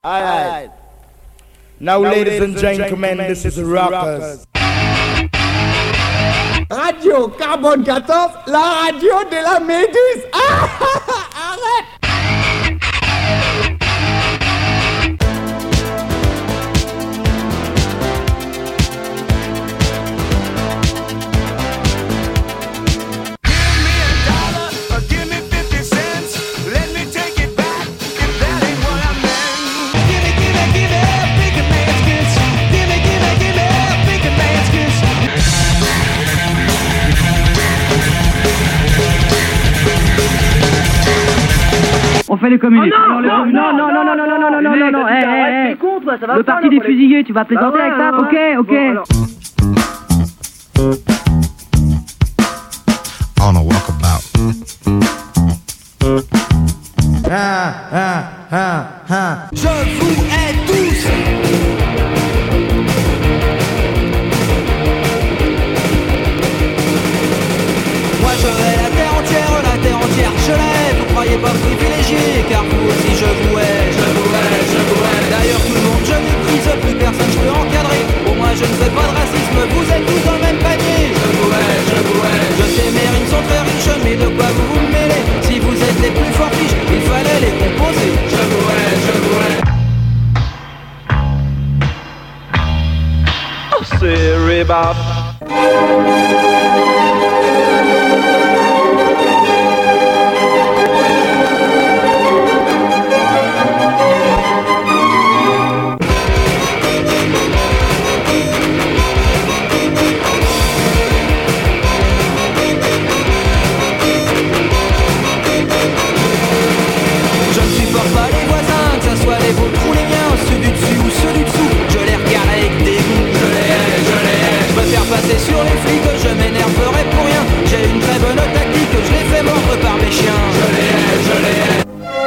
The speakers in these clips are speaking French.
Alright. Now, ladies and gentlemen, this is Rockers. Radio Carbone 14, la radio de la Méduse. Arrête! On fait les communistes. Oh non, Le parti des fusillés, tu vas plaisanter avec ça? Ok. On a walkabout. Je vous hais tous. Moi je hais la terre entière, je l'hais. Vous croyez pas privilégié, car vous aussi je vous hais. D'ailleurs tout le monde je méprise, plus personne je peux encadrer. Pour moi je ne fais pas de racisme, vous êtes tous dans le même panier. Je sais mes rimes sont très riches, mais de quoi vous vous mêlez? Si vous êtes les plus forts fiches, il fallait les composer. Je vous hais. Oh, c'est Rebop. Passer sur les flics, je m'énerverai pour rien. J'ai une très bonne tactique, je les fais mordre par mes chiens. Je les hais.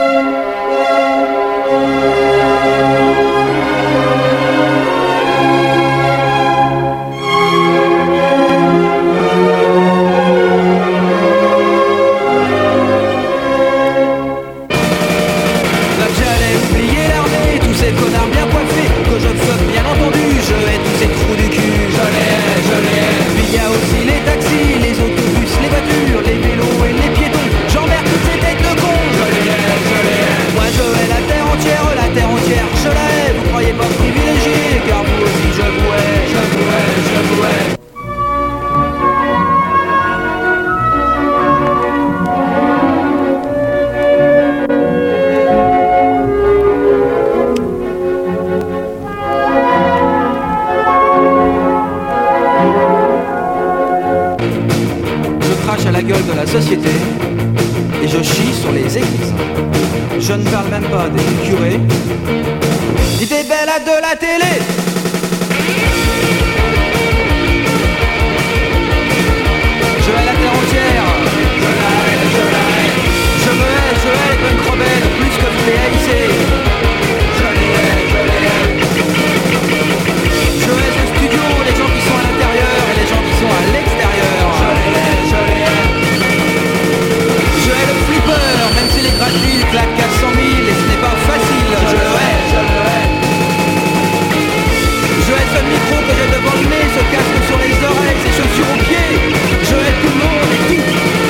J'allais oublier l'armée, tous ces connards bien coiffés, que je fuck bien entendu, je hais tous ces trous du cul. Puis il y a aussi les taxis, les autobus, les voitures, les vélos et les piétons. J'emmerde toutes ces têtes de cons. Je les hais. Moi je hais la terre entière, je la hais. Vous croyez pas privilégié, car vous aussi je vous hais. À la gueule de la société et je chie sur les églises. Je ne parle même pas des curés ni des belles de la télé. Je hais la terre entière, je la hais. Je hais les punks rebelles plus que vous les haïssez. Je les hais. Je hais ce studio, les gens qui sont à l'intérieur et les gens qui sont à l'extérieur. Je les hais. Je hais le flipper, même s'il est gratuit, il claque à 100 000 et ce n'est pas facile. Je le hais. Je hais ce micro que j'ai devant le nez, ce casque sur les oreilles, ces chaussures aux pieds. Je hais tout le monde et tout.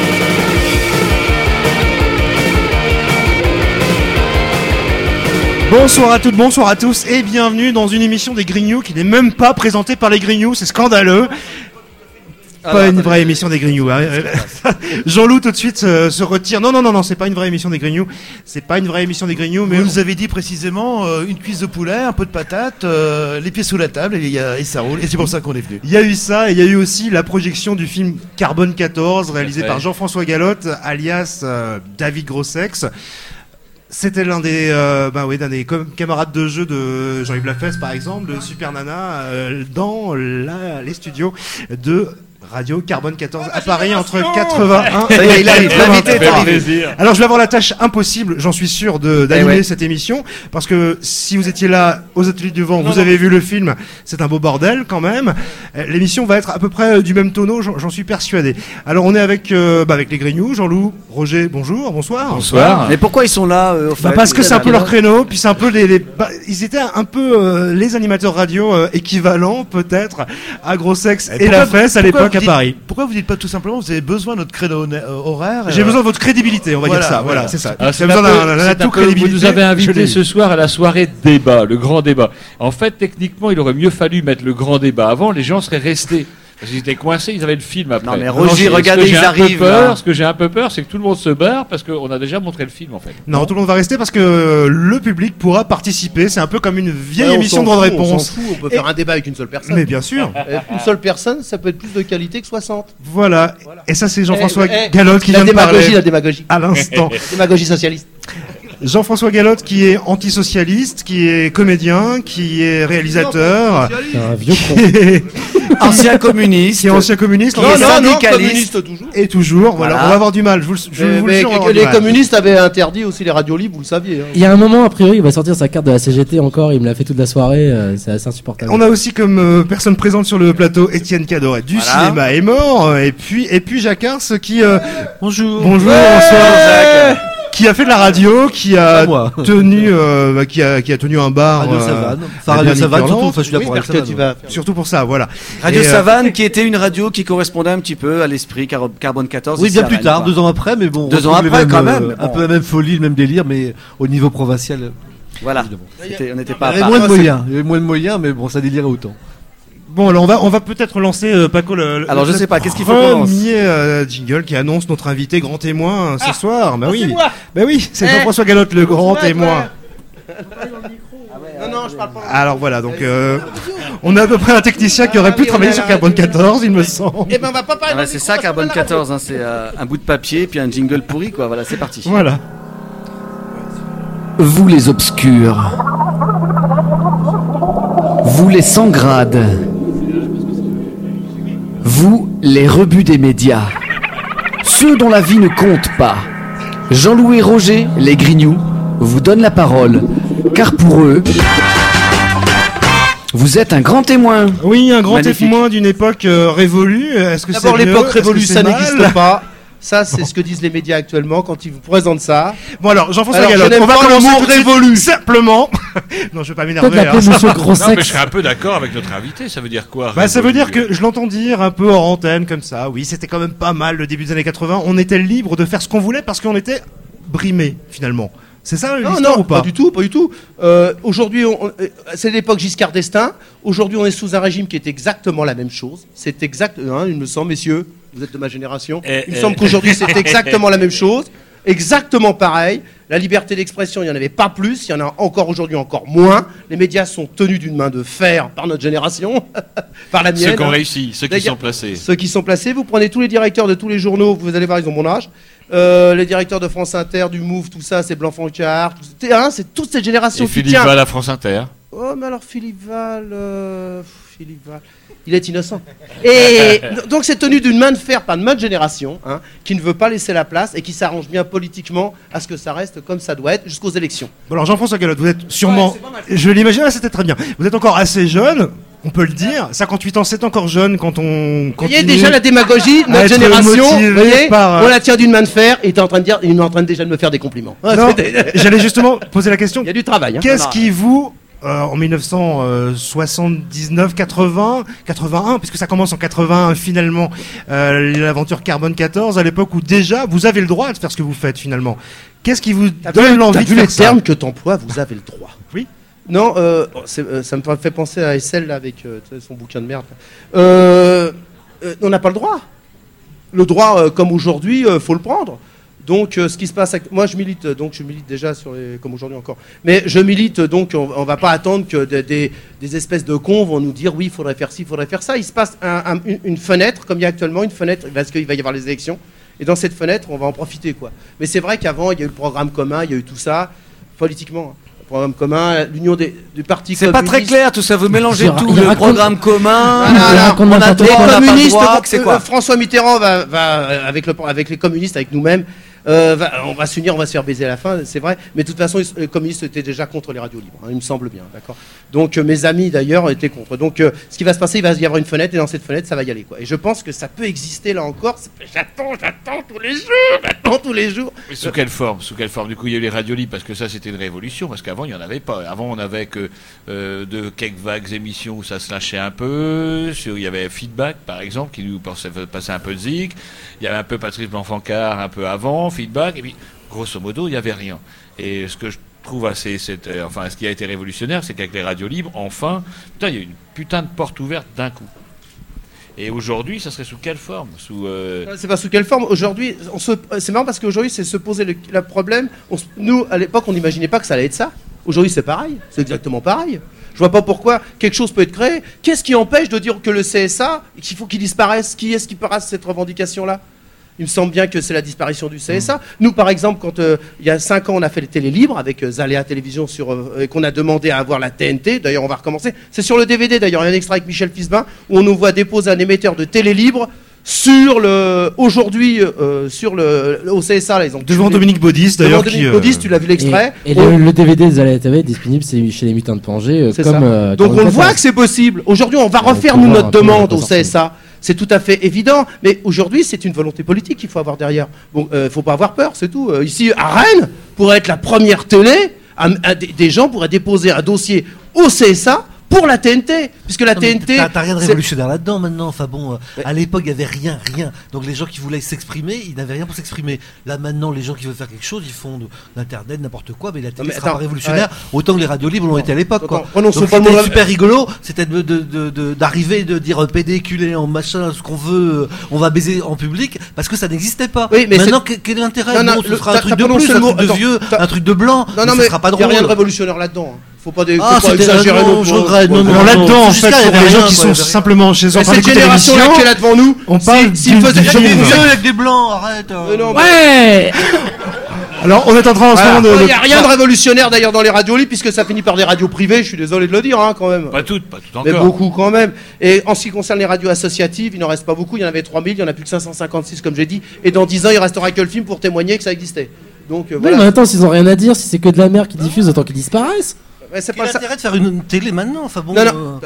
Bonsoir à toutes, bonsoir à tous et bienvenue dans une émission des Grignoux qui n'est même pas présentée par les Grignoux, c'est scandaleux. Pas une vraie émission des Grignoux. Jean-Loup tout de suite se retire. Non, c'est pas une vraie émission des Grignoux. C'est pas une vraie émission des Grignoux. Mais vous nous avez dit précisément une cuisse de poulet, un peu de patates, les pieds sous la table et ça roule. Et c'est pour ça qu'on est venu. Il y a eu ça et il y a eu aussi la projection du film Carbone 14 réalisé par Jean-François Galotte alias David Grossex. C'était l'un des camarades de jeu de Jean-Yves Lafesse par exemple, de Super Nana, dans les studios de Radio Carbone 14 à Paris entre 81 Ça y est, il arrive, l'invité est arrivé. plaisir. Alors je vais avoir la tâche impossible, j'en suis sûr, d'animer cette émission, parce que si vous étiez là aux Ateliers du Vent, vous avez vu le film, c'est un beau bordel quand même. L'émission va être à peu près du même tonneau, j'en suis persuadé. Alors on est avec les Grignoux, Jean-Loup, Roger, bonsoir. Bonsoir. Mais pourquoi ils sont là au fait Parce que c'est un peu leur créneau, puis c'est un peu ils étaient un peu les animateurs radio équivalents peut-être à Gros Sexe et La Fesse à l'époque à Paris. Pourquoi vous dites pas tout simplement vous avez besoin de notre créneau horaire J'ai besoin de votre crédibilité, on va dire ça. Voilà, c'est ça. Alors, J'ai besoin d'un atout crédibilité. Vous nous avez Je invité l'ai. ce soir à la soirée débat, le grand débat. En fait, techniquement, il aurait mieux fallu mettre le grand débat avant, les gens seraient restés. Parce qu'ils étaient coincés, ils avaient le film après. Non mais Roger, Ce que regardez, j'ai ils un peu arrivent. peur, là. Ce que j'ai un peu peur, c'est que tout le monde se barre parce qu'on a déjà montré le film en fait. Non, tout le monde va rester parce que le public pourra participer. C'est un peu comme une vieille émission de On réponse. s'en fout, on peut faire un débat avec une seule personne. Mais bien sûr. Une seule personne, ça peut être plus de qualité que 60. Voilà. Et ça, c'est Jean-François Eh, Gallotte qui la vient de parler la démagogie. à l'instant. Démagogie socialiste. Jean-François Gallotte qui est antisocialiste, qui est comédien, qui est réalisateur, Un vieux con. qui est, Ancien communiste. qui est ancien communiste. Non, non, communiste syndicaliste. toujours. Et toujours. Voilà. Voilà. On va avoir du mal. Je vous le Mais jure, on va avoir du les mal. communistes avaient interdit aussi les radios libres, vous le saviez. Hein. Il y a un moment, a priori, il va sortir sa carte de la CGT encore. Il me l'a fait toute la soirée. C'est assez insupportable. On a aussi comme personne présente sur le plateau Étienne Cadoret du Voilà. cinéma est mort et puis Jacques Ars qui Bonjour. bonjour bonsoir qui a fait de la radio, qui a Pas moi. tenu qui a tenu un bar Radio Savane. Enfin, la Radio dernière Savane, Nick surtout. Hurlant. Enfin, je suis là Oui, pour parce Radio que tu Savane. vas. surtout pour ça, voilà. Radio Et, Savane, qui était une radio qui correspondait un petit peu à l'esprit Carbone 14. Oui, ici bien à plus Rennes, tard, quoi. 2 ans après, mais bon. on 2 ans retrouve les après, mêmes, quand même, Un bon. peu la même folie, le même délire, mais au niveau provincial. Voilà. Évidemment. On n'était Il pas à y avait part. moins de moyens. Il y avait moins de moyens, mais bon, ça délirait autant. Bon, alors on va peut-être lancer Paco Alors, je sais pas, qu'est-ce qu'il faut qu'on lance premier jingle qui annonce notre invité grand témoin ce soir. Bah oui. Bah oui, c'est Jean-François Gallotte le grand témoin. Non, je parle pas. Alors voilà, donc on a à peu près un technicien qui aurait pu travailler sur Carbone 14, il me semble. Eh ben, on va pas parler. Ah bah, c'est ça, Carbone 14. Hein, c'est un bout de papier puis un jingle pourri, quoi. Voilà, c'est parti. Voilà. Vous les obscurs, vous les sans grades, vous les rebuts des médias, ceux dont la vie ne compte pas. Jean-Loup et Roger, les Grignoux, vous donnent la parole, car pour eux, vous êtes un grand témoin. Oui, un grand Magnifique. témoin d'une époque révolue. Est-ce que c'est D'abord, mieux? l'époque Est-ce que révolue, c'est ça mal n'existe pas. Ça, c'est ce que disent les médias actuellement quand ils vous présentent ça. Bon alors, Jean-François Alors, je Gallotte, n'aime on va pas le commencer mot tout de suite révolu. simplement. Non, je vais pas Peut-être m'énerver. l'appeler hein. Monsieur Gros Non, mais je Sexe. serais un peu d'accord avec notre invité. Ça veut dire quoi Bah, ça veut dire révolu que je l'entends dire un peu hors antenne comme ça. Oui, c'était quand même pas mal le début des années 80. On était libre de faire ce qu'on voulait parce qu'on était brimé finalement. C'est ça Non, l'histoire non, ou pas du tout, pas du tout. Aujourd'hui, c'est l'époque Giscard d'Estaing. Aujourd'hui, on est sous un régime qui est exactement la même chose. C'est exact, hein, il me semble, messieurs, vous êtes de ma génération. Il me semble qu'aujourd'hui, c'est exactement la même chose. Exactement pareil. La liberté d'expression, il n'y en avait pas plus. Il y en a encore aujourd'hui, encore moins. Les médias sont tenus d'une main de fer par notre génération, par la mienne. Ceux qui ont hein. réussi, ceux qui D'ailleurs, sont placés. Ceux qui sont placés, vous prenez tous les directeurs de tous les journaux, vous allez voir, ils ont mon âge. Les directeurs de France Inter, du Move, tout ça, c'est Blanc-Francard. C'est toute cette génération Et qui Philippe tient. Val à France Inter. Oh, mais alors Philippe Val, il est innocent. Et donc c'est tenu d'une main de fer par notre génération, hein, qui ne veut pas laisser la place et qui s'arrange bien politiquement à ce que ça reste comme ça doit être jusqu'aux élections. Bon alors Jean-François Gallotte, vous êtes sûrement, je l'imagine, c'était très bien. Vous êtes encore assez jeune, on peut le dire. 58 ans, c'est encore jeune quand on Vous continue. voyez déjà la démagogie, à notre être génération, motivé vous voyez, par, on la tient d'une main de fer et il est en train de dire, il est en train déjà de me faire des compliments. Non, j'allais justement poser la question. Il y a du travail. Hein. Qu'est-ce qui vous, en 1979, 80, 81, puisque ça commence en 81 finalement, l'aventure Carbone 14, à l'époque où déjà vous avez le droit de faire ce que vous faites finalement. Qu'est-ce qui vous donne l'envie de vu faire le ça? terme que t'emploies, vous avez le droit. Oui. Non, ça me fait penser à Essel là, avec son bouquin de merde. On n'a pas le droit. Le droit, comme aujourd'hui, faut le prendre. Donc, ce qui se passe, moi je milite déjà comme aujourd'hui encore. Mais je milite, donc on va pas attendre que des espèces de cons vont nous dire oui, il faudrait faire ci, il faudrait faire ça. Il se passe une fenêtre, comme il y a actuellement une fenêtre, parce qu'il va y avoir les élections. Et dans cette fenêtre, on va en profiter, quoi. Mais c'est vrai qu'avant, il y a eu le programme commun, il y a eu tout ça, politiquement. programme commun, l'union du parti C'est communiste. pas très clair tout ça, vous mélangez Il tout, raconte- le programme commun, Voilà, on a n'importe droit, Les on n'a pas le communistes, droit, c'est quoi François Mitterrand va avec les communistes, avec nous-mêmes, on va s'unir, on va se faire baiser à la fin, c'est vrai. Mais de toute façon, les communistes étaient déjà contre les radios libres, hein, il me semble bien, d'accord. Donc mes amis d'ailleurs étaient contre. Donc ce qui va se passer, il va y avoir une fenêtre et dans cette fenêtre, ça va y aller, quoi. Et je pense que ça peut exister là encore. J'attends tous les jours. Mais sous quelle forme Du coup, il y a eu les radios libres parce que ça, c'était une révolution. Parce qu'avant, il n'y en avait pas. Avant, on n'avait que de quelques vagues émissions où ça se lâchait un peu. Il y avait Feedback, par exemple, qui nous passait un peu de zik. Il y avait un peu Patrice Blanc-Fancard un peu avant, Feedback. Et puis, grosso modo, il n'y avait rien. Et ce que je trouve ce qui a été révolutionnaire, c'est qu'avec les radios libres, enfin, il y a eu une putain de porte ouverte d'un coup. Et aujourd'hui, ça serait sous quelle forme C'est pas sous quelle forme. Aujourd'hui, c'est marrant parce qu'aujourd'hui, c'est se poser le problème. Nous, à l'époque, on n'imaginait pas que ça allait être ça. Aujourd'hui, c'est pareil. C'est exactement pareil. Je vois pas pourquoi quelque chose peut être créé. Qu'est-ce qui empêche de dire que le CSA, qu'il faut qu'il disparaisse? Qui est-ce qui fera cette revendication-là? Il me semble bien que c'est la disparition du CSA. Nous, par exemple, quand il y a 5 ans, on a fait les télés libres avec Zaléa Télévision et qu'on a demandé à avoir la TNT. D'ailleurs, on va recommencer. C'est sur le DVD, d'ailleurs. Il y a un extrait avec Michel Fisbin où on nous voit déposer un émetteur de télé libre aujourd'hui au CSA. Là, Devant Dominique Baudis, d'ailleurs. Dominique Baudis, tu l'as vu l'extrait. Et le DVD de Zaléa TV est disponible chez les Mutants de Pangée. C'est ça. Donc on voit que c'est possible. Aujourd'hui, on va refaire nous notre demande au CSA. C'est tout à fait évident, mais aujourd'hui, c'est une volonté politique qu'il faut avoir derrière. Bon, faut pas avoir peur, c'est tout. Ici, à Rennes, pour être la première télé, des gens pourraient déposer un dossier au CSA pour la TNT, puisque la TNT... T'as rien de révolutionnaire là-dedans maintenant, enfin bon, à l'époque il y avait rien, donc les gens qui voulaient s'exprimer, ils n'avaient rien pour s'exprimer. Là maintenant, les gens qui veulent faire quelque chose, ils font de l'internet, n'importe quoi, mais la télé sera pas révolutionnaire, autant que les radios libres l'ont été à l'époque, quoi. Donc c'était super rigolo, c'était d'arriver, de dire pédéculé en machin, ce qu'on veut, on va baiser en public, parce que ça n'existait pas. Oui, mais maintenant, quel est l'intérêt? Non, ce sera un truc de plus, un truc de vieux, un truc de blanc, mais ce sera pas drôle. Il n'y a rien de révolutionnaire là-dedans. Faut pas exagérer. Je regrette. Non, là-dedans, en fait, pour les gens qui sont simplement chez eux en train d'écouter l'émission, cette génération-là qui est là devant nous, on parle s'ils faisaient des vieux avec des blancs, arrête. Ouais. Alors, on est en train en ce moment de... Il n'y a rien de révolutionnaire d'ailleurs dans les radios libres, puisque ça finit par des radios privées, je suis désolé de le dire, quand même. Pas toutes encore. Mais beaucoup quand même. Et en ce qui concerne les radios associatives, il n'en reste pas beaucoup, il y en avait 3000, il n'y en a plus que 556 comme j'ai dit, et dans 10 ans, il restera que le film pour témoigner que ça existait. Donc voilà. Mais attends, s'ils n'ont rien à dire, si c'est que de la merde qui diffuse, autant qu'ils disparaissent. C'est pas l'intérêt de faire une télé maintenant, enfin bon. Non.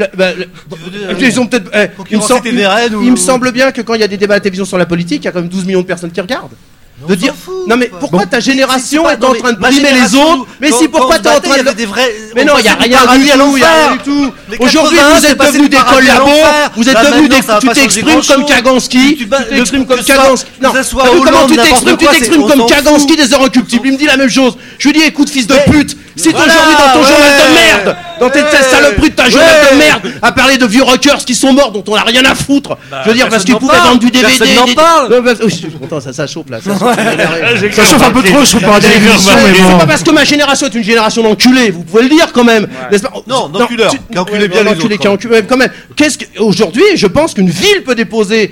Ils ont peut-être. Il me semble bien que quand il y a des débats à la télévision sur la politique, il y a quand même 12 millions de personnes qui regardent. De dire non mais pourquoi ta génération est en train de primer les autres? Mais si pourquoi t'es en train de mais non, il y a rien du tout. Aujourd'hui vous êtes devenus des collabos, vous êtes devenus des tu t'exprimes comme Kaganski, tu t'exprimes comme Kaganski. Non, comment tu t'exprimes? Tu t'exprimes comme Kaganski des heures occultibles. Il me dit la même chose. Je lui dis écoute fils de pute, si aujourd'hui dans ton journal de merde, dans tes saloperies de ta journal de merde, à parler de vieux rockers qui sont morts dont on a rien à foutre. Je veux dire parce qu'ils pouvaient vendre du DVD. Personne n'en parle. Je suis content, ça chauffe là. Ça chauffe un peu trop, je trouve, par la télévision. C'est pas parce que ma génération est une génération d'enculés, vous pouvez le dire quand même. Non, d'enculeurs, qui enculait bien les autres. Qui enculait quand même. Aujourd'hui, je pense qu'une ville peut déposer,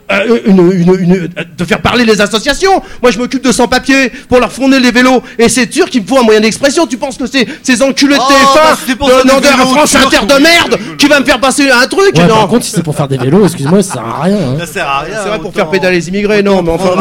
de faire parler les associations. Moi, je m'occupe de sans-papiers pour leur fournir les vélos, et c'est sûr qu'il me faut un moyen d'expression. Tu penses que c'est ces enculés de TF1, de France Inter de merde, qui va me faire passer un truc? Ouais, non. Par contre, si c'est pour faire des vélos, excuse-moi, ça sert à rien. Ça sert à rien. C'est vrai pour faire pédaler les immigrés, non, mais enfin.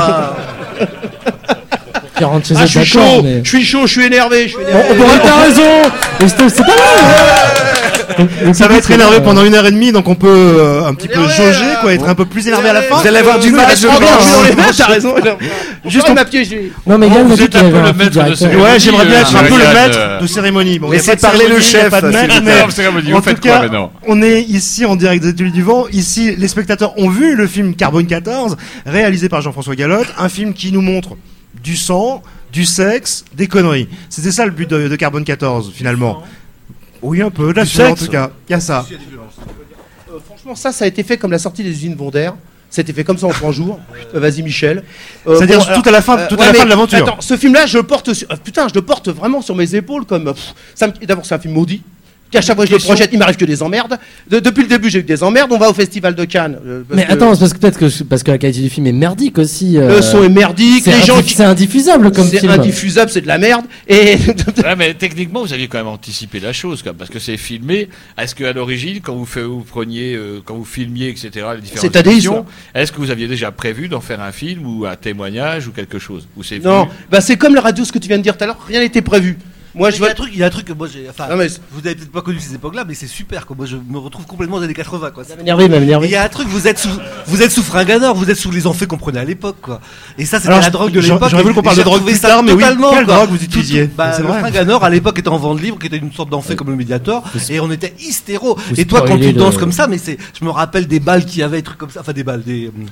Je suis chaud, je suis énervé. T'as raison. C'est pas mal. Ça va être énervé pendant 1h30, donc on peut un petit peu jauger, quoi, être un peu plus énervé à la fin. Vous allez avoir du mal à se T'as raison. Juste ma pied. Non mais Yann m'a dit qu'il avait un maître de cérémonie. Ouais, j'aimerais bien être un peu le maître de cérémonie. Bon, laissez parler le chef. En tout cas, maintenant on est ici en direct des Ateliers du Vent. Ici, les spectateurs ont vu le film Carbone 14, réalisé par Jean-François Galotte, un film qui nous montre du sang, du sexe, des conneries. C'était ça le but de Carbone 14, finalement. Oui, un peu, de la sueur en tout cas. Il y a ça. Franchement, ça a été fait comme la sortie des usines Bondère. Ça a été fait comme ça en 3 jours. Vas-y, Michel. C'est-à-dire tout à la fin de l'aventure. Attends, ce film-là, je le porte vraiment sur mes épaules. D'abord, c'est un film maudit. Qu'à chaque fois que je le projette, il m'arrive que des emmerdes. Depuis le début, j'ai eu des emmerdes. On va au festival de Cannes. Attends, c'est parce que la qualité du film est merdique aussi. Le son est merdique. C'est indiffusable comme film. C'est indiffusable, c'est de la merde. Et mais techniquement, vous aviez quand même anticipé la chose, parce que c'est filmé. Est-ce qu'à l'origine, quand vous filmiez, etc., les différentes émissions, est-ce que vous aviez déjà prévu d'en faire un film ou un témoignage ou quelque chose? Non, c'est comme la radio, ce que tu viens de dire tout à l'heure. Rien n'était prévu. Moi, il y a un truc que moi j'ai. Enfin, vous avez peut-être pas connu ces époques-là, mais c'est super. Quoi. Moi, je me retrouve complètement dans les années 80. Quoi. Ça m'énerve. Il y a un truc, vous êtes sous fringanor, vous êtes sous les enfaits qu'on prenait à l'époque, quoi. Et ça, c'était la drogue de l'époque. J'aurais voulu qu'on parle de drogue plus tard, mais oui. Quelle drogue vous utilisiez? Le fringanor à l'époque était en vente libre, qui était une sorte d'enfait comme le Mediator, et on était hystéro. Et toi, quand tu danses comme ça, mais je me rappelle des balles qui avaient des trucs comme ça, enfin des balles,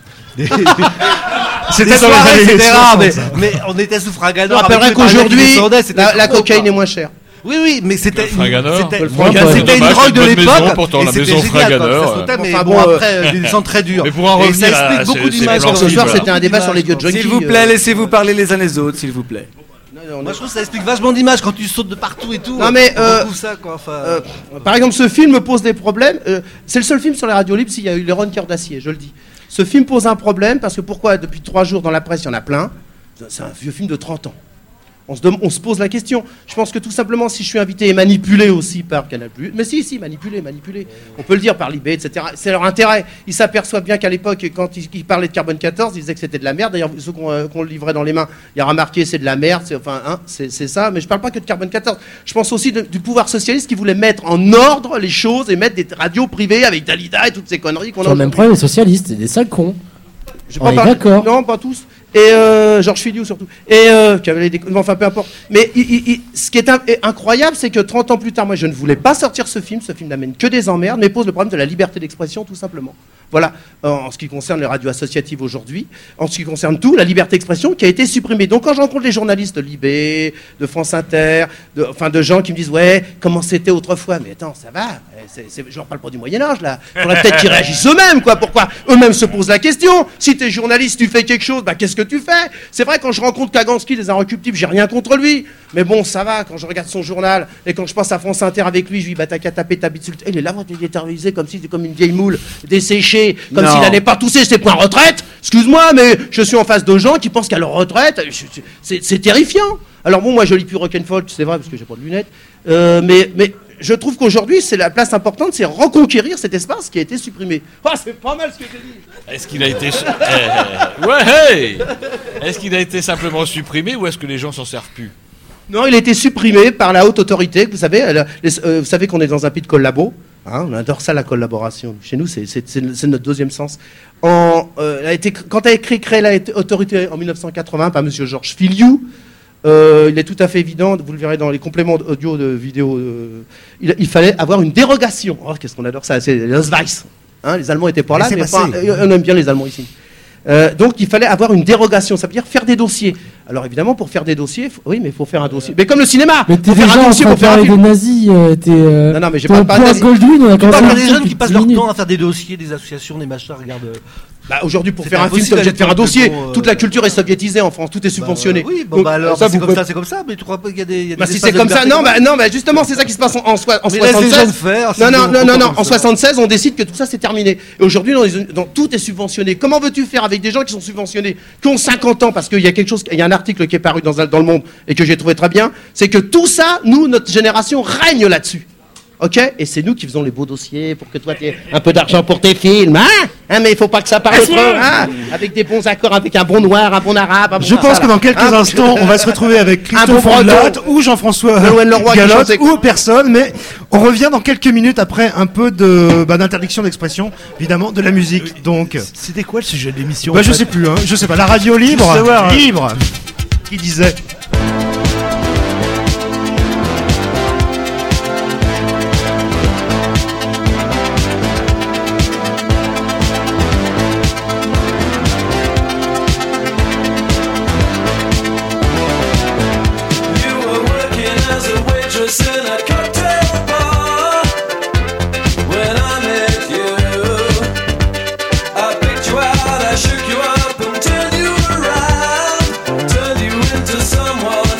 c'était dans les années 60, mais on était sous fringanor. Je rappellerai qu'aujourd'hui, la cocaïne est moins chère. Oui, mais c'était une drogue de l'époque. Pourtant, la maison Fraganor. Mais bon, après, des gens très durs. Mais pour en revenir, ça explique beaucoup d'images. Ce soir, c'était un débat sur les vieux junkies. S'il vous plaît, laissez-vous parler les uns les autres, s'il vous plaît. Moi, je trouve que ça explique vachement d'images quand tu sautes de partout et tout. Non, mais ça, quoi. Par exemple, ce film me pose des problèmes. C'est le seul film sur les radios libres s'il y a eu les Ron Cœur d'Acier, je le dis. Ce film pose un problème parce que pourquoi depuis 3 jours dans la presse, il y en a plein. C'est un vieux film de 30 ans. On se pose la question. Je pense que tout simplement, si je suis invité et manipulé aussi par Canal+, mais si, manipulé. On peut le dire par Libé, etc. C'est leur intérêt. Ils s'aperçoivent bien qu'à l'époque, quand ils parlaient de Carbone 14, ils disaient que c'était de la merde. D'ailleurs, ceux qu'on le livrait dans les mains, il y a remarqué c'est de la merde. C'est ça. Mais je parle pas que de Carbone 14. Je pense aussi du pouvoir socialiste qui voulait mettre en ordre les choses et mettre des radios privées avec Dalida et toutes ces conneries qu'on a. Sur le même problème, les socialistes, c'est des sales cons. On est d'accord. Non, pas tous. Et Georges Filiou surtout. Et enfin peu importe. Mais ce qui est incroyable, c'est que 30 ans plus tard, moi je ne voulais pas sortir ce film n'amène que des emmerdes, mais pose le problème de la liberté d'expression tout simplement. Voilà, en ce qui concerne les radios associatives aujourd'hui, en ce qui concerne tout, la liberté d'expression qui a été supprimée. Donc quand je rencontre les journalistes de Libé, de France Inter, de gens qui me disent ouais, comment c'était autrefois, mais attends, ça va, je leur parle pas du Moyen-Âge là. Il faudrait peut-être qu'ils réagissent eux-mêmes, quoi. Pourquoi eux-mêmes se posent la question. Si t'es journaliste, tu fais quelque chose, qu'est-ce que tu fais? C'est vrai, quand je rencontre Kaganski, les Inrecuptibles, j'ai rien contre lui. Mais bon, ça va, quand je regarde son journal et quand je passe à France Inter avec lui, je lui dis t'as qu'à taper ta bite sur le... Il est là, il est terrorisé comme si c'était comme une vieille moule desséchée, comme s'il n'allait pas tousser ses points retraite. Excuse-moi, mais je suis en face de gens qui pensent qu'à leur retraite, c'est terrifiant. Alors bon, moi je lis plus Rock'n'Folk, c'est vrai, parce que j'ai pas de lunettes. Mais je trouve qu'aujourd'hui, c'est la place importante, c'est reconquérir cet espace qui a été supprimé. C'est pas mal ce que j'ai dit. Est-ce qu'il a été... Est-ce qu'il a été simplement supprimé ou est-ce que les gens s'en servent plus? Non, il a été supprimé par la haute autorité. Vous savez qu'on est dans un pays de collabo. On adore ça, la collaboration. Chez nous, c'est notre deuxième sens. Quand a été créée la autorité en 1980 par M. Georges Filiou, il est tout à fait évident, vous le verrez dans les compléments audio de vidéo, il fallait avoir une dérogation. Oh, qu'est-ce qu'on adore ça, c'est les Ausweis. Les Allemands étaient pas là, mais on aime bien les Allemands ici. Donc il fallait avoir une dérogation, ça veut dire faire des dossiers. Alors évidemment, pour faire des dossiers, il faut faire un dossier. Mais comme le cinéma, mais t'es déjà en train de parler des nazis. Non, mais j'ai pas de nazis. Goldwyn, on a quand même des jeunes qui passent leur temps à faire des dossiers, des associations, des machins. Regarde. Aujourd'hui, pour faire un film, t'es obligé de faire un dossier. Toute la culture est soviétisée en France, tout est subventionné. Oui, alors c'est comme ça, mais tu crois pas qu'il y a des. Si c'est comme ça, non, justement, c'est ça qui se passe en 76. Non, en 76, on décide que tout ça c'est terminé. Et aujourd'hui, tout est subventionné. Comment veux-tu faire avec des gens qui sont subventionnés, qui ont 50 ans, parce qu'il y a quelque chose, il y a un article qui est paru dans le Monde et que j'ai trouvé très bien, c'est que tout ça, nous, notre génération règne là-dessus. Ok? Et c'est nous qui faisons les beaux dossiers pour que toi tu aies un peu d'argent pour tes films, mais il faut pas que ça parle trop, avec des bons accords, avec un bon noir, un bon arabe, Je pense que dans quelques instants, on va se retrouver avec Christophe Andelatte ou Jean-François Galotte ou personne, mais on revient dans quelques minutes après un peu d'interdiction d'expression, évidemment, de la musique. Donc, c'était quoi le sujet de l'émission? Je sais plus, je sais pas. La radio libre, libre, qui disait. Someone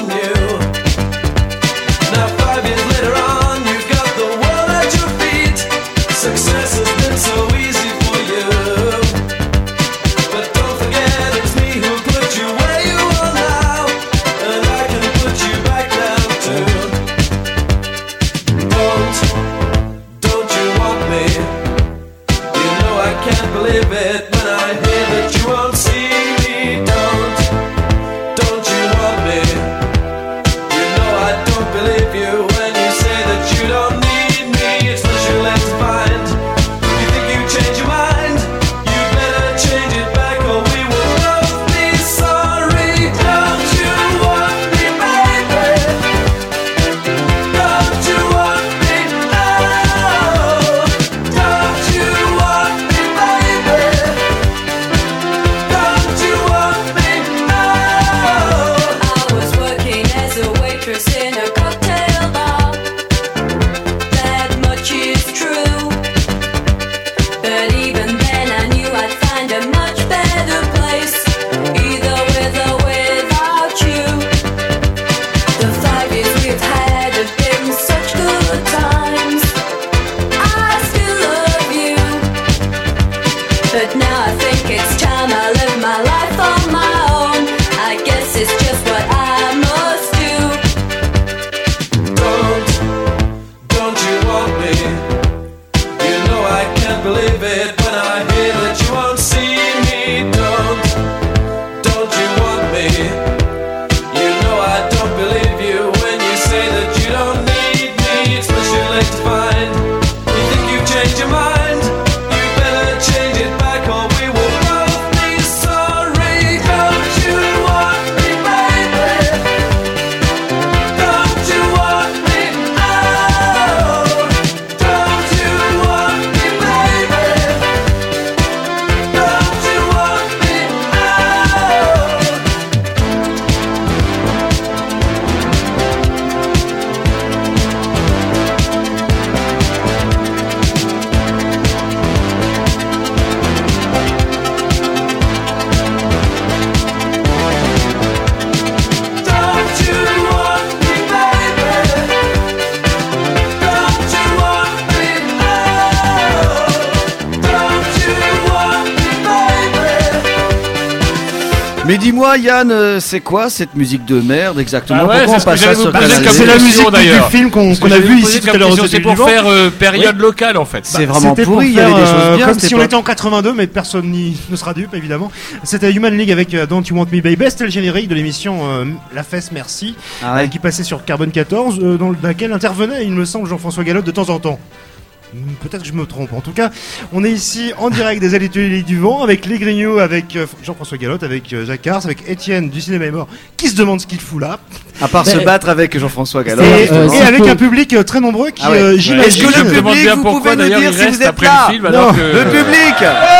Mais dis-moi, Yann, c'est quoi cette musique de merde exactement? Ah ouais, Pourquoi c'est on ce que passe ça j'allais sur vous poser Canal comme D? C'est la question, musique d'ailleurs. du film qu'on a vu ici tout à l'heure. C'est pour faire période locale en fait. C'est vraiment C'était pour pourri, il y avait faire, des choses bien. comme c'était si on pas- était en 82, mais personne ne sera dupe évidemment. C'était Human League avec Don't You Want Me Baby. C'était le générique de l'émission La Fesse Merci, Ah ouais. qui passait sur Carbone 14, dans laquelle intervenait, il me semble, Jean-François Galotte de temps en temps. Peut-être que je me trompe. En tout cas, on est ici en direct des Ateliers du Vent avec les Grignoux, avec Jean-François Galotte, avec Jacques Ars, avec Étienne du Cinéma est mort, qui se demande ce qu'il fout là. À part se battre avec Jean-François Galotte. Et avec un public très nombreux qui, j'imagine. Est-ce que le public, vous pouvez nous dire si vous êtes là? Le public.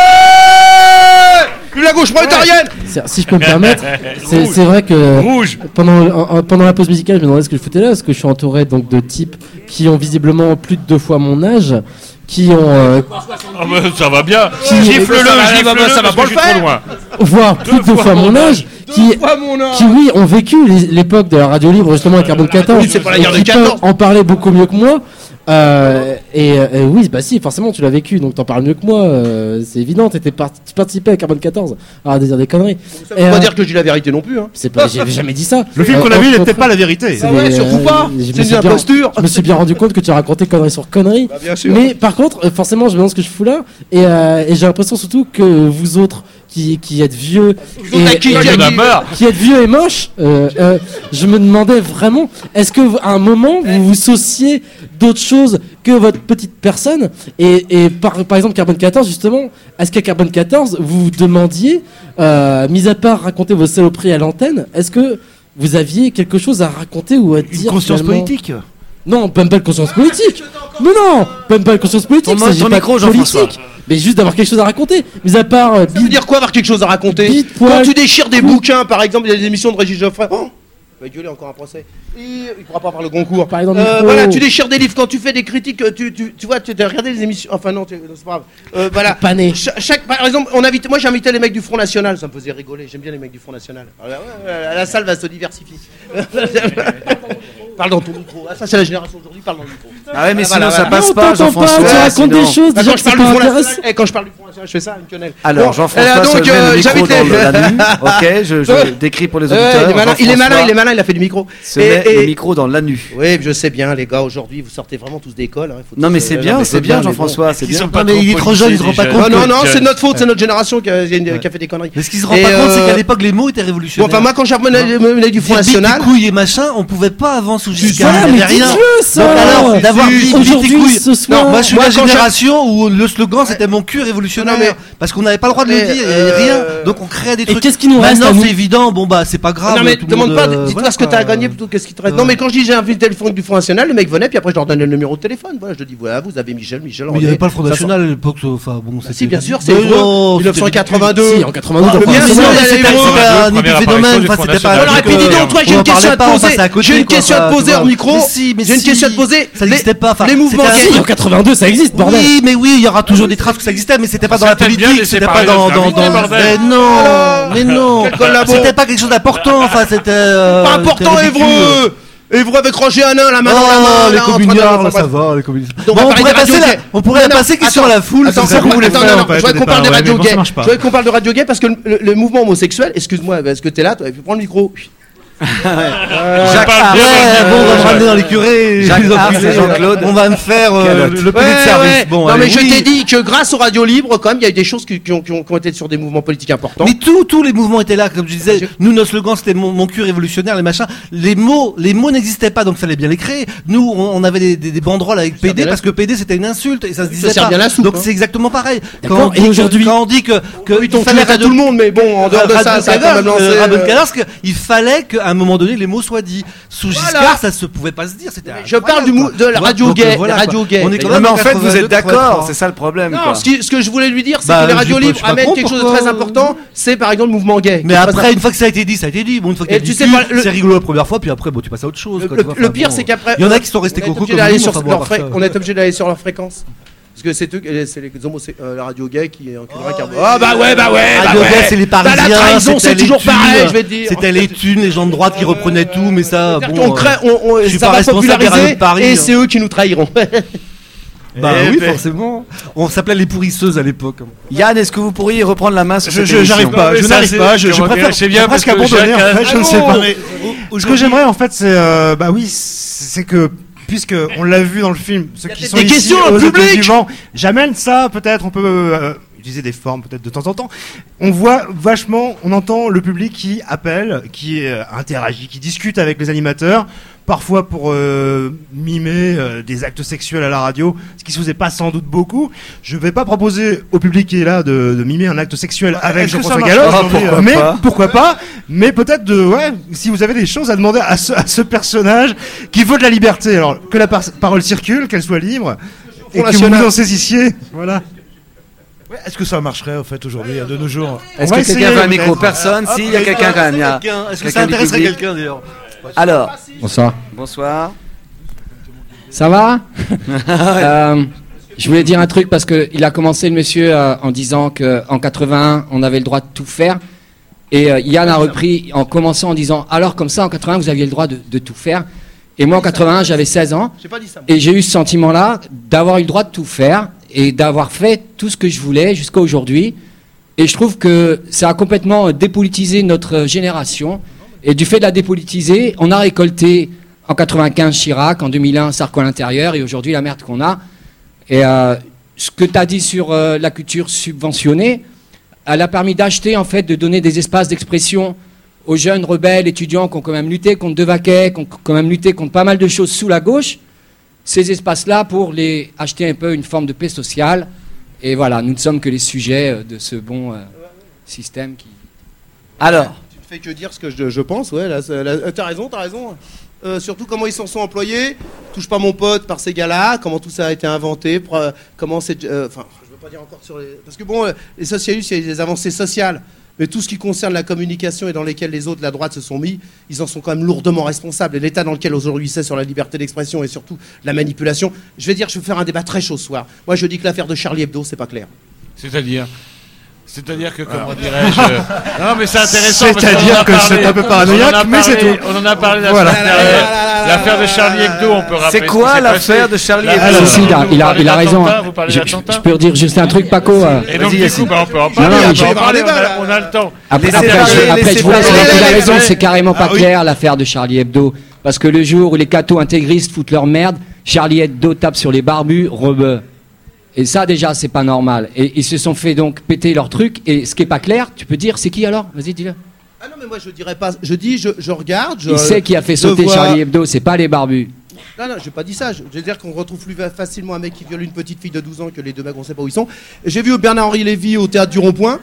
La gauche prolétarienne. Si je peux me permettre, c'est vrai que pendant la pause musicale, je me demandais ce que je foutais là, parce que je suis entouré donc de types qui ont visiblement plus de 2 fois mon âge, qui ont ça va bien. Gifle-le, ça va pas le faire. voire plus de 2 fois mon âge, qui oui ont vécu l'époque de la radio libre justement à Carbone 14, Oui, c'est pas la guerre et de qui 14. peuvent en parler beaucoup mieux que moi. Oui, bah si, forcément tu l'as vécu, donc t'en parles mieux que moi, c'est évident, tu participais à Carbone 14, à dire des conneries. Ça veut pas dire que je dis la vérité non plus. Hein. C'est pas, j'ai jamais dit ça. Le film qu'on a vu, il n'était pas la vérité. Ah ouais, surtout pas. C'est une imposture. Je me suis bien rendu compte que tu as raconté conneries sur conneries. Bah, bien sûr. Mais par contre, forcément, je me demande ce que je fous là, et j'ai l'impression surtout que vous autres qui êtes vieux qui êtes vieux et moches, je me demandais vraiment, est-ce que à un moment vous vous sauciez d'autre chose que votre petite personne, et par exemple Carbone 14 justement, est-ce qu'à Carbone 14 vous vous demandiez, mis à part raconter vos saloperies à l'antenne, est-ce que vous aviez quelque chose à raconter ou à dire? Une conscience finalement politique. Non, même pas de conscience politique. Mais non, même pas de conscience politique. Ton Ça, j'ai pas micro, de Jean-François. politique. Mais juste d'avoir quelque chose à raconter. Mis à part. Ça veut dire quoi avoir quelque chose à raconter? Bite, Quand poil, tu déchires des bouquins, par exemple, il y a des émissions de Régis Geoffrey. Oh, il va gueuler encore un procès. Il pourra pas parler le concours. Parler dans le micro. Voilà, tu déchires des livres quand tu fais des critiques. Tu vois, tu as regardé les émissions. Enfin non, c'est pas grave. Voilà. Pané. Par exemple, moi j'invitais les mecs du Front National. Ça me faisait rigoler. J'aime bien les mecs du Front National. Alors, la salle va se diversifier. Parle dans ton micro. Ah, ça c'est la génération d'aujourd'hui. Parle dans le micro. Ah ouais, mais Voilà, sinon ça voilà. passe Non, pas, t'entends Jean-François. pas, tu racontes des choses Bah, déjà quand que je c'est parle du pas Front intéressant. National, quand je parle du Front National, je fais ça, Lionel. Alors Bon, Jean-François donc, se met le micro j'invite les- dans l'anus. Ok, je décris pour les auditeurs. il est malin, Jean-François il a fait du micro. se met le micro dans l'anus. Oui, je sais bien, les gars, aujourd'hui, vous sortez vraiment tous d'école. Hein, Non mais c'est bien, Jean-François, c'est bien. Non, mais il est trop jeune, il se rend pas compte. Non, c'est notre faute, c'est notre génération qui a fait des conneries. Mais ce qui se rend pas compte, c'est qu'à l'époque, les mots étaient révolutionnaires. Bon, enfin, moi, quand j'amenais du Front National. Couilles et machin, on pouvait pas avant sous Giscard. ça, Il y mais avait rien. dites-le, ça. Donc alors, d'avoir Si, dit aujourd'hui, bite et couilles. ce soir. Non, moi je suis Moi, la quand génération où le slogan c'était mon cul révolutionnaire. Non, mais- Parce qu'on n'avait pas le droit de le Mais, dire, il y avait rien. Donc on créait des Et trucs. qu'est-ce qui nous reste à Maintenant nous c'est évident, bon bah c'est pas grave. Non, mais tout le demande monde, pas, dis-toi voilà, ce que t'as quoi. à gagner plutôt qu'est-ce qui te reste. Non, mais quand je dis j'ai invité le Front du Front National, le mec venait, puis après je leur donnais le numéro de téléphone. Voilà, je dis voilà, vous avez Michel. Mais il n'y avait pas le Front National à l'époque, enfin bon, c'était. Si, bien sûr, c'est Mais heureux. non, 1982. Si, en 82, Le dans bien le sûr, Front il y a c'était les héros. un Première épiphénomène, apparition du enfin Front c'était pas un National. Alors, et truc, puis dis donc, toi, j'ai on une en question à parlait te pas, on poser. passait à côté, J'ai une quoi, question à te enfin, poser tu hors vois. micro. Mais si, mais J'ai une si. question à te poser. Ça n'existait pas, enfin, Les mouvements c'était un gays. Si, en 82, ça existe, bordel. Oui, mais oui, il y aura toujours des traces que ça existait, mais c'était pas dans la Ça t'aide bien de politique, laisser c'était pas parler dans. notre invité, bordel. Mais non, Quel collabo. c'était pas quelque chose d'important, enfin c'était. Pas important, c'était ridicule. Évreux. Évreux avec Roger Hanin, la main dans la main. Oh, les là, en train de- communiards, là, enfin, ça va, les communistes. Donc, Bon, on on va pourrait parler de passer radio la, gay. on pourrait Non, passer question à attends, la foule. Attends, ça attends, vous voulez attends, faire, non, en fait, je voudrais qu'on parle de ouais, radio mais bon, ça gay. marche pas. Je voudrais qu'on parle de radio gay parce que le mouvement homosexuel, excuse-moi, est-ce que t'es là, toi, prends le micro. Jacques Ah ouais, bon, on va me ramener dans les curés. Jacques les Ars enculés, et Jean-Claude. On va me faire le PD de service. Bon, non, allez, mais je oui. t'ai dit que grâce aux radios libres, quand même, il y a eu des choses qui ont été sur des mouvements politiques importants. Mais tous les mouvements étaient là, comme je disais. Nous, notre slogan, c'était mon cul révolutionnaire, les machins. Les mots n'existaient pas, donc fallait bien les créer. Nous, on avait des banderoles avec PD bien parce que PD c'était une insulte et ça se disait sert pas. bien la soupe, Donc hein. c'est exactement pareil. D'accord, et aujourd'hui quand on dit que Oui, ton fallait cul à tout le monde, mais bon, en dehors de ça, ça a quand même lancé. il fallait qu'à un moment donné les mots soient dits. Sous Giscard, ça se pouvait pas se dire. C'était. Je parle de la radio Donc, gay, voilà, la radio quoi. gay. On est quand Non même mais en en fait vous 82, êtes d'accord, 83. c'est ça le problème. Non, quoi. ce que je voulais lui dire, c'est Bah, que les je radios suis pas- libres je suis pas amènent contre, quelque chose de pourquoi très important, c'est par exemple le mouvement gay. Mais après, une fois que ça a été dit, ça a été dit. Bon, une fois qu'il y a Et tu du sais cul, pas, le- c'est rigolo la première fois, puis après, bon, tu passes à autre chose. quoi, tu vois, Le enfin, pire, bon. c'est qu'après. Il y en a qui sont restés on est cocos obligé comme d'aller nous, sur enfin, bon, leur à part fré- ça. On est obligé d'aller sur leur fréquence. Parce que c'est eux, c'est les la radio gay qui enculerait Carbone. Ah bah ouais, Radio Gay, c'est les Parisiens. Bah, la trahison, c'était c'est toujours les thunes, pareil, je vais te dire. C'était les thunes, les gens de droite qui reprenaient tout, mais ça, C'est-à-dire bon. qu'on crée, je suis ça pas va responsable des radios populariser de Paris, et hein. c'est eux qui nous trahiront. Bah oui, forcément. On s'appelait les pourrisseuses à l'époque. Yann, est-ce que vous pourriez reprendre la main sur cette émission? J'arrive pas, je n'arrive pas, je préfère presque abandonner en fait, je ne sais pas. Ce que j'aimerais en fait c'est que puisque on l'a vu dans le film, ceux qui sont ici aux étés du vent, j'amène ça peut-être, on peut utiliser des formes peut-être de temps en temps. On voit vachement, on entend le public qui appelle, qui interagit, qui discute avec les animateurs, parfois pour mimer des actes sexuels à la radio, ce qui se faisait pas sans doute beaucoup. Je vais pas proposer au public qui est là de mimer un acte sexuel avec Jean-François Galop, mais pourquoi pas. Mais peut-être si vous avez des choses à demander à ce personnage qui veut de la liberté, alors que la parole circule, qu'elle soit libre, et que vous en saisissiez, voilà. Ouais, est-ce que ça marcherait en fait aujourd'hui, de nos jours? Est-ce que quelqu'un veut un micro? Personne. Si, il y a quelqu'un quand même. Est-ce que ça intéresserait quelqu'un d'ailleurs? Alors. Bonsoir. Bonsoir. Ça va? Je voulais dire un truc parce qu'il a commencé le monsieur en disant qu'en 81 on avait le droit de tout faire. Et Yann a repris en commençant en disant alors comme ça en 81 vous aviez le droit de tout faire. Et moi en 81 j'avais 16 ans. Et j'ai eu ce sentiment-là d'avoir eu le droit de tout faire et d'avoir fait tout ce que je voulais jusqu'à aujourd'hui. Et je trouve que ça a complètement dépolitisé notre génération. Et du fait de la dépolitiser, on a récolté en 95 Chirac, en 2001 Sarko à l'intérieur, et aujourd'hui la merde qu'on a. Et ce que tu as dit sur la culture subventionnée, elle a permis d'acheter, en fait, de donner des espaces d'expression aux jeunes rebelles, étudiants qui ont quand même lutté contre Devaquet, qui ont quand même lutté contre pas mal de choses sous la gauche. Ces espaces-là pour les acheter un peu une forme de paix sociale. Et voilà, nous ne sommes que les sujets de ce bon système qui... Alors, fais que dire ce que je pense, ouais, là, t'as raison. Surtout comment ils s'en sont employés, touche pas mon pote par ces gars-là, comment tout ça a été inventé, comment c'est... Enfin, je veux pas dire encore sur les... Parce que bon, les socialistes, il y a des avancées sociales, mais tout ce qui concerne la communication et dans lesquels les autres de la droite se sont mis, ils en sont quand même lourdement responsables. Et l'état dans lequel aujourd'hui c'est sur la liberté d'expression et surtout la manipulation, je vais faire un débat très chaud ce soir. Moi je dis que l'affaire de Charlie Hebdo, c'est pas clair. C'est-à-dire que, comment dirais-je... Non, mais c'est intéressant. C'est-à-dire que c'est un peu paranoïaque, mais c'est tout. On en a parlé l'affaire de Charlie Hebdo, on peut rappeler. C'est quoi l'affaire de Charlie Hebdo? Si, il a raison. Je peux dire juste un truc, Paco. Et donc, du coup, on peut en parler. On a le temps. Après, je vous laisse. Il a raison, c'est carrément pas clair l'affaire de Charlie Hebdo. Parce que le jour où les cathos intégristes foutent leur merde, Charlie Hebdo tape sur les barbus, rebeu. Et ça, déjà, c'est pas normal. Et ils se sont fait donc péter leur truc. Et ce qui est pas clair, tu peux dire, c'est qui alors? Vas-y, dis-le. Ah non, mais moi, je dirais pas. Je dis, je regarde. Il sait qui a fait sauter Charlie Hebdo, c'est pas les barbus. Non, j'ai pas dit ça. Je veux dire qu'on retrouve plus facilement un mec qui viole une petite fille de 12 ans que les deux mecs, on sait pas où ils sont. J'ai vu Bernard-Henri Lévy au théâtre du Rond-Point.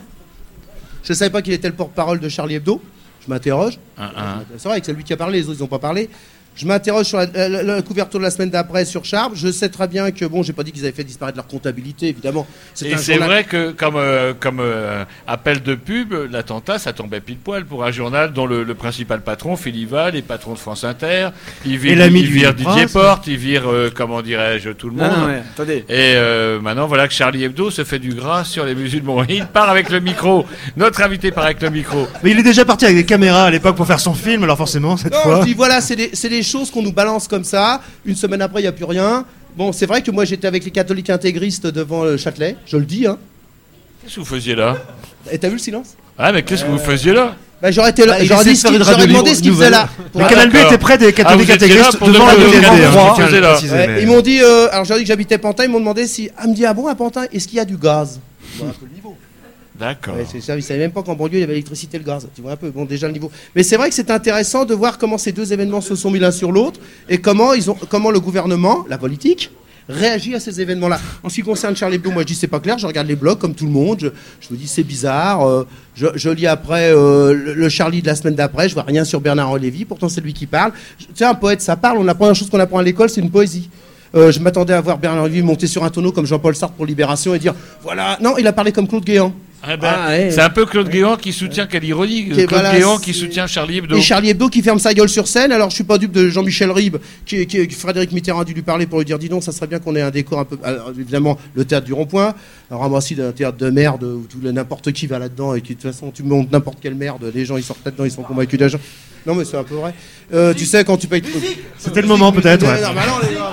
Je savais pas qu'il était le porte-parole de Charlie Hebdo. Je m'interroge. C'est vrai que c'est lui qui a parlé, les autres, ils ont pas parlé. Je m'interroge sur la couverture de la semaine d'après sur Charb. Je sais très bien que, bon, j'ai pas dit qu'ils avaient fait disparaître leur comptabilité, évidemment. Et c'est vrai que, comme appel de pub, l'attentat, ça tombait pile poil pour un journal dont le principal patron, Philival, est patron de France Inter. Il vire Didier Porte, il vire, comment dirais-je, tout le monde. Attendez. Et maintenant, voilà que Charlie Hebdo se fait du gras sur les musulmans. Il part avec le micro. Notre invité part avec le micro. Mais il est déjà parti avec des caméras à l'époque pour faire son film, alors forcément, cette fois... Je dis, voilà, c'est des choses qu'on nous balance comme ça. Une semaine après, il n'y a plus rien. Bon, c'est vrai que moi, j'étais avec les catholiques intégristes devant le Châtelet. Je le dis, hein. Qu'est-ce que vous faisiez là? Et t'as vu le silence? Ah, mais qu'est-ce que vous faisiez là? Bah, j'aurais demandé ce qu'ils faisaient là. Le Canal B était près des catholiques intégristes devant le DLD. Ils m'ont dit, alors j'ai dit que j'habitais Pantin, ils m'ont demandé si, me dit, ah bon, à Pantin, est-ce qu'il y a du gaz? Un peu le niveau. D'accord. Ouais, ils ne savaient même pas qu'en banlieue il y avait l'électricité et le gaz. Tu vois un peu, bon, déjà le niveau. Mais c'est vrai que c'est intéressant de voir comment ces deux événements se sont mis l'un sur l'autre et comment le gouvernement, la politique, réagit à ces événements-là. En ce qui concerne Charlie Hebdo, moi je dis c'est pas clair, je regarde les blogs comme tout le monde, je me dis c'est bizarre, je lis après le Charlie de la semaine d'après, je vois rien sur Bernard Lévy, pourtant c'est lui qui parle. Tu sais, un poète ça parle, la première chose qu'on apprend à l'école c'est une poésie. Je m'attendais à voir Bernard Lévy monter sur un tonneau comme Jean-Paul Sartre pour Libération et dire voilà, non, il a parlé comme Claude Guéant. C'est un peu Claude Guéant qui soutient, quelle ironie, Claude Guéant qui soutient Charlie Hebdo. Et Charlie Hebdo qui ferme sa gueule sur scène. Alors je suis pas dupe de Jean-Michel Ribes, qui Frédéric Mitterrand a dû lui parler pour lui dire dis donc, ça serait bien qu'on ait un décor un peu. Alors, évidemment, le théâtre du Rond-Point. Alors moi aussi d'un théâtre de merde où n'importe qui va là-dedans et qui de toute façon tu montes n'importe quelle merde, les gens ils sortent là-dedans, ils sont convaincus d'argent. Non mais c'est un peu vrai. Tu sais quand tu payes. C'était le moment peut-être. Ouais.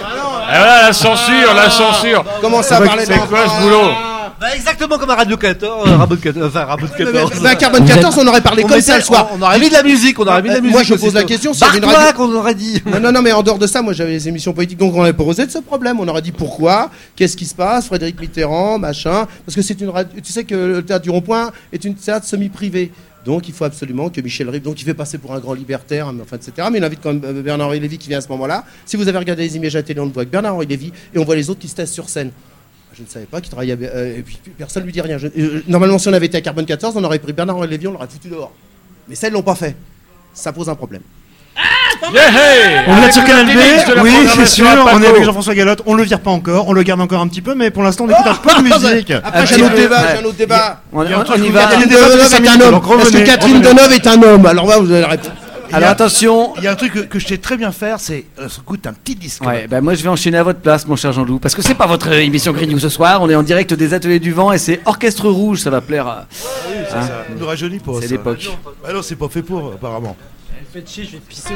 voilà, la censure. Comment ça parler C'est quoi ce boulot? Bah exactement comme à Radio 14, Rabot 14. Bah, Carbone 14, on aurait parlé comme ça le soir. On aurait mis de la musique, Moi, je pose la question. Bartouac, qu'on aurait dit. Non, mais en dehors de ça, moi, j'avais les émissions politiques, donc on avait posé de ce problème. On aurait dit pourquoi, qu'est-ce qui se passe, Frédéric Mitterrand, machin. Parce que c'est une radio. Tu sais que le théâtre du Rond-Point est une théâtre semi-privée. Donc il faut absolument que Michel Ribes, donc il fait passer pour un grand libertaire, enfin, etc. Mais il invite quand même Bernard-Henri Lévy qui vient à ce moment-là. Si vous avez regardé les images à la télé, on le voit avec Bernard-Henri Lévy et on voit les autres qui se taisent sur scène. Je ne savais pas qu'il travaillait et puis personne ne lui dit rien. Normalement, si on avait été à Carbone 14, on aurait pris Bernard-Henri Lévy, on l'aurait foutu dehors. Mais ça, ils l'ont pas fait. Ça pose un problème. On est sur Canal B, oui, c'est sûr, on est avec Jean-François Galotte, on le vire pas encore, on le garde encore un petit peu, mais pour l'instant on écoute un peu de musique. Après j'ai un autre débat, On y va. Est-ce que Catherine Deneuve est un homme? Alors là, vous allez répondre. Alors attention. Il y a un truc que je sais très bien faire, c'est goûte un petit disque. Ouais, bah moi je vais enchaîner à votre place, mon cher Jean-Loup, parce que c'est pas votre émission Grignou ce soir. On est en direct des Ateliers du Vent et c'est Orchestre Rouge, ça va plaire. Oui, c'est ça. Nous rajeunit pas. C'est l'époque. Bah non, c'est pas fait pour, apparemment. Faites chier, je vais pisser.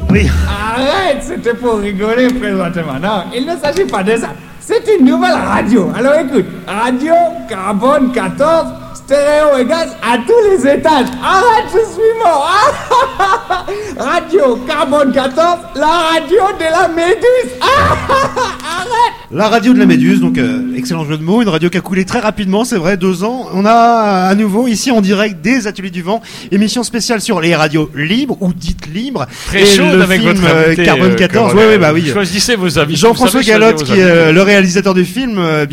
Oui. Arrête, c'était pour rigoler présentement. Non, il ne s'agit pas de ça. C'est une nouvelle radio. Alors écoute, radio carbone 14, stéréo et gaz à tous les étages. Arrête, je suis mort. Radio carbone 14, la radio de la Méduse. Arrête. La radio de la Méduse, donc excellent jeu de mots, une radio qui a coulé très rapidement, c'est vrai, 2 ans. On a à nouveau ici en direct des Ateliers du Vent, émission spéciale sur les radios libres ou dites libres. Très et chaude le avec film votre invité, Carbone 14. Oui, bah oui. Choisissez vos avis. Jean-François Galotte, qui est le réalisateur du film,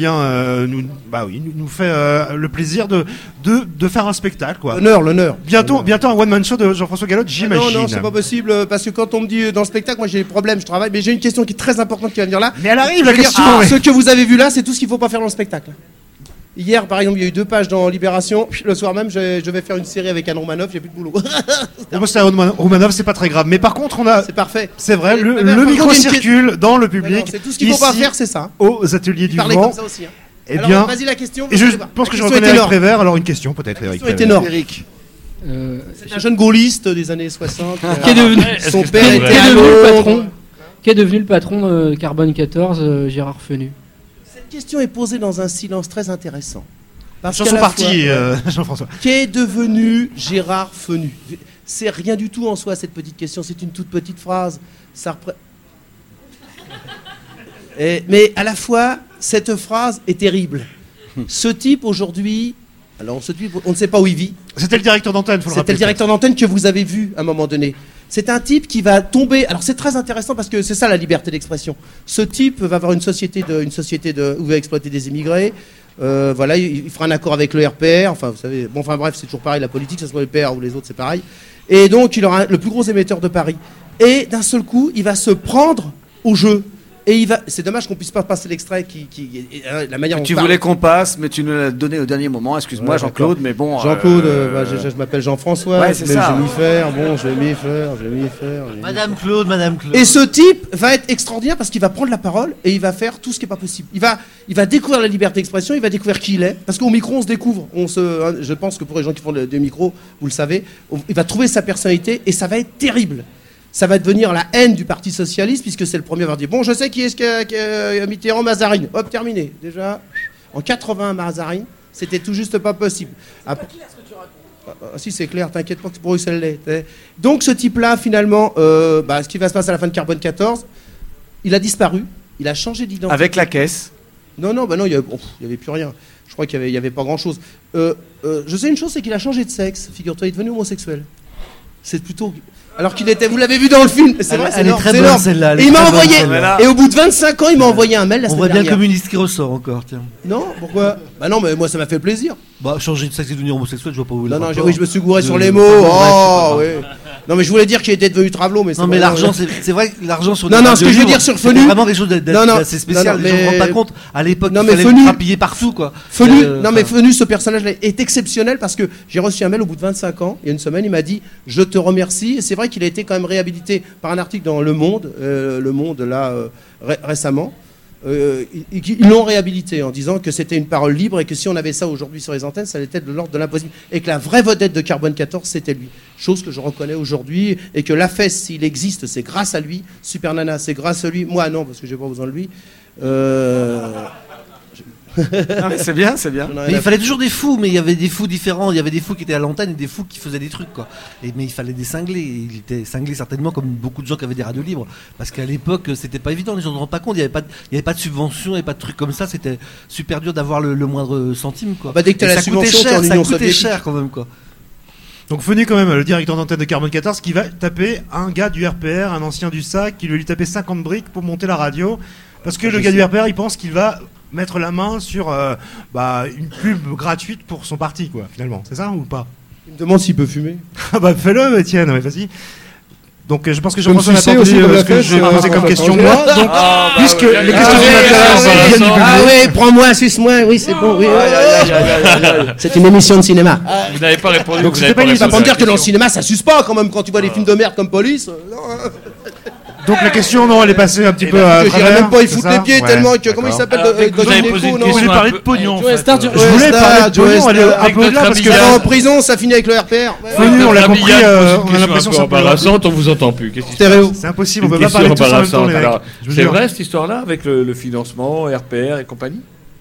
nous fait le plaisir de faire un spectacle, quoi. L'honneur. Bientôt un one-man show de Jean-François Galotte, j'imagine. Non, c'est pas possible, parce que quand on me dit dans le spectacle, moi j'ai des problèmes, je travaille, mais j'ai une question qui est très importante qui va venir là. Mais elle arrive, la question. Ce que vous avez vu là, c'est tout ce qu'il faut pas faire dans le spectacle. Hier, par exemple, il y a eu 2 pages dans Libération. Le soir même, je vais faire une série avec Anne Romanoff, j'ai plus de boulot. Moi, c'est Romanoff, c'est pas très grave. Mais par contre, c'est parfait. C'est vrai, le micro circule dans le public. C'est tout ce qu'il faut pas faire, c'est ça. Aux Ateliers du Vent. Comme ça aussi. Eh alors, bien, vas-y la question. Et je pense que je reconnais Eric Prévert. Alors une question peut-être, Eric Prévert. Eric. C'est un jeune gaulliste des années 60. Qui est devenu son père était à Londres. Qui est devenu le patron de Carbone 14, Gérard Fenu. Cette question est posée dans un silence très intéressant. Chanson partie, Jean-François. Qu'est devenu Gérard Fenu? C'est rien du tout en soi cette petite question, c'est une toute petite phrase. Mais à la fois, cette phrase est terrible. Ce type aujourd'hui, on ne sait pas où il vit. C'était le directeur d'antenne, faut le rappeler. C'était le directeur d'antenne que vous avez vu à un moment donné. C'est un type qui va tomber. Alors c'est très intéressant parce que c'est ça la liberté d'expression. Ce type va avoir une société où il va exploiter des immigrés. Voilà, il fera un accord avec le RPR. Enfin, vous savez. Bon, enfin bref, c'est toujours pareil la politique, que ce soit le RPR ou les autres, c'est pareil. Et donc il aura le plus gros émetteur de Paris. Et d'un seul coup, il va se prendre au jeu. Et c'est dommage qu'on puisse pas passer l'extrait la manière dont tu voulais qu'on passe, mais tu nous l'as donné au dernier moment. Excuse-moi, Jean-Claude, mais bon. Jean-Claude, je m'appelle Jean-François. Ouais, c'est ça. Je vais m'y faire. Madame Claude. Et ce type va être extraordinaire parce qu'il va prendre la parole et il va faire tout ce qui est pas possible. Il va découvrir la liberté d'expression, il va découvrir qui il est. Parce qu'au micro, on se découvre. Je pense que pour les gens qui font des micros, vous le savez, il va trouver sa personnalité et ça va être terrible. Ça va devenir la haine du Parti Socialiste, puisque c'est le premier à avoir dit « Bon, je sais qui est Mitterrand, Mazarine. » Hop, terminé. Déjà, en 80, Mazarine, c'était tout juste pas possible. Si, c'est clair, t'inquiète pas que Bruxelles l'est. Donc, ce type-là, finalement, ce qui va se passer à la fin de Carbone 14, il a disparu, il a changé d'identité. Avec la caisse? Non, il n'y avait plus rien. Je crois qu'il n'y avait pas grand-chose. Je sais une chose, c'est qu'il a changé de sexe. Figure-toi, il est devenu homosexuel. C'est plutôt... Alors qu'il était, vous l'avez vu dans le film, c'est vrai, c'est énorme. Elle est très bonne celle-là. Et il m'a envoyé, et au bout de 25 ans, il m'a envoyé un mail la semaine dernière. On voit bien le communiste qui ressort encore, tiens. Non, pourquoi? Bah non, mais moi ça m'a fait plaisir. Bah changer de sexe et devenir homosexuel, je vois pas où. Non, oui, je me suis gouré sur les mots. Oh, oui. Non, mais je voulais dire qu'il était devenu travelot, mais non, mais l'argent, c'est vrai que l'argent sur. Non, ce que je veux dire sur Fenu, c'est vraiment quelque chose d'assez spécial. Les gens ne se rendent pas compte. À l'époque, il fallait Fenu rapiller partout, quoi. Fenu, ce personnage-là est exceptionnel parce que j'ai reçu un mail au bout de 25 ans, il y a une semaine, il m'a dit je te remercie. Et c'est vrai qu'il a été quand même réhabilité par un article dans Le Monde, récemment. Ils l'ont réhabilité en disant que c'était une parole libre et que si on avait ça aujourd'hui sur les antennes, ça allait être de l'ordre de l'impossible. Et que la vraie vedette de Carbone 14, c'était lui. Chose que je reconnais aujourd'hui. Et que la fesse, s'il existe, c'est grâce à lui. Super Nana, c'est grâce à lui. Moi, non, parce que j'ai pas besoin de lui. Non, mais c'est bien. Mais il fallait toujours des fous, mais il y avait des fous différents. Il y avait des fous qui étaient à l'antenne et des fous qui faisaient des trucs, quoi. Mais il fallait des cinglés. Il était cinglé certainement comme beaucoup de gens qui avaient des radios libres. Parce qu'à l'époque, c'était pas évident. Les gens ne se rendent pas compte. Il n'y avait pas de subvention, il n'y avait pas de trucs comme ça. C'était super dur d'avoir le moindre centime, quoi. Bah, dès que t'as la subvention, ça coûtait cher quand même, quoi. Donc Fenu quand même, le directeur d'antenne de Carbone 14, qui va taper un gars du RPR, un ancien du SAC, qui lui tapait 50 briques pour monter la radio. Parce que le gars du RPR, il pense qu'il va mettre la main sur une pub gratuite pour son parti, quoi, finalement. C'est ça ou pas? Il me demande s'il peut fumer. Fais-le, Étienne, vas-y. Donc je pense que Jean-François n'a pas entendu ce que je vais poser comme question moi. Donc, puisque les questions qui m'intéressent viennent du public. Ah oui, prends-moi, suce-moi, oui, c'est bon. Oui. C'est une émission de cinéma. Vous n'avez pas répondu. Donc c'est pas me dire que dans le cinéma, ça suce pas quand même quand tu vois des films de merde comme Police. Donc la question, non, elle est passée un petit peu à travers. J'irais même pas y foutre les pieds tellement que... Comment il d'accord. s'appelle Vous avez posé une Je question voulais parler un de peu- pognon. en Joe fait. Star, Je voulais parler de pognon, aller un peu là parce que Ça va en prison, ça finit avec le RPR. Fenu, on l'a Rabbi compris, Yann pose on a une question l'impression un que peu ça peut embarrassante, on vous entend plus. Qu'est-ce qui se Stéréo. C'est impossible, on Une peut pas question parler tous en même temps, embarrassante. les mecs. Alors, Je vous c'est jure. vrai cette histoire-là avec le financement, RPR et compagnie?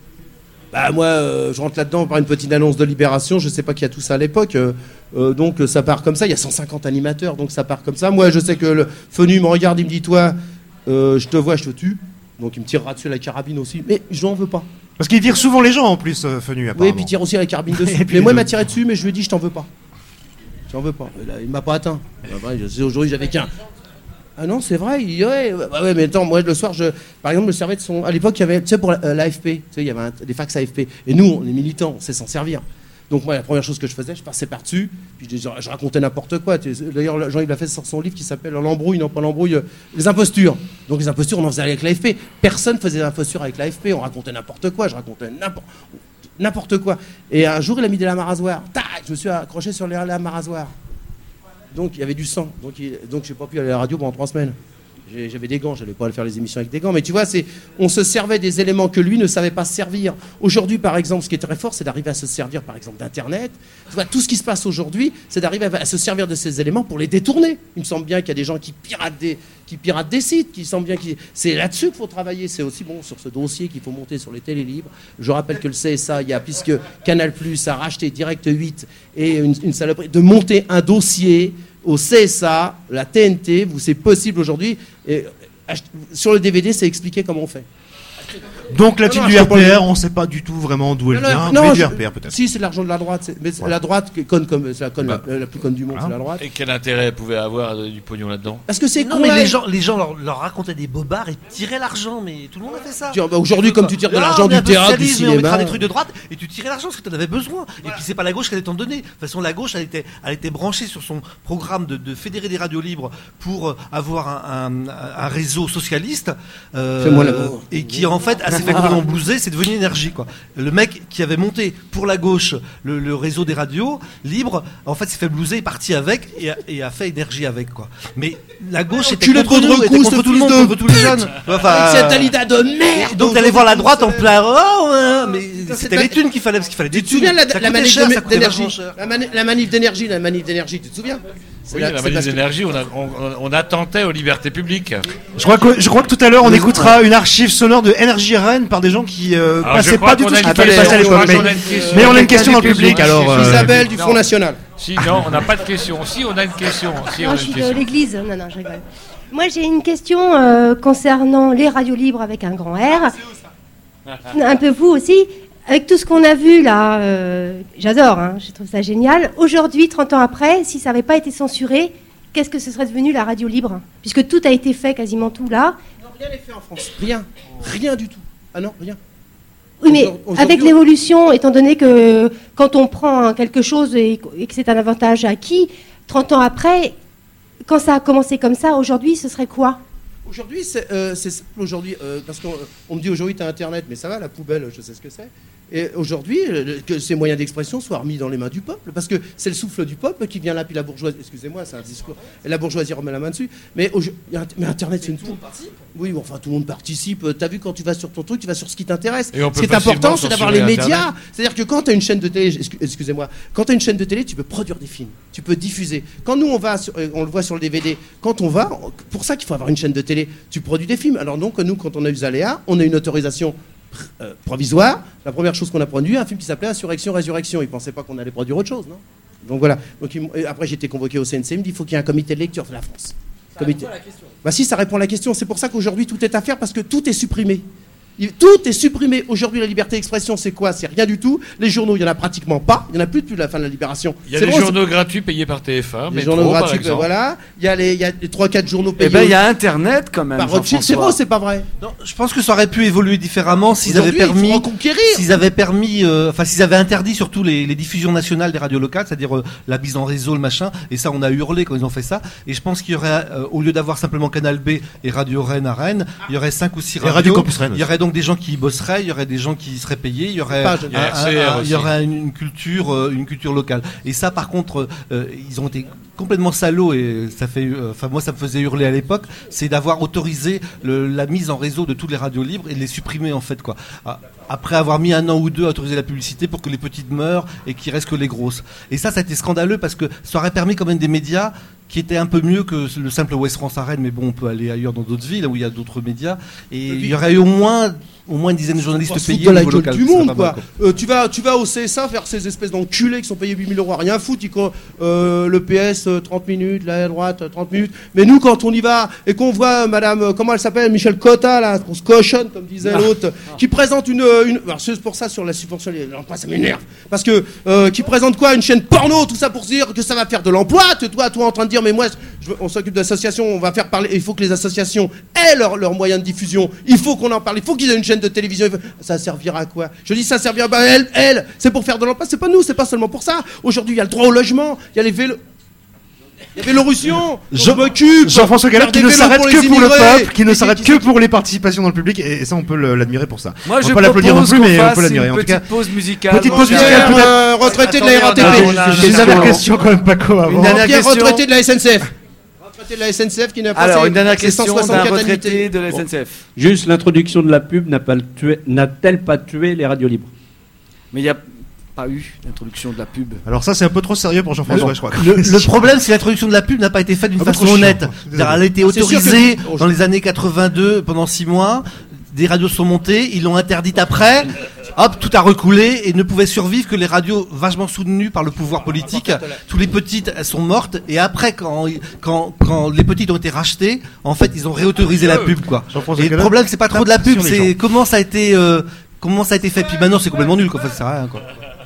Bah moi, je rentre là-dedans par une petite annonce de Libération. Je sais pas qui a tout ça à l'époque. Donc ça part comme ça. Il y a 150 animateurs, donc ça part comme ça. Moi, je sais que le Fenu me regarde, il me dit toi, je te vois, je te tue. Donc il me tirera dessus la carabine aussi. Mais je n'en veux pas. Parce qu'il vire souvent les gens en plus, Fenu, Oui, et apparemment. puis il tire aussi la carabine dessus. Et puis Mais moi, il le- m'a tiré dessus, mais je lui ai dit je t'en veux pas. Je t'en veux pas. Et là, il m'a pas atteint. Aujourd'hui, j'avais qu'un. Ah non, c'est vrai. Ouais, mais attends, moi le soir, par exemple, je me servais de son. À l'époque, il y avait, tu sais, pour l'AFP, tu sais, il y avait des fax AFP. Et nous, on est militants, on sait s'en servir. Donc moi, la première chose que je faisais, je passais par-dessus, puis je racontais n'importe quoi. D'ailleurs, Jean-Yves Lafesse sort son livre qui s'appelle L'embrouille, non pas l'embrouille, les impostures. Donc les impostures, on en faisait avec l'AFP. Personne faisait des impostures avec l'AFP. On racontait n'importe quoi. Je racontais n'importe quoi. Et un jour, il a mis des lames à rasoir. Tac, je me suis accroché sur les lames à rasoir. Donc il y avait du sang. Donc j'ai pas pu aller à la radio pendant 3 semaines. J'avais des gants, j'allais pas aller faire les émissions avec des gants. Mais tu vois, on se servait des éléments que lui ne savait pas se servir. Aujourd'hui, par exemple, ce qui est très fort, c'est d'arriver à se servir, par exemple, d'Internet. Tu vois, tout ce qui se passe aujourd'hui, c'est d'arriver à se servir de ces éléments pour les détourner. Il me semble bien qu'il y a des gens qui piratent des sites, qui semblent bien c'est là-dessus qu'il faut travailler. C'est aussi bon sur ce dossier qu'il faut monter sur les télés libres. Je rappelle que le CSA, puisque Canal+ a racheté Direct 8 et une saloperie, de monter un dossier au CSA, la TNT, c'est possible aujourd'hui. Sur le DVD, c'est expliqué comment on fait. Donc la team du RPR, on ne sait pas du tout vraiment d'où elle vient. Mais du RPR peut-être. Si, c'est de l'argent de la droite. Mais la droite, c'est la conne la plus conne du monde, c'est la droite. Et quel intérêt pouvait avoir du pognon là-dedans? Parce que c'est Non, mais les gens leur racontaient des bobards et tiraient l'argent, mais tout le monde a fait ça. Aujourd'hui, comme tu tires de l'argent du théâtre, du cinéma. On mettra des trucs de droite et tu tirais l'argent parce que tu en avais besoin. Et puis c'est pas la gauche qui allait t'en donner. De toute façon, la gauche, elle était branchée sur son programme de fédérer des radios libres pour avoir un réseau socialiste. Fais-moi l'amour. Et qui en fait s'est fait complètement blouser, c'est devenu énergie quoi. Le mec qui avait monté pour la gauche le réseau des radios libres, en fait s'est fait blouser, est parti avec et a fait énergie avec quoi. Mais la gauche était contre nous, était contre tout le monde, contre tous les jeunes. Enfin, avec cette Alida de merde. Donc t'allais voir la droite en plein mais c'était les thunes qu'il fallait parce qu'il fallait des thunes. Tu te souviens la manif d'énergie, la manif d'énergie, tu te souviens? Oui, la manif d'énergie, on attentait aux libertés publiques. Je crois que tout à l'heure, on écoutera une archive sonore de Énergie Rennes par des gens qui passaient pas du tout ce qu'il fallait passer à l'époque. Mais on a une question dans le public, alors... Isabelle du Front National. Si, non, on n'a pas de question. Si, on a une question. Non, je suis de l'église. Non, je rigole. Moi, j'ai une question concernant les radios libres avec un grand R. Un peu vous aussi. Avec tout ce qu'on a vu là, j'adore, hein, je trouve ça génial. Aujourd'hui, 30 ans après, si ça n'avait pas été censuré, qu'est-ce que ce serait devenu la radio libre? Puisque tout a été fait, quasiment tout là. Non, rien n'est fait en France. Rien du tout. Ah non, rien. Oui, mais avec l'évolution, étant donné que quand on prend quelque chose et que c'est un avantage acquis, 30 ans après, quand ça a commencé comme ça, aujourd'hui, ce serait quoi? Aujourd'hui, c'est simple aujourd'hui, parce qu'on me dit aujourd'hui, tu as Internet, mais ça va, la poubelle, je sais ce que c'est. Et aujourd'hui, que ces moyens d'expression soient remis dans les mains du peuple, parce que c'est le souffle du peuple qui vient là, puis la bourgeoisie, excusez-moi, c'est un discours, et la bourgeoisie remet la main dessus. Mais Internet, c'est une... Tout le monde participe. Oui, enfin, tout le monde participe. T'as vu, quand tu vas sur ton truc, tu vas sur ce qui t'intéresse. Ce qui est important, c'est d'avoir les médias. C'est-à-dire que quand tu as une chaîne de télé, excusez-moi, quand tu as une chaîne de télé, tu peux produire des films, tu peux diffuser. Quand nous, on le voit sur le DVD, quand on va, pour ça qu'il faut avoir une chaîne de télé, tu produis des films. Alors donc, nous, quand on a eu Zaléa, on a une autorisation provisoire. La première chose qu'on a produit, un film qui s'appelait Insurrection, Résurrection. Ils ne pensaient pas qu'on allait produire autre chose, non? Donc voilà. Donc, après, j'ai été convoqué au CNC, il me dit il faut qu'il y ait un comité de lecture de la France. Ça répond à la question. Bah si, ça répond à la question. C'est pour ça qu'aujourd'hui, tout est à faire, parce que tout est supprimé. Tout est supprimé. Aujourd'hui, la liberté d'expression, c'est quoi? C'est rien du tout. Les journaux, il n'y en a pratiquement pas. Il n'y en a plus depuis la fin de la Libération. Il y a des journaux gratuits payés par TF1. Les journaux gratuits, voilà. Il y a les 3-4 journaux payés. Eh ben, il y a Internet quand même. Par Rothschild, c'est vrai, c'est pas vrai. Non, je pense que ça aurait pu évoluer différemment s'ils avaient permis. S'ils avaient interdit surtout les diffusions nationales des radios locales, c'est-à-dire la mise en réseau, le machin. Et ça, on a hurlé quand ils ont fait ça. Et je pense qu'il y aurait, au lieu d'avoir simplement Canal B et Radio Rennes à Rennes, il y aurait 5 ou 6 radios. Radio Campus Rennes. Il y aurait donc des gens qui y bosseraient, il y aurait des gens qui seraient payés, il y aurait une culture locale. Et ça, par contre, ils ont été complètement salauds et ça fait, moi ça me faisait hurler à l'époque, c'est d'avoir autorisé la mise en réseau de toutes les radios libres et de les supprimer en fait quoi. Après avoir mis 1 an ou 2 à autoriser la publicité pour que les petites meurent et qu'il reste que les grosses. Et ça a été scandaleux parce que ça aurait permis quand même des médias qui étaient un peu mieux que le simple Ouest France à Rennes, mais bon, on peut aller ailleurs dans d'autres villes où il y a d'autres médias. Et il y aurait eu au moins une dizaine de journalistes payés au niveau local. Du monde, quoi. Tu vas au CSA faire ces espèces d'enculés qui sont payés 8 000 euros à rien foutre. Le PS 30 minutes, la droite 30 minutes. Mais nous, quand on y va et qu'on voit Madame, comment elle s'appelle, Michel Cotta, là, qu'on se cochonne, comme disait l'autre, qui présente une. Alors c'est pour ça sur la subvention, ça m'énerve. Parce que qui présente quoi, une chaîne porno, tout ça pour dire que ça va faire de l'emploi. Toi en train de dire, mais moi, on s'occupe d'associations, on va faire parler. Il faut que les associations aient leurs moyens de diffusion. Il faut qu'on en parle. Il faut qu'ils aient une chaîne de télévision. Ça servira à quoi? Je dis ça servira. Elle, c'est pour faire de l'emploi. C'est pas nous, c'est pas seulement pour ça. Aujourd'hui, il y a le droit au logement, il y a les vélos. Il y a Vélorussion, Jean-François Galop qui ne s'arrête que pour le peuple, qui ne s'arrête que pour les participations dans le public, et ça on peut l'admirer pour ça. Moi, on peut pas l'applaudir non plus, mais on peut l'admirer. En tout cas, pause musicale. Petite pause musicale peut-être. Retraité de la RATP. J'ai une dernière question quand même, Paco, avant. Une dernière question. Retraité de la SNCF. Retraité de la SNCF qui n'a pas. Alors, une dernière question d'un retraité de la SNCF. Juste l'introduction de la pub n'a-t-elle pas tué les radios libres? Mais il y a pas eu l'introduction de la pub. Alors ça c'est un peu trop sérieux pour Jean-François, je crois. Le problème c'est que l'introduction de la pub n'a pas été faite d'une façon honnête. Elle a été autorisée dans les années 82 pendant 6 mois. Des radios sont montées, ils l'ont interdite après. Hop, tout a recoulé et ne pouvait survivre que les radios vachement soutenues par le pouvoir politique. Tous les petites elles sont mortes et après quand les petites ont été rachetées, en fait ils ont réautorisé la pub quoi. Et le problème c'est pas trop de la pub, c'est comment ça a été fait. Puis maintenant c'est complètement nul quoi, ça sert à rien quoi.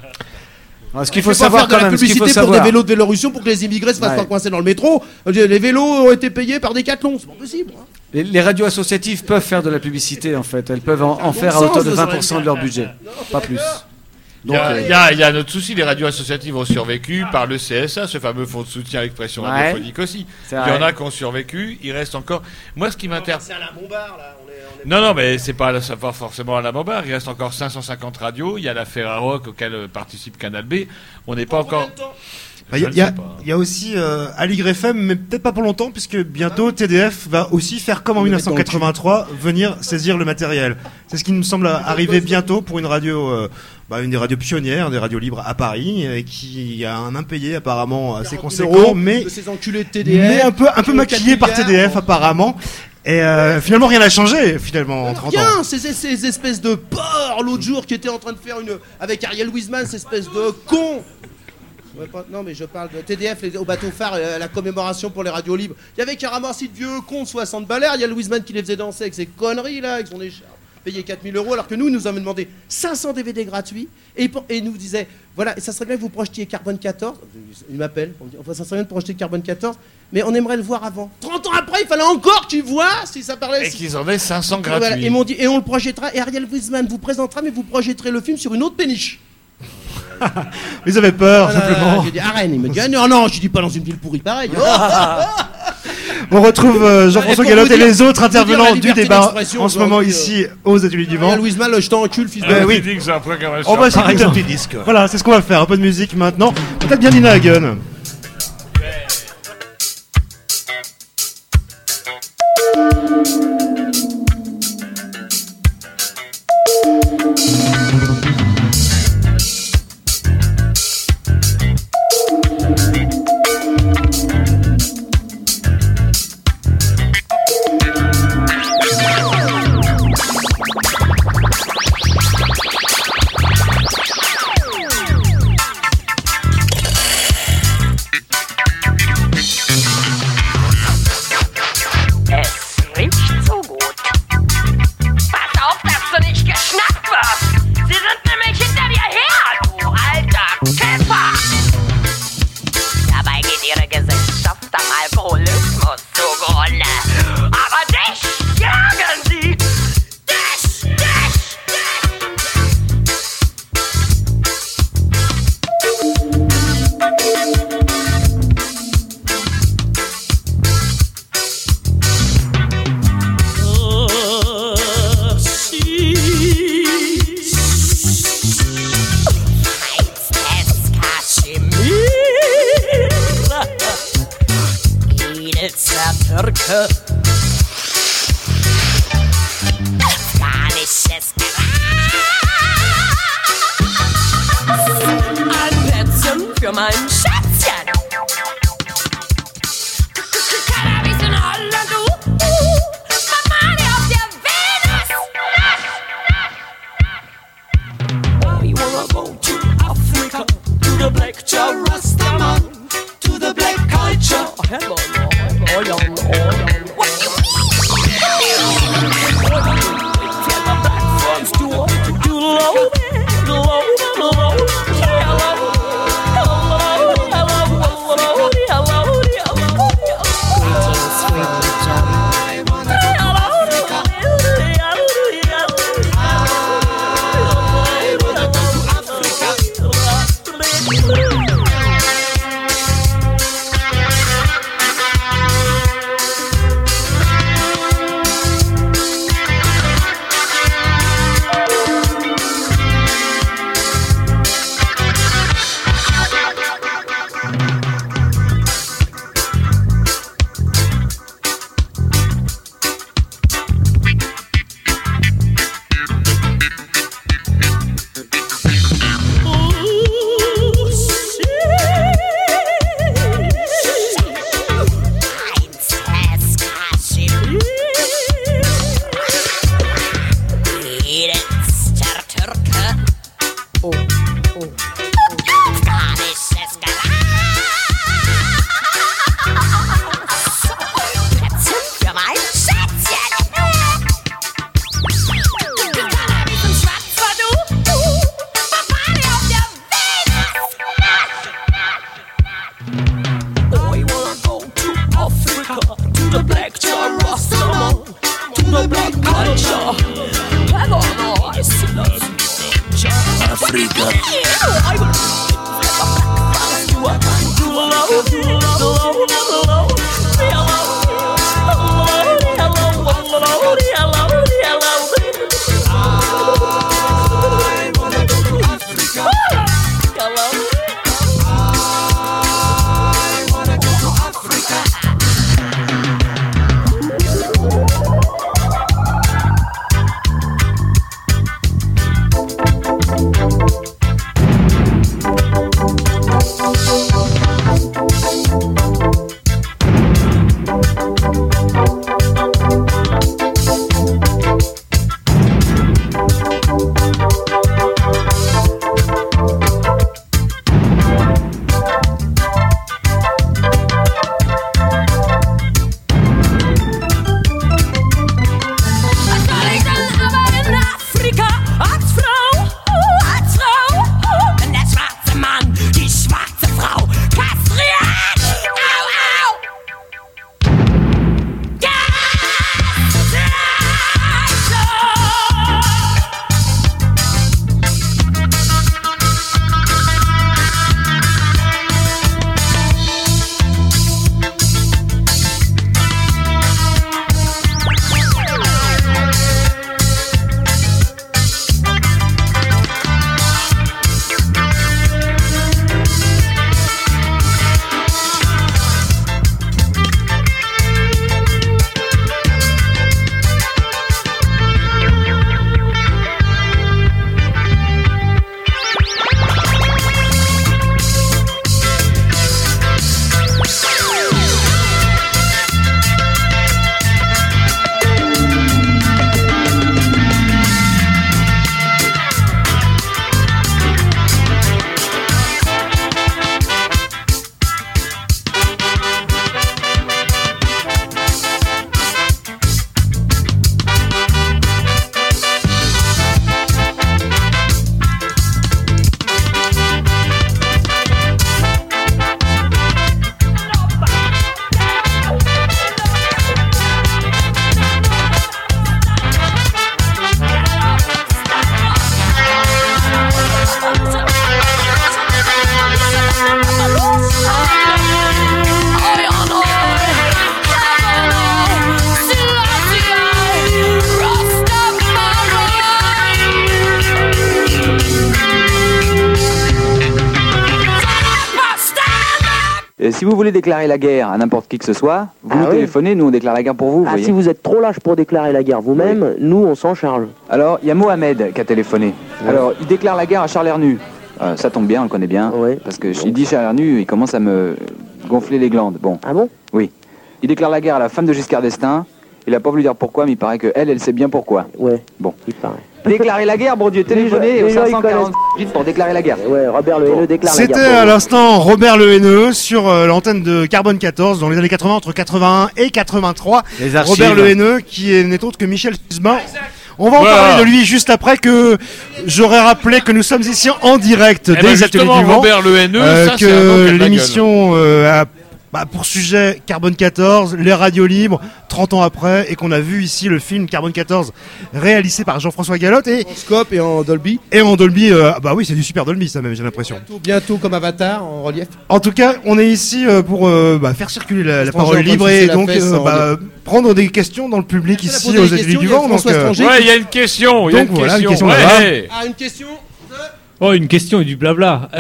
Ce qu'il faut savoir quand même, ce qu'il faut savoir, pour des vélos de Vélorussion pour que les immigrés se fassent pas coincer dans le métro. Les vélos ont été payés par Decathlon, c'est pas possible. Les radios associatives peuvent faire de la publicité en fait, elles peuvent en faire à hauteur de 20% de leur budget, pas plus. Il y a un autre souci, les radios associatives ont survécu par le CSA, ce fameux fonds de soutien à l'expression radiophonique aussi. Il y en a qui ont survécu, il reste encore. Moi, ce qui m'intéresse. C'est à la Bombard là. Non, mais c'est pas forcément à la Bombard. Il reste encore 550 radios. Il y a la Ferrarock auquel participe Canal B. On n'est pas encore. Il y a aussi Aligre FM, mais peut-être pas pour longtemps, puisque bientôt TDF va aussi faire comme en 1983, venir saisir le matériel. C'est ce qui me semble arriver bientôt pour une radio, une des radios pionnières, des radios libres à Paris, qui a un impayé apparemment assez conséquent, mais ces enculés de TDF, mais un peu maquillé par TDF apparemment. Et finalement rien n'a changé finalement en 30 ans. Ces espèces de porcs l'autre jour qui étaient en train de faire avec Ariel Wiesman, ces espèces de cons. Non mais je parle de TDF au bateau phare, la commémoration pour les radios libres. Il y avait qu'un ramassis de vieux cons de 60 balais, il y a Louis Wiesman qui les faisait danser avec ses conneries là, avec son écharpe, payé 4 000 euros, alors que nous avons demandé 500 DVD gratuits et nous disait voilà, ça serait bien que vous projetiez Carbone 14. Il m'appelle, ça serait bien de projeter Carbone 14, mais on aimerait le voir avant. 30 ans après, il fallait encore qu'ils voient si ça parlait. Et qu'ils en aient 500 gratuits. Voilà, et m'ont dit, et on le projettera, et Ariel Wiesman vous présentera, mais vous projetterez le film sur une autre péniche. Ils avaient peur, simplement. J'ai dit à Rennes, il me dit non, je dis pas dans une ville pourrie pareille. On retrouve Jean-François Galop et les autres intervenants du débat en ce moment ici aux Ateliers du Vent. Louis Mal, je t'encule, fils de. Oui. On va s'écouter un petit disque. Voilà, c'est ce qu'on va faire, un peu de musique maintenant. Peut-être bien Nina Hagen. Pizza Türke. Afghanisches Gras. Ein Plätzchen für mein Schätzchen. Cannabis in Holland, Mamani auf der Venus. I wanna go to Africa, to the black Rastaman, to the black culture. Hello, what you mean? Tell the black folks to low, low, low, hello. si vous voulez déclarer la guerre à n'importe qui que ce soit, vous nous téléphonez, nous on déclare la guerre pour vous. Si vous êtes trop lâche pour déclarer la guerre vous-même, nous on s'en charge. Alors, il y a Mohamed qui a téléphoné. Alors, il déclare la guerre à Charles Hernu. Ça tombe bien, on le connaît bien. Parce que s'il dit Charles Hernu, il commence à me gonfler les glandes. Bon. Ah bon? Oui. Il déclare la guerre à la femme de Giscard d'Estaing. Il a pas voulu dire pourquoi, mais il paraît qu'elle sait bien pourquoi. Ouais. Bon. Il paraît. Déclarer la guerre, bon Dieu, téléphonez au 540 pour déclarer la guerre. Ouais, Robert Le Haineux déclare la guerre. C'était à l'instant Robert Le Haineux sur l'antenne de Carbone 14 dans les années 80, entre 81 et 83. Les archives. Robert Le Haineux qui n'est autre que Michel Fusbin. On va en parler de lui juste après que j'aurais rappelé que nous sommes ici en direct des Ateliers du Vent. Robert Le Haineux, ça, c'est un nom que qui a de la l'émission a pour sujet Carbone 14, les radios libres, 30 ans après, et qu'on a vu ici le film Carbone 14 réalisé par Jean-François Gallotte et en scope et en Dolby. Et en Dolby, bah oui, c'est du super Dolby ça même, j'ai l'impression. Bientôt comme Avatar en relief. En tout cas, on est ici pour faire circuler la parole libre et donc prendre des questions dans le public ici aux Ateliers du Vent. Ouais, il y a une question. Donc voilà, une question. Ah, une question. Oh, une question et du blabla.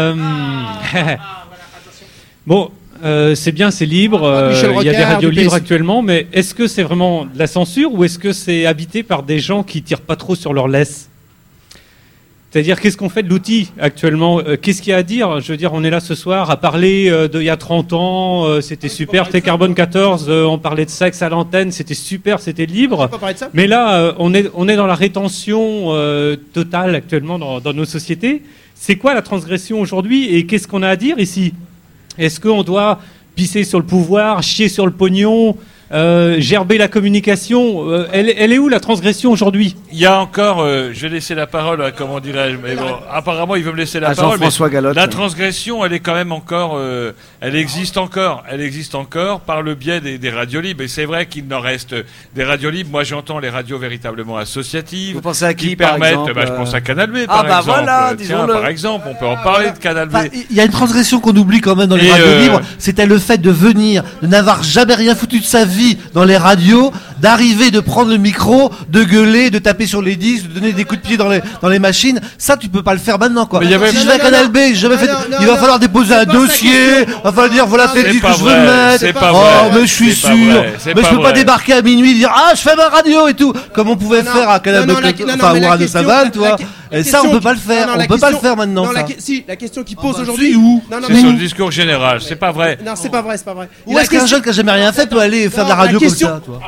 Bon. C'est bien, c'est libre, il y a des radios libres actuellement, mais est-ce que c'est vraiment de la censure ou est-ce que c'est habité par des gens qui tirent pas trop sur leur laisse? C'est-à-dire, qu'est-ce qu'on fait de l'outil actuellement? Qu'est-ce qu'il y a à dire? Je veux dire, on est là ce soir à parler d'il y a 30 ans, c'était super, c'était Carbone 14, on parlait de sexe à l'antenne, c'était super, c'était libre. Mais là, on est dans la rétention totale actuellement dans nos sociétés. C'est quoi la transgression aujourd'hui et qu'est-ce qu'on a à dire ici? Est-ce qu'on doit pisser sur le pouvoir, chier sur le pognon, gerber la communication? Elle est où la transgression aujourd'hui? Il y a encore, je vais laisser la parole à, comment dirais-je, mais bon, apparemment il veut me laisser la parole. Jean-François Gallotte. La transgression, elle est quand même encore, elle existe encore par le biais des radios libres. Et c'est vrai qu'il n'en reste des radios libres. Moi, j'entends les radios véritablement associatives. Vous pensez à qui permettent, par exemple je pense à Canal B, par exemple. Voilà, tiens, par exemple, on peut en parler de Canal B. Il y a une transgression qu'on oublie quand même dans les radios libres. C'était le fait de venir, de n'avoir jamais rien foutu de sa vie dans les radios, d'arriver, de prendre le micro, de gueuler, de taper sur les disques, de donner des coups de pied dans les machines. Ça, tu peux pas le faire maintenant, quoi. Si je vais à Canal B, j'ai jamais fait. Il va falloir déposer un dossier. Il va falloir dire voilà tes disques que je veux mettre. Oh, mais je suis sûr. Mais je peux pas débarquer à minuit et dire ah, je fais ma radio et tout, comme on pouvait faire à Canal B, enfin ou à Radio Savane, tu vois. Et ça, on peut pas le faire. On peut pas le faire maintenant. Si, la question qui pose aujourd'hui. C'est sur le discours général. C'est pas vrai. Non, c'est pas vrai. Où est-ce qu'un jeune qui a jamais rien fait peut aller faire de la radio comme ça, toi?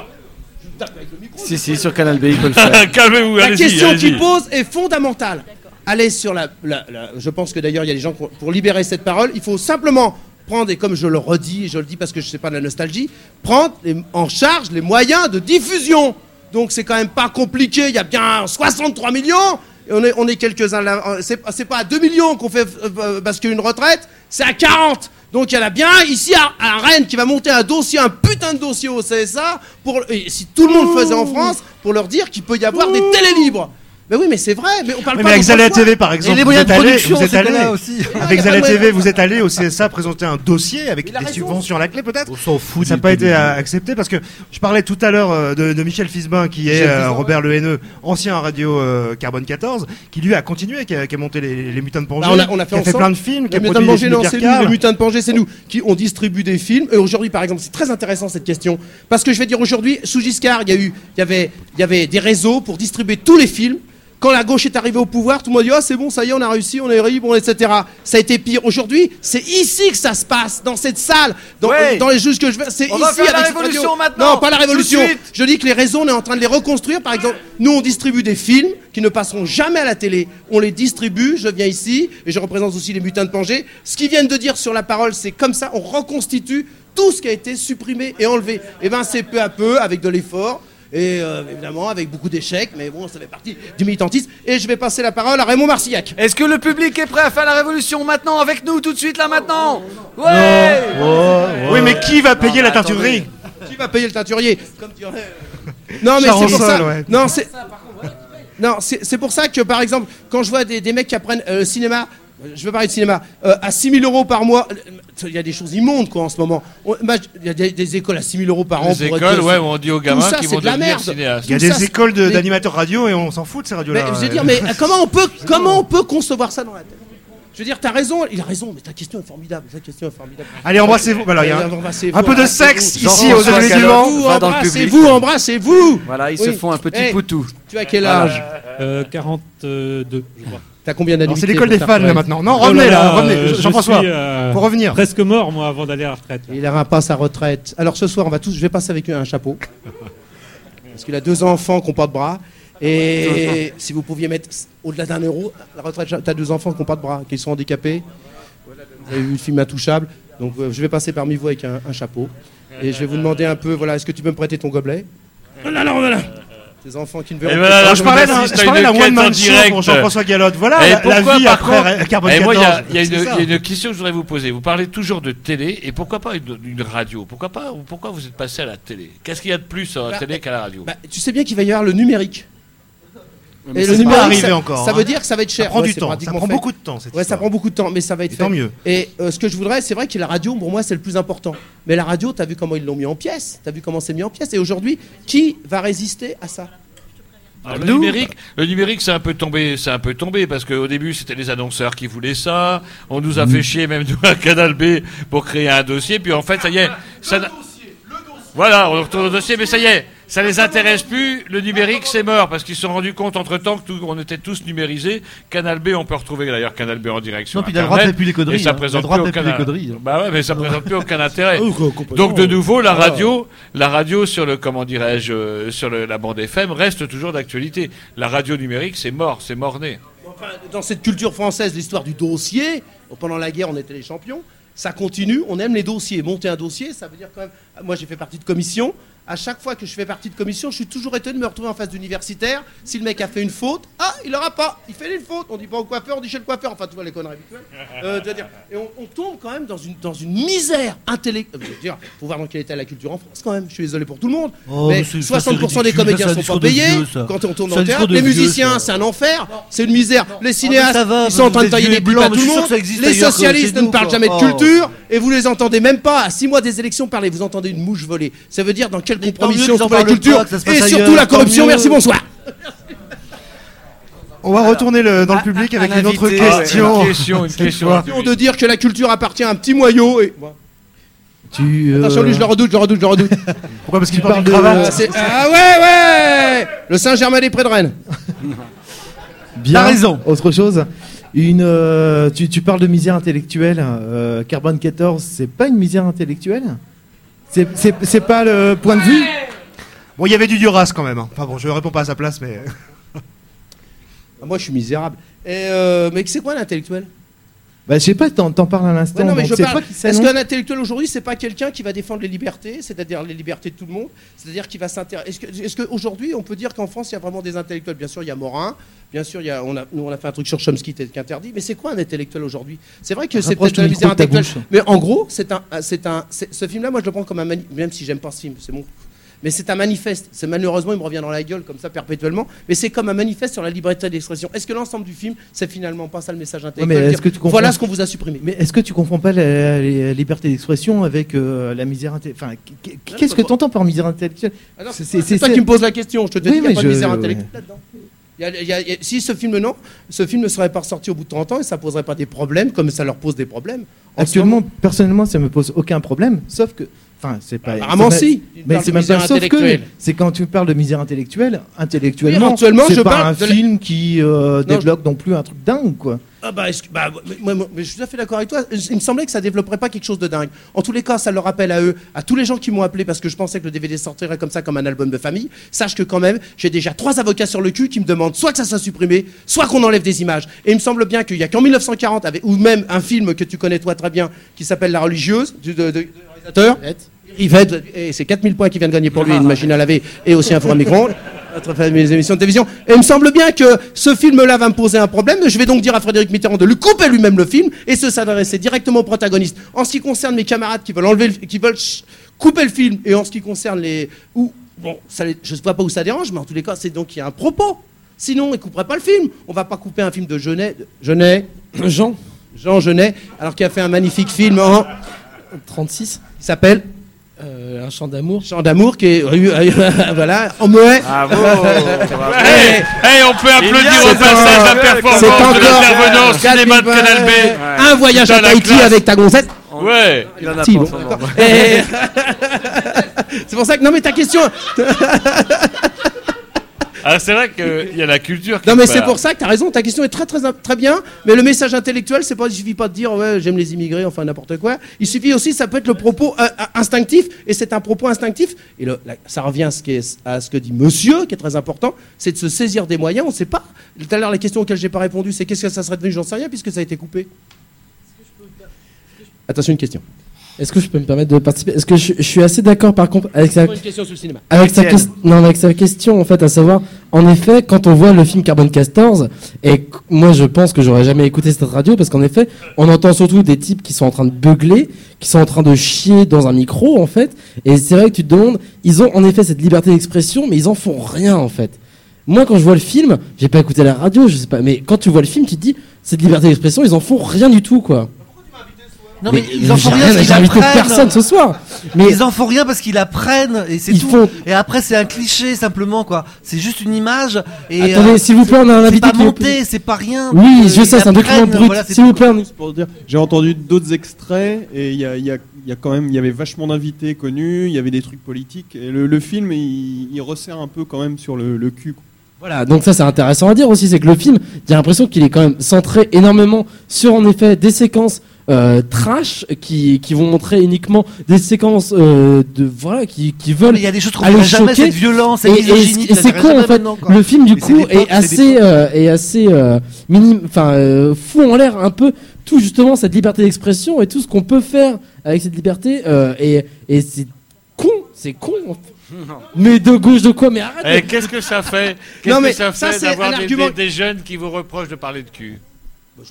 Si, sur Canal B, il peut le faire. Calmez-vous, la question qu'il pose est fondamentale. Allez sur je pense que d'ailleurs, il y a des gens pour libérer cette parole, il faut simplement prendre, et comme je le redis, et je le dis parce que je sais pas de la nostalgie, prendre en charge les moyens de diffusion. Donc c'est quand même pas compliqué, il y a bien 63 millions, et on est quelques-uns là, c'est pas à 2 millions qu'on fait basculer une retraite, c'est à 40. Donc il y en a bien ici à Rennes qui va monter un putain de dossier au CSA, et si tout le monde faisait en France, pour leur dire qu'il peut y avoir des télés libres. Mais oui, mais c'est vrai, mais on parle pas avec Zala TV par exemple, vous êtes allé aussi. Avec Zala TV, vous êtes allé au CSA présenter un dossier avec des subventions à la clé peut-être. On s'en fout. Ça n'a pas été accepté parce que je parlais tout à l'heure de Michel Fusbin qui est Robert Le Haineux, ancien radio Carbone 14, qui lui a continué, qui a monté les Mutants de Pangée, on a qui a fait plein de films, qui a produit des films de Pierre Carl. Les Mutants de Pangée, c'est nous qui on distribue des films. Et aujourd'hui, par exemple, c'est très intéressant cette question parce que je vais dire aujourd'hui, sous Giscard, il y avait des réseaux pour distribuer tous les films. Quand la gauche est arrivée au pouvoir, tout le monde dit ah c'est bon, ça y est, on a réussi, on est libre, etc. Ça a été pire. Aujourd'hui, c'est ici que ça se passe, dans cette salle, dans les juges que je veux. C'est on ici va faire avec la cette révolution radio. maintenant. Non, pas la révolution. Tout de suite. Je dis que les réseaux, on est en train de les reconstruire. Par exemple, nous on distribue des films qui ne passeront jamais à la télé. On les distribue. Je viens ici et je représente aussi les Mutants de Pangée. Ce qu'ils viennent de dire sur la parole, c'est comme ça. On reconstitue tout ce qui a été supprimé et enlevé. Et ben c'est peu à peu avec de l'effort. Et évidemment avec beaucoup d'échecs, mais bon, ça fait partie du militantisme. Et je vais passer la parole à Raymond Marcillac. Est-ce que le public est prêt à faire la révolution maintenant avec nous, tout de suite, là, maintenant? Ouais. Oui, mais qui va payer la teinturerie? Qui va payer le teinturier? Non, mais c'est pour ça. Ouais. Non, c'est pour ça que, par exemple, quand je vois des mecs qui apprennent le cinéma, je veux parler de cinéma, à 6 000 € par mois, il y a des choses immondes quoi en ce moment. Il y a des écoles à 6 000 € par an. Des écoles, où on dit aux gamins qu'ils vont devenir cinéastes. Il y a des écoles d'animateurs radio et on s'en fout de ces radios-là. Mais je veux dire, mais comment on peut concevoir ça dans la tête? Je veux dire, t'as raison, il a raison, mais ta question est formidable. Allez, embrassez-vous. Voilà, il y a un peu de sexe ici aux Ateliers du Vent. Embrassez-vous. Voilà, ils se font un petit poutou. Tu as quel âge 42, je crois. T'as combien d'années? C'est l'école des fans là maintenant. Non, revenez là, revenez. Jean-François, faut revenir. Presque mort moi avant d'aller à la retraite. Il n'aura pas sa retraite. Alors ce soir, je vais passer avec un chapeau. Parce qu'il a 2 enfants qui n'ont pas de bras. Et si vous pouviez mettre au-delà d'€1, la retraite, t'as 2 enfants qui n'ont pas de bras, qui sont handicapés. Vous avez vu le film Intouchable. Donc je vais passer parmi vous avec un chapeau. Et je vais vous demander un peu, voilà, est-ce que tu peux me prêter ton gobelet? Voilà. Des enfants qui ne verront pas. Je parlais d'un one-man show pour Jean-François Gallotte. Voilà la vie après Carbone 14. Moi, il y a une question que je voudrais vous poser. Vous parlez toujours de télé, et pourquoi pas une radio? Pourquoi vous êtes passé à la télé? Qu'est-ce qu'il y a de plus à la télé qu'à la radio? Tu sais bien qu'il va y avoir le numérique. Et le numérique, ça veut dire que ça va être cher. Ça prend du temps. Ça prend beaucoup de temps. Ça prend beaucoup de temps, mais ça va être fait. Tant mieux. Et ce que je voudrais, c'est vrai que la radio, pour moi, c'est le plus important. Mais la radio, t'as vu comment ils l'ont mis en pièces. T'as vu comment c'est mis en pièces. Et aujourd'hui, qui va résister à ça? Alors, le numérique, c'est un peu tombé parce qu'au début, c'était les annonceurs qui voulaient ça. On nous a fait chier, même nous, à Canal B, pour créer un dossier. Puis en fait, ça y est. Voilà, on retourne au dossier, mais ça y est. Ça les intéresse plus, le numérique c'est mort, parce qu'ils se sont rendus compte entre-temps qu'on était tous numérisés. Canal B, on peut retrouver d'ailleurs Canal B en direct sur Internet. Non, puis il a le droit de plus les conneries. Et ça présente plus aucun Bah ouais, mais ça présente plus aucun intérêt. Donc de nouveau, la radio sur le, comment dirais-je, sur la bande FM reste toujours d'actualité. La radio numérique, c'est mort-né. Enfin, dans cette culture française, l'histoire du dossier, pendant la guerre, on était les champions. Ça continue, on aime les dossiers. Monter un dossier, ça veut dire quand même... Moi, j'ai fait partie de commission. À chaque fois que je fais partie de commission, je suis toujours étonné de me retrouver en face d'universitaires. Si le mec a fait une faute, il l'aura pas. Il fait une faute. On dit pas au coiffeur, on dit chez le coiffeur. Enfin, tu vois les conneries habituelles. Et on tombe quand même dans une misère intellectuelle. Il faut voir dans quel état la culture en France quand même. Je suis désolé pour tout le monde. Mais 60% des comédiens sont pas payés. Quand on tourne dans le théâtre, les musiciens, c'est un enfer. C'est une misère. Les cinéastes, ils sont en train de tailler des pubs à tout le monde. Les socialistes ne parlent jamais de culture. Et vous les entendez même pas. À 6 mois des élections parler. Vous entendez une mouche voler. Ça veut dire dans quelle compromission sur la culture et surtout la corruption. Merci, bonsoir. On va retourner dans le public avec une autre question. Une question. De dire que la culture appartient à un petit noyau. Et... Attention, lui, je le redoute. Pourquoi? Parce qu'il parle de cravate. Ouais. Le Saint-Germain-des-Prés de Rennes. Bien. T'as raison. Autre chose. Tu parles de misère intellectuelle. Carbone 14, c'est pas une misère intellectuelle? C'est pas le point de vue? Bon, il y avait du Duras quand même. Enfin bon, je réponds pas à sa place, mais... Moi, je suis misérable. Mais c'est quoi l'intellectuel? Je sais pas, t'en parles à l'instant. Non, mais je parle. Est-ce qu'un intellectuel aujourd'hui, c'est pas quelqu'un qui va défendre les libertés, c'est-à-dire les libertés de tout le monde, c'est-à-dire qui va s'intéresser. Est-ce qu'aujourd'hui, on peut dire qu'en France, il y a vraiment des intellectuels? Bien sûr, il y a Morin. Bien sûr, on a fait un truc sur Chomsky qui est interdit. Mais c'est quoi un intellectuel aujourd'hui? C'est vrai que c'est peut-être la misère intellectuelle. Mais en gros, ce film-là, moi, je le prends comme un même si j'aime pas ce film, c'est mon. Mais c'est un manifeste. C'est malheureusement, il me revient dans la gueule comme ça perpétuellement. Mais c'est comme un manifeste sur la liberté d'expression. Est-ce que l'ensemble du film, c'est finalement pas ça le message intellectuel? Voilà ce qu'on vous a supprimé. Mais est-ce que tu confonds pas la liberté d'expression avec la misère intellectuelle? Enfin, qu'est-ce que tu entends par misère intellectuelle? C'est toi qui me poses la question. Je te dis qu'il n'y a pas de misère intellectuelle là-dedans. Si ce film ne serait pas ressorti au bout de 30 ans et ça poserait pas des problèmes comme ça leur pose des problèmes. Actuellement, personnellement, ça me pose aucun problème, sauf que. Enfin, c'est pas. Apparemment, si. Mais c'est même pas sauf que. C'est quand tu parle de misère intellectuelle, intellectuellement, c'est pas un film qui débloque non plus un truc dingue, quoi. Mais je suis tout à fait d'accord avec toi. Il me semblait que ça développerait pas quelque chose de dingue. En tous les cas, ça leur rappelle à eux, à tous les gens qui m'ont appelé parce que je pensais que le DVD sortirait comme ça, comme un album de famille. Sache que quand même, j'ai déjà 3 avocats sur le cul qui me demandent soit que ça soit supprimé, soit qu'on enlève des images. Et il me semble bien qu'il y a qu'en 1940, ou même un film que tu connais toi très bien, qui s'appelle La Religieuse, du réalisateur. Yvette, et c'est 4000 points qu'il vient de gagner pour lui, une machine à laver et aussi un four à micro-ondes. Mes émissions de télévision. Et il me semble bien que ce film-là va me poser un problème. Je vais donc dire à Frédéric Mitterrand de lui couper lui-même le film et se s'adresser directement aux protagonistes. En ce qui concerne mes camarades qui veulent couper le film, et en ce qui concerne les... je ne sais pas où ça dérange, mais en tous les cas, c'est donc qu'il y a un propos. Sinon, ils ne couperaient pas le film. On ne va pas couper un film de Jean Genet, alors qu'il a fait un magnifique film en 36. Il s'appelle un chant d'amour. Chant d'amour qui est voilà en muet. Bravo. On peut applaudir au passage la performance de l'intervenant cinéma de Canal B. Un voyage à Tahiti avec ta gonzette. Ouais. Il en a Si, pas en bon. ce moment. C'est pour ça que non mais ta question. Ah, c'est vrai qu'il y a la culture. Non mais c'est pour ça que t'as raison, ta question est très bien, mais le message intellectuel, c'est pas, il suffit pas de dire ouais j'aime les immigrés, enfin n'importe quoi. Il suffit aussi, ça peut être le propos instinctif, et c'est un propos instinctif. Et ça revient à ce que dit Monsieur, qui est très important, c'est de se saisir des moyens. On sait pas. Tout à l'heure la question auquel j'ai pas répondu, c'est qu'est-ce que ça serait devenu, j'en sais rien puisque ça a été coupé. Attention, une question. Est-ce que je peux me permettre de participer? Est-ce que je suis assez d'accord par contre avec une question sur le cinéma. avec sa question en fait, à savoir, en effet, quand on voit le film Carbone 14, et moi je pense que j'aurais jamais écouté cette radio parce qu'en effet, on entend surtout des types qui sont en train de beugler, qui sont en train de chier dans un micro en fait, et c'est vrai que tu te demandes, ils ont en effet cette liberté d'expression, mais ils en font rien en fait. Moi quand je vois le film, j'ai pas écouté la radio, je sais pas, mais quand tu vois le film, tu te dis, cette liberté d'expression, ils en font rien du tout quoi. Non mais ils en font rien parce qu'ils j'ai invité apprennent. personne ce soir. Mais ils en font rien parce qu'ils apprennent et c'est tout. Et après c'est un cliché simplement quoi. C'est juste une image. Et attendez, s'il vous plaît, on a un invité c'est pas qui monté, c'est pas rien. Oui, je sais, c'est un document brut. Voilà, s'il vous plaît, pour dire, j'ai entendu d'autres extraits et il y avait vachement d'invités connus, il y avait des trucs politiques et le film il resserre un peu quand même sur le cul. Voilà, donc ça c'est intéressant à dire aussi, c'est que le film, j'ai l'impression qu'il est quand même centré énormément sur en effet des séquences trash qui vont montrer uniquement des séquences qui veulent. Mais il y a des choses qu'on verra jamais, cette violence, cette misogynie. Et c'est con en fait. Le film du coup est assez minime, enfin fou en l'air un peu tout justement cette liberté d'expression et tout ce qu'on peut faire avec cette liberté et c'est con. Mais de gauche de quoi? Mais arrête. Qu'est-ce que ça fait? Qu'est-ce que ça fait d'avoir des jeunes qui vous reprochent de parler de cul? Oui.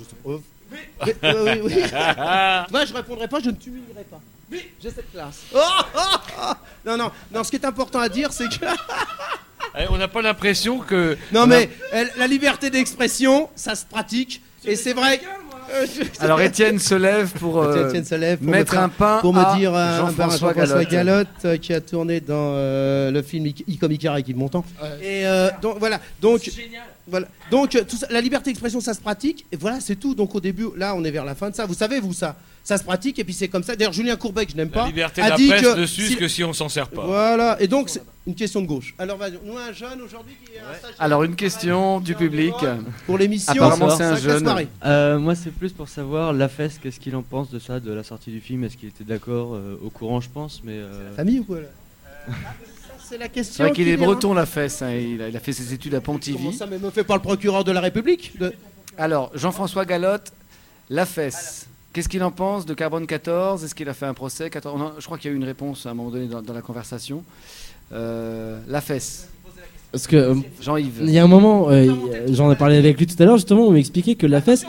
Moi, je répondrai pas, je ne t'humilierai pas. Oui, j'ai cette classe. Non, ce qui est important à dire, c'est que... On n'a pas l'impression que... Non, mais la liberté d'expression, ça se pratique. Et c'est vrai... Alors Étienne se lève pour mettre un pain pour à me dire Jean-François Galotte qui a tourné dans le film Icom Icare avec Yves Montand. Et donc voilà, donc tout ça, la liberté d'expression ça se pratique et voilà c'est tout. Donc au début là on est vers la fin de ça. Vous savez ça se pratique et puis c'est comme ça. D'ailleurs Julien Courbet que je n'aime pas la liberté de a la dit presse que ne s'use que si on s'en sert pas. Voilà et donc c'est une question de gauche. Alors nous un jeune aujourd'hui qui est un stagiaire. Alors une question du public pour l'émission. Apparemment c'est un jeune. Moi c'est plus pour savoir Lafesse, qu'est-ce qu'il en pense de ça, de la sortie du film. Est-ce qu'il était d'accord, au courant je pense, mais famille ou quoi là c'est la question. C'est vrai qu'il est breton Lafesse, hein. Il a fait ses études à Pontivy. Comment ça, mais me fait pas le procureur de la République Alors Jean-François Galotte, Lafesse. Qu'est-ce qu'il en pense de Carbone 14? Est-ce qu'il a fait un procès? Je crois qu'il y a eu une réponse à un moment donné dans la conversation. Lafesse. Parce que Jean-Yves. Il y a un moment, j'en ai parlé avec lui tout à l'heure, justement, on m'expliquait que Lafesse.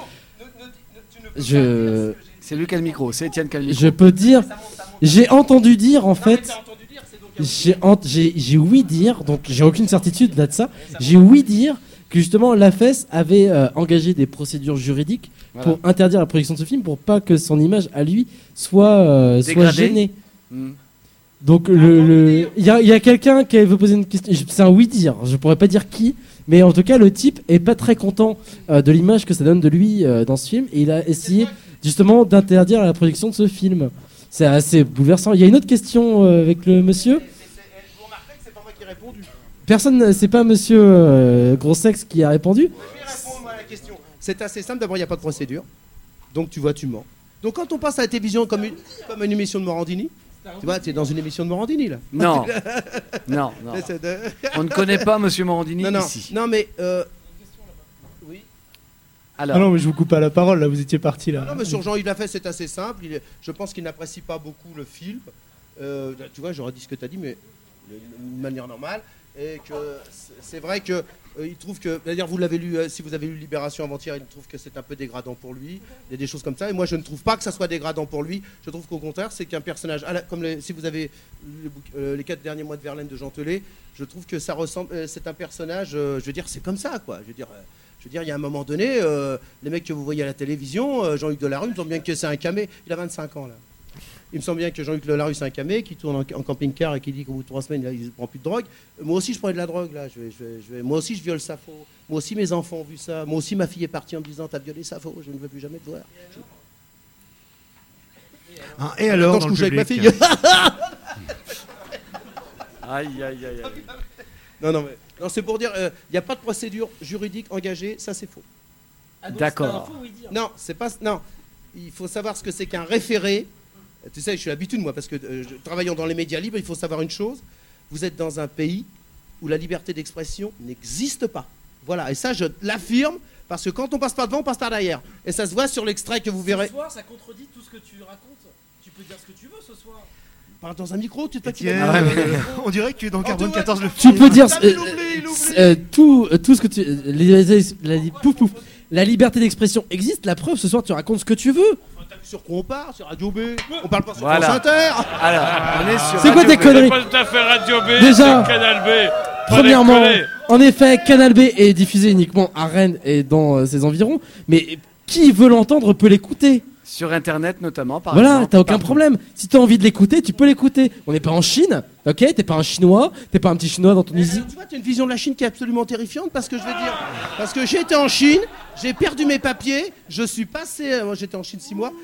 C'est lui qui a le micro, c'est Étienne qui a le micro. Je peux dire, j'ai entendu dire en fait. J'ai ouï dire, donc j'ai aucune certitude là de ça. J'ai ouï dire que justement Lafesse avait engagé des procédures juridiques pour interdire la production de ce film, pour pas que son image à lui soit gênée. Donc il y a quelqu'un qui veut poser une question. C'est un oui dire. Je pourrais pas dire qui, mais en tout cas le type est pas très content de l'image que ça donne de lui dans ce film, et il a essayé justement d'interdire la production de ce film. C'est assez bouleversant. Il y a une autre question avec le monsieur. Vous remarquerez que c'est pas moi qui ai répondu. Personne, c'est pas monsieur Grossex qui a répondu. Je vais répondre à la question. C'est assez simple. D'abord, il n'y a pas de procédure. Donc tu vois, tu mens. Donc quand on passe à la télévision comme une émission de Morandini, tu vois, tu es dans une émission de Morandini là. Non. Non. On ne connaît pas monsieur Morandini ici. Non, mais. Oui. Alors. Non, mais je vous coupe pas la parole, là, vous étiez parti là. Non, mais sur Jean-Yves Lafesse, c'est assez simple. Je pense qu'il n'apprécie pas beaucoup le film. Tu vois, j'aurais dit ce que tu as dit, mais d'une manière normale. Et que c'est vrai que il trouve que, d'ailleurs, vous l'avez lu, si vous avez lu Libération avant-hier, il trouve que c'est un peu dégradant pour lui. Il y a des choses comme ça. Et moi, je ne trouve pas que ça soit dégradant pour lui. Je trouve qu'au contraire, c'est qu'un personnage, si vous avez les 4 derniers mois de Verlaine de Jean Telet, je trouve que ça ressemble. C'est un personnage. Je veux dire, c'est comme ça, quoi. Je veux dire, il y a un moment donné, les mecs que vous voyez à la télévision, Jean-Luc Delarue, ils ont bien que c'est un camé. Il a 25 ans là. Il me semble bien que Jean-Luc Lelarus, c'est un camé qui tourne en camping-car et qui dit qu'au bout de 3 semaines, il ne prend plus de drogue. Moi aussi, je prenais de la drogue, là. Moi aussi, je viole Sappho. Moi aussi, mes enfants ont vu ça. Moi aussi, ma fille est partie en me disant, t'as violé Sappho, je ne veux plus jamais te voir. Et alors, je couche avec ma fille. Aïe. Non, c'est pour dire, il n'y a pas de procédure juridique engagée, ça c'est faux. D'accord. Non, c'est pas. Non, il faut savoir ce que c'est qu'un référé. Tu sais, je suis l'habitude, moi, parce que travaillant dans les médias libres, il faut savoir une chose. Vous êtes dans un pays où la liberté d'expression n'existe pas. Voilà, et ça, je l'affirme, parce que quand on passe pas devant, on passe par derrière. Et ça se voit sur l'extrait que vous verrez. Ce soir, ça contredit tout ce que tu racontes. Tu peux dire ce que tu veux ce soir. Parle dans un micro, tu t'as on dirait que dans Carbone 14, le tu peux dire tout ce que tu. La liberté d'expression existe, la preuve, ce soir, tu racontes ce que tu veux. Sur quoi on parle? Sur Radio B. On parle pas sur voilà. France Inter. Alors, on est sur. C'est quoi tes conneries? C'est pas tout à fait Radio B, déjà, c'est Canal B. Premièrement, en effet, Canal B est diffusé uniquement à Rennes et dans ses environs. Mais qui veut l'entendre peut l'écouter. Sur Internet notamment, par exemple. Voilà, t'as aucun problème. Si t'as envie de l'écouter, tu peux l'écouter. On n'est pas en Chine, ok? T'es pas un Chinois, t'es pas un petit Chinois dans ton usine. Tu vois, t'as une vision de la Chine qui est absolument terrifiante parce que je vais dire, parce que j'ai été en Chine, j'ai perdu mes papiers, je suis passé, moi j'étais en Chine 6 mois.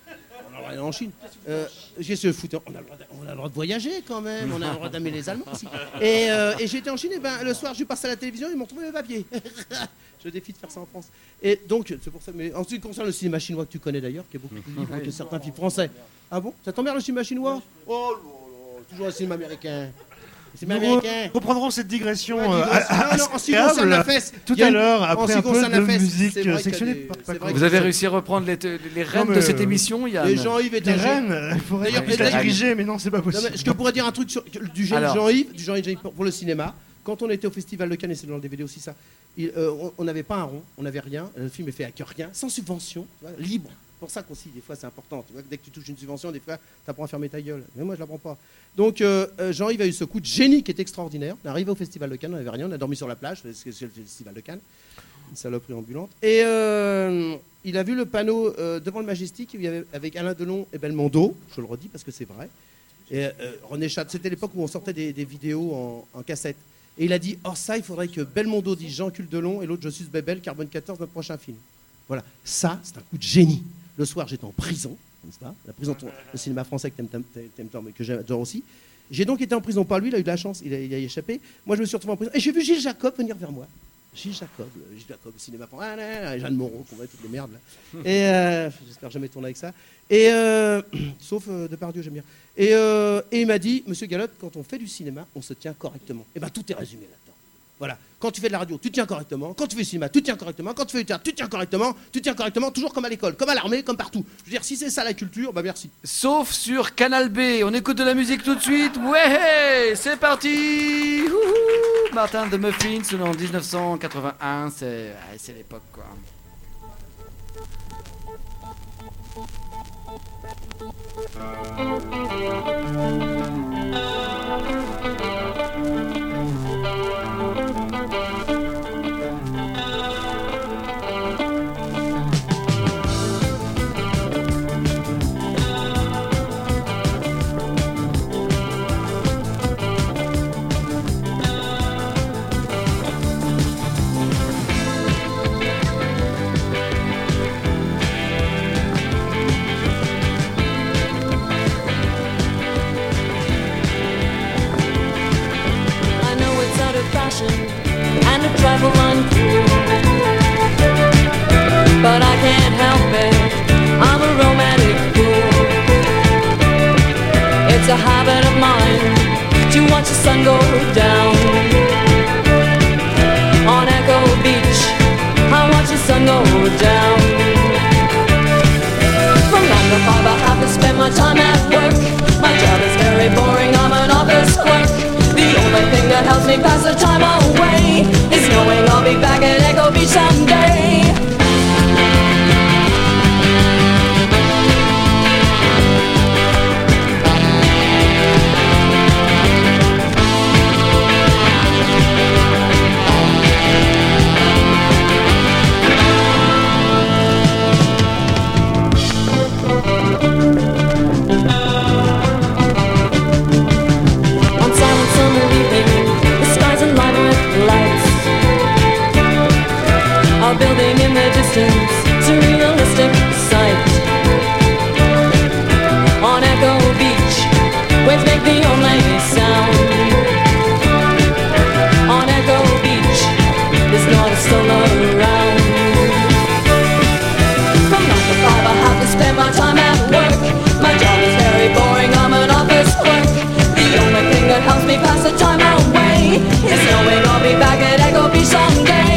En Chine, j'ai ce foot. On a le droit de voyager quand même. On a le droit d'aimer les Allemands aussi. Et j'étais en Chine. Et ben le soir, je suis passé à la télévision. Ils m'ont trouvé mes papiers. Je défie de faire ça en France. Et donc c'est pour ça. Mais en ce qui concerne le cinéma chinois que tu connais d'ailleurs, qui est beaucoup plus libre que certains films français. Ah bon? Ça t'emmerde le cinéma chinois? Oh là là, toujours le cinéma américain. Nous reprendrons cette digression en ce qui concerne la fesse, tout à l'heure, après un peu de musique sectionnée. Vous avez réussi à reprendre les rênes de cette émission, Yann? Les Jean-Yves et les rênes, il faudrait diriger, mais non, c'est pas possible. Je pourrais dire un truc du jeune Jean-Yves pour le cinéma. Quand on était au Festival de Cannes, et c'est dans le DVD aussi ça, on n'avait pas un rond, on n'avait rien. Le film est fait avec rien, sans subvention, libre. C'est pour ça qu'aussi, des fois, c'est important. Tu vois, dès que tu touches une subvention, des fois, tu apprends à fermer ta gueule. Mais moi, je la prends pas. Donc, Jean-Yves a eu ce coup de génie qui est extraordinaire. On est arrivé au Festival de Cannes, on n'avait rien, on a dormi sur la plage, c'est le Festival de Cannes, une saloperie ambulante. Et il a vu le panneau devant le Majestic avec Alain Delon et Belmondo, je le redis parce que c'est vrai. Et René Chad, c'était l'époque où on sortait des vidéos en cassette. Et il a dit, ça, il faudrait que Belmondo dise Jean-Cul Delon et l'autre je suis Bébel, Carbone 14, notre prochain film. Voilà, ça, c'est un coup de génie. Le soir, j'étais en prison, n'est-ce pas? La prison, le cinéma français que que j'adore aussi. J'ai donc été en prison. Pas lui, il a eu de la chance, il a échappé. Moi, je me suis retrouvé en prison. Et j'ai vu Gilles Jacob venir vers moi. Gilles Jacob, cinéma français. Jeanne Moreau, qu'on voit toutes les merdes. Là. Et j'espère jamais tourner avec ça. Et sauf Depardieu, j'aime bien. Et il m'a dit, Monsieur Galop, quand on fait du cinéma, on se tient correctement. Et bien, tout est résumé là-dedans. Voilà. Quand tu fais de la radio, tu tiens correctement. Quand tu fais du cinéma, tu tiens correctement. Quand tu fais du théâtre, tu tiens correctement. Tu tiens correctement, toujours comme à l'école, comme à l'armée, comme partout. Je veux dire, si c'est ça la culture, bah merci. Sauf sur Canal B. On écoute de la musique tout de suite. Ouais, c'est parti. Ouhou. Martin de Muffins, en 1981. C'est l'époque, quoi. And a trifle uncool, but I can't help it, I'm a romantic fool. It's a habit of mine to watch the sun go down. On Echo Beach, I watch the sun go down. From 9 to 5 I have to spend my time at work. My job is very boring, I'm an office clerk. The only thing that helps me pass the time away is knowing I'll be back at Echo Beach someday. nice sound. On Echo Beach, there's not a soul around. From 9 to 5 I have to spend my time at work. My job is very boring, I'm an office clerk. The only thing that helps me pass the time away is knowing I'll be back at Echo Beach someday.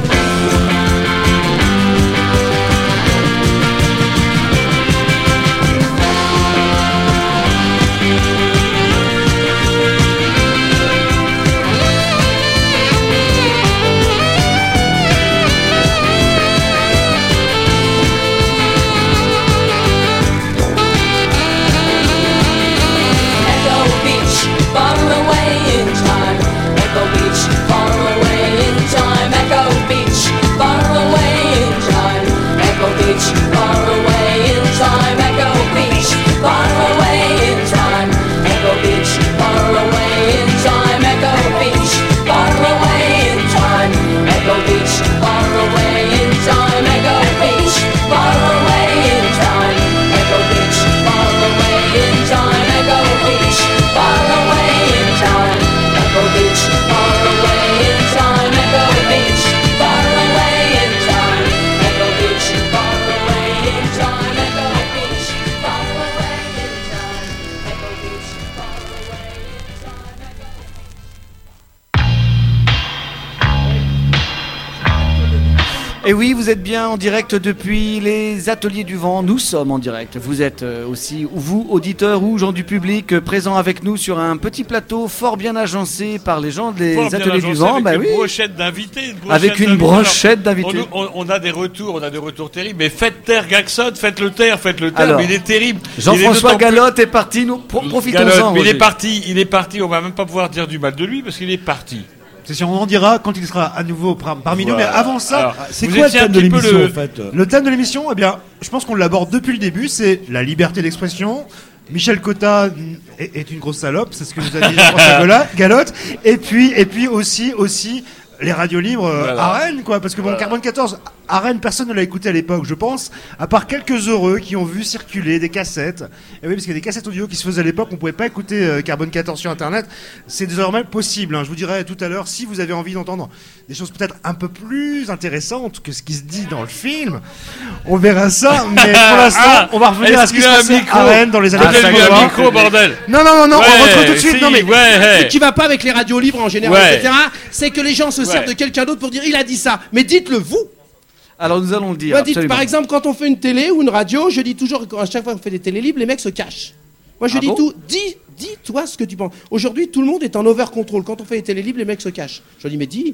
Et oui, vous êtes bien en direct depuis les Ateliers du Vent. Nous sommes en direct. Vous êtes aussi, vous, auditeurs ou gens du public, présents avec nous sur un petit plateau fort bien agencé par les gens des Ateliers du Vent. Avec oui. une brochette d'invités. Avec une brochette d'invités. On a des retours terribles. Mais faites taire Gaxon, faites-le taire. Alors, mais il est terrible. Jean-François Galotte est parti. Nous profitons-en. Mais il est parti. On va même pas pouvoir dire du mal de lui parce qu'il est parti. C'est sûr, on en dira quand il sera à nouveau parmi nous. Mais avant ça, alors, c'est quoi le thème de l'émission en fait? Le thème de l'émission, eh bien, je pense qu'on l'aborde depuis le début. C'est la liberté d'expression. Michel Cotta est une grosse salope, c'est ce que nous a dit Jean-François Galotte. Et puis aussi les radios libres à Rennes, quoi. Parce que bon, Carbone 14 à Rennes, personne ne l'a écouté à l'époque, je pense, à part quelques heureux qui ont vu circuler des cassettes. Et oui, parce qu'il y a des cassettes audio qui se faisaient à l'époque, on pouvait pas écouter Carbone 14 sur Internet. C'est désormais possible. Hein. Je vous dirai tout à l'heure, si vous avez envie d'entendre des choses peut-être un peu plus intéressantes que ce qui se dit dans le film, on verra ça. Mais pour l'instant, on va revenir à ce qui se passait à Rennes dans les années 80. Micro, bordel. Non, on retrouve tout de suite. Non, mais ce qui va pas avec les radios libres en général, etc., c'est que les gens se servent de quelqu'un d'autre pour dire il a dit ça. Mais dites-le vous. Alors nous allons le dire. Moi, dites, par exemple, quand on fait une télé ou une radio, je dis toujours, à chaque fois qu'on fait des télés libres, les mecs se cachent. Moi, je dis tout. Dis-toi ce que tu penses. Aujourd'hui, tout le monde est en over-control. Quand on fait des télés libres, les mecs se cachent. Je dis, mais dis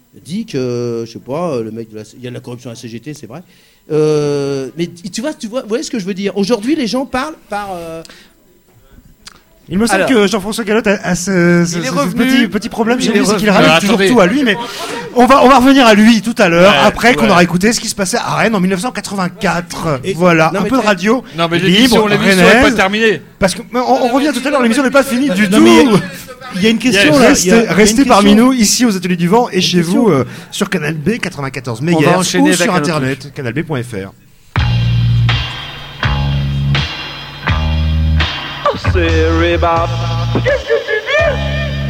que, je sais pas, le mec il y a de la corruption à la CGT, c'est vrai. Mais tu vois, vous voyez ce que je veux dire. Aujourd'hui, les gens parlent par. Il me semble que Jean-François Galotte a ce petit problème chez lui, c'est qu'il ramène toujours tout à lui, mais on va revenir à lui tout à l'heure, après qu'on aura écouté ce qui se passait à Rennes en 1984. Voilà, un peu de radio libre, l'émission n'est pas terminée. Parce que on revient tout à l'heure, l'émission n'est pas finie du tout. Il y a une question restez parmi nous ici aux Ateliers du Vent et chez vous sur Canal B 94 MHz ou sur internet canalb.fr. C'est Rebab. Qu'est-ce que tu dis?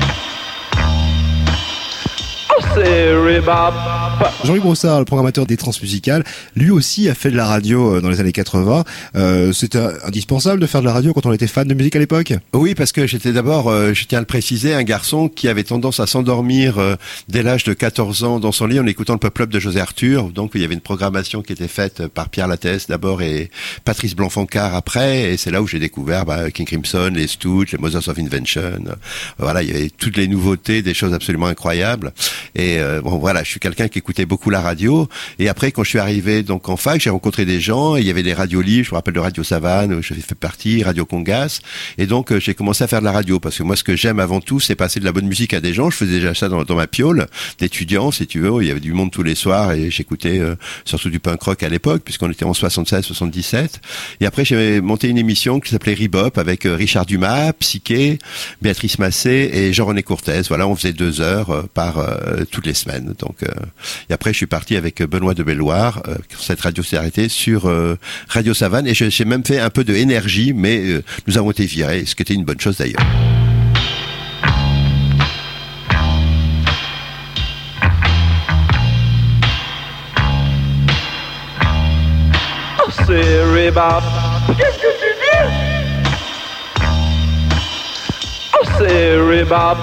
C'est Rebab. Jean-Louis Brossard, le programmateur des Transmusicales, lui aussi a fait de la radio dans les années 80. C'était indispensable de faire de la radio quand on était fan de musique à l'époque? Oui, parce que j'étais d'abord, je tiens à le préciser, un garçon qui avait tendance à s'endormir dès l'âge de 14 ans dans son lit en écoutant le Pop Club de José Arthur. Donc il y avait une programmation qui était faite par Pierre Lattès d'abord et Patrice Blanc-Foncart après. Et c'est là où j'ai découvert King Crimson, les Stooges, les Mothers of Invention. Voilà, il y avait toutes les nouveautés, des choses absolument incroyables. Et bon voilà, je suis quelqu'un qui écoutait beaucoup la radio. Et après, quand je suis arrivé donc en fac, j'ai rencontré des gens. Et il y avait des radios libres. Je me rappelle de Radio Savane, où je fais partie, Radio Congas. Et donc j'ai commencé à faire de la radio parce que moi, ce que j'aime avant tout, c'est passer de la bonne musique à des gens. Je faisais déjà ça dans ma piole d'étudiant, si tu veux. Il y avait du monde tous les soirs et j'écoutais surtout du punk rock à l'époque, puisqu'on était en 76-77. Et après, j'ai monté une émission qui s'appelait Rebop avec Richard Dumas, Psyché, Béatrice Massé et Jean-René Courtès. Voilà, on faisait 2 heures par toutes les semaines. Donc, et après, je suis parti avec Benoît de Belloir. Cette radio s'est arrêtée sur Radio Savane et j'ai même fait un peu de énergie, mais nous avons été virés, ce qui était une bonne chose d'ailleurs. c'est Rebop. Qu'est-ce que tu dis? Oh, c'est Rebop.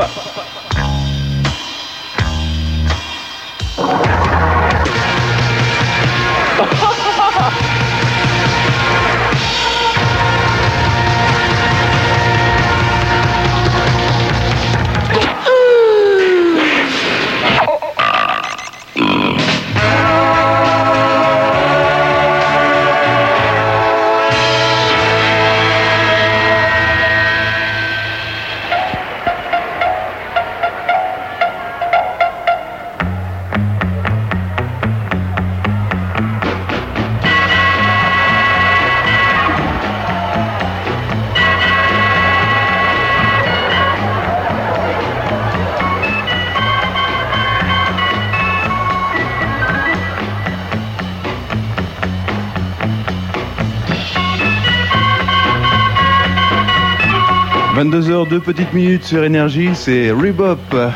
« 22h, 2 petites minutes sur Énergie, c'est Rebop.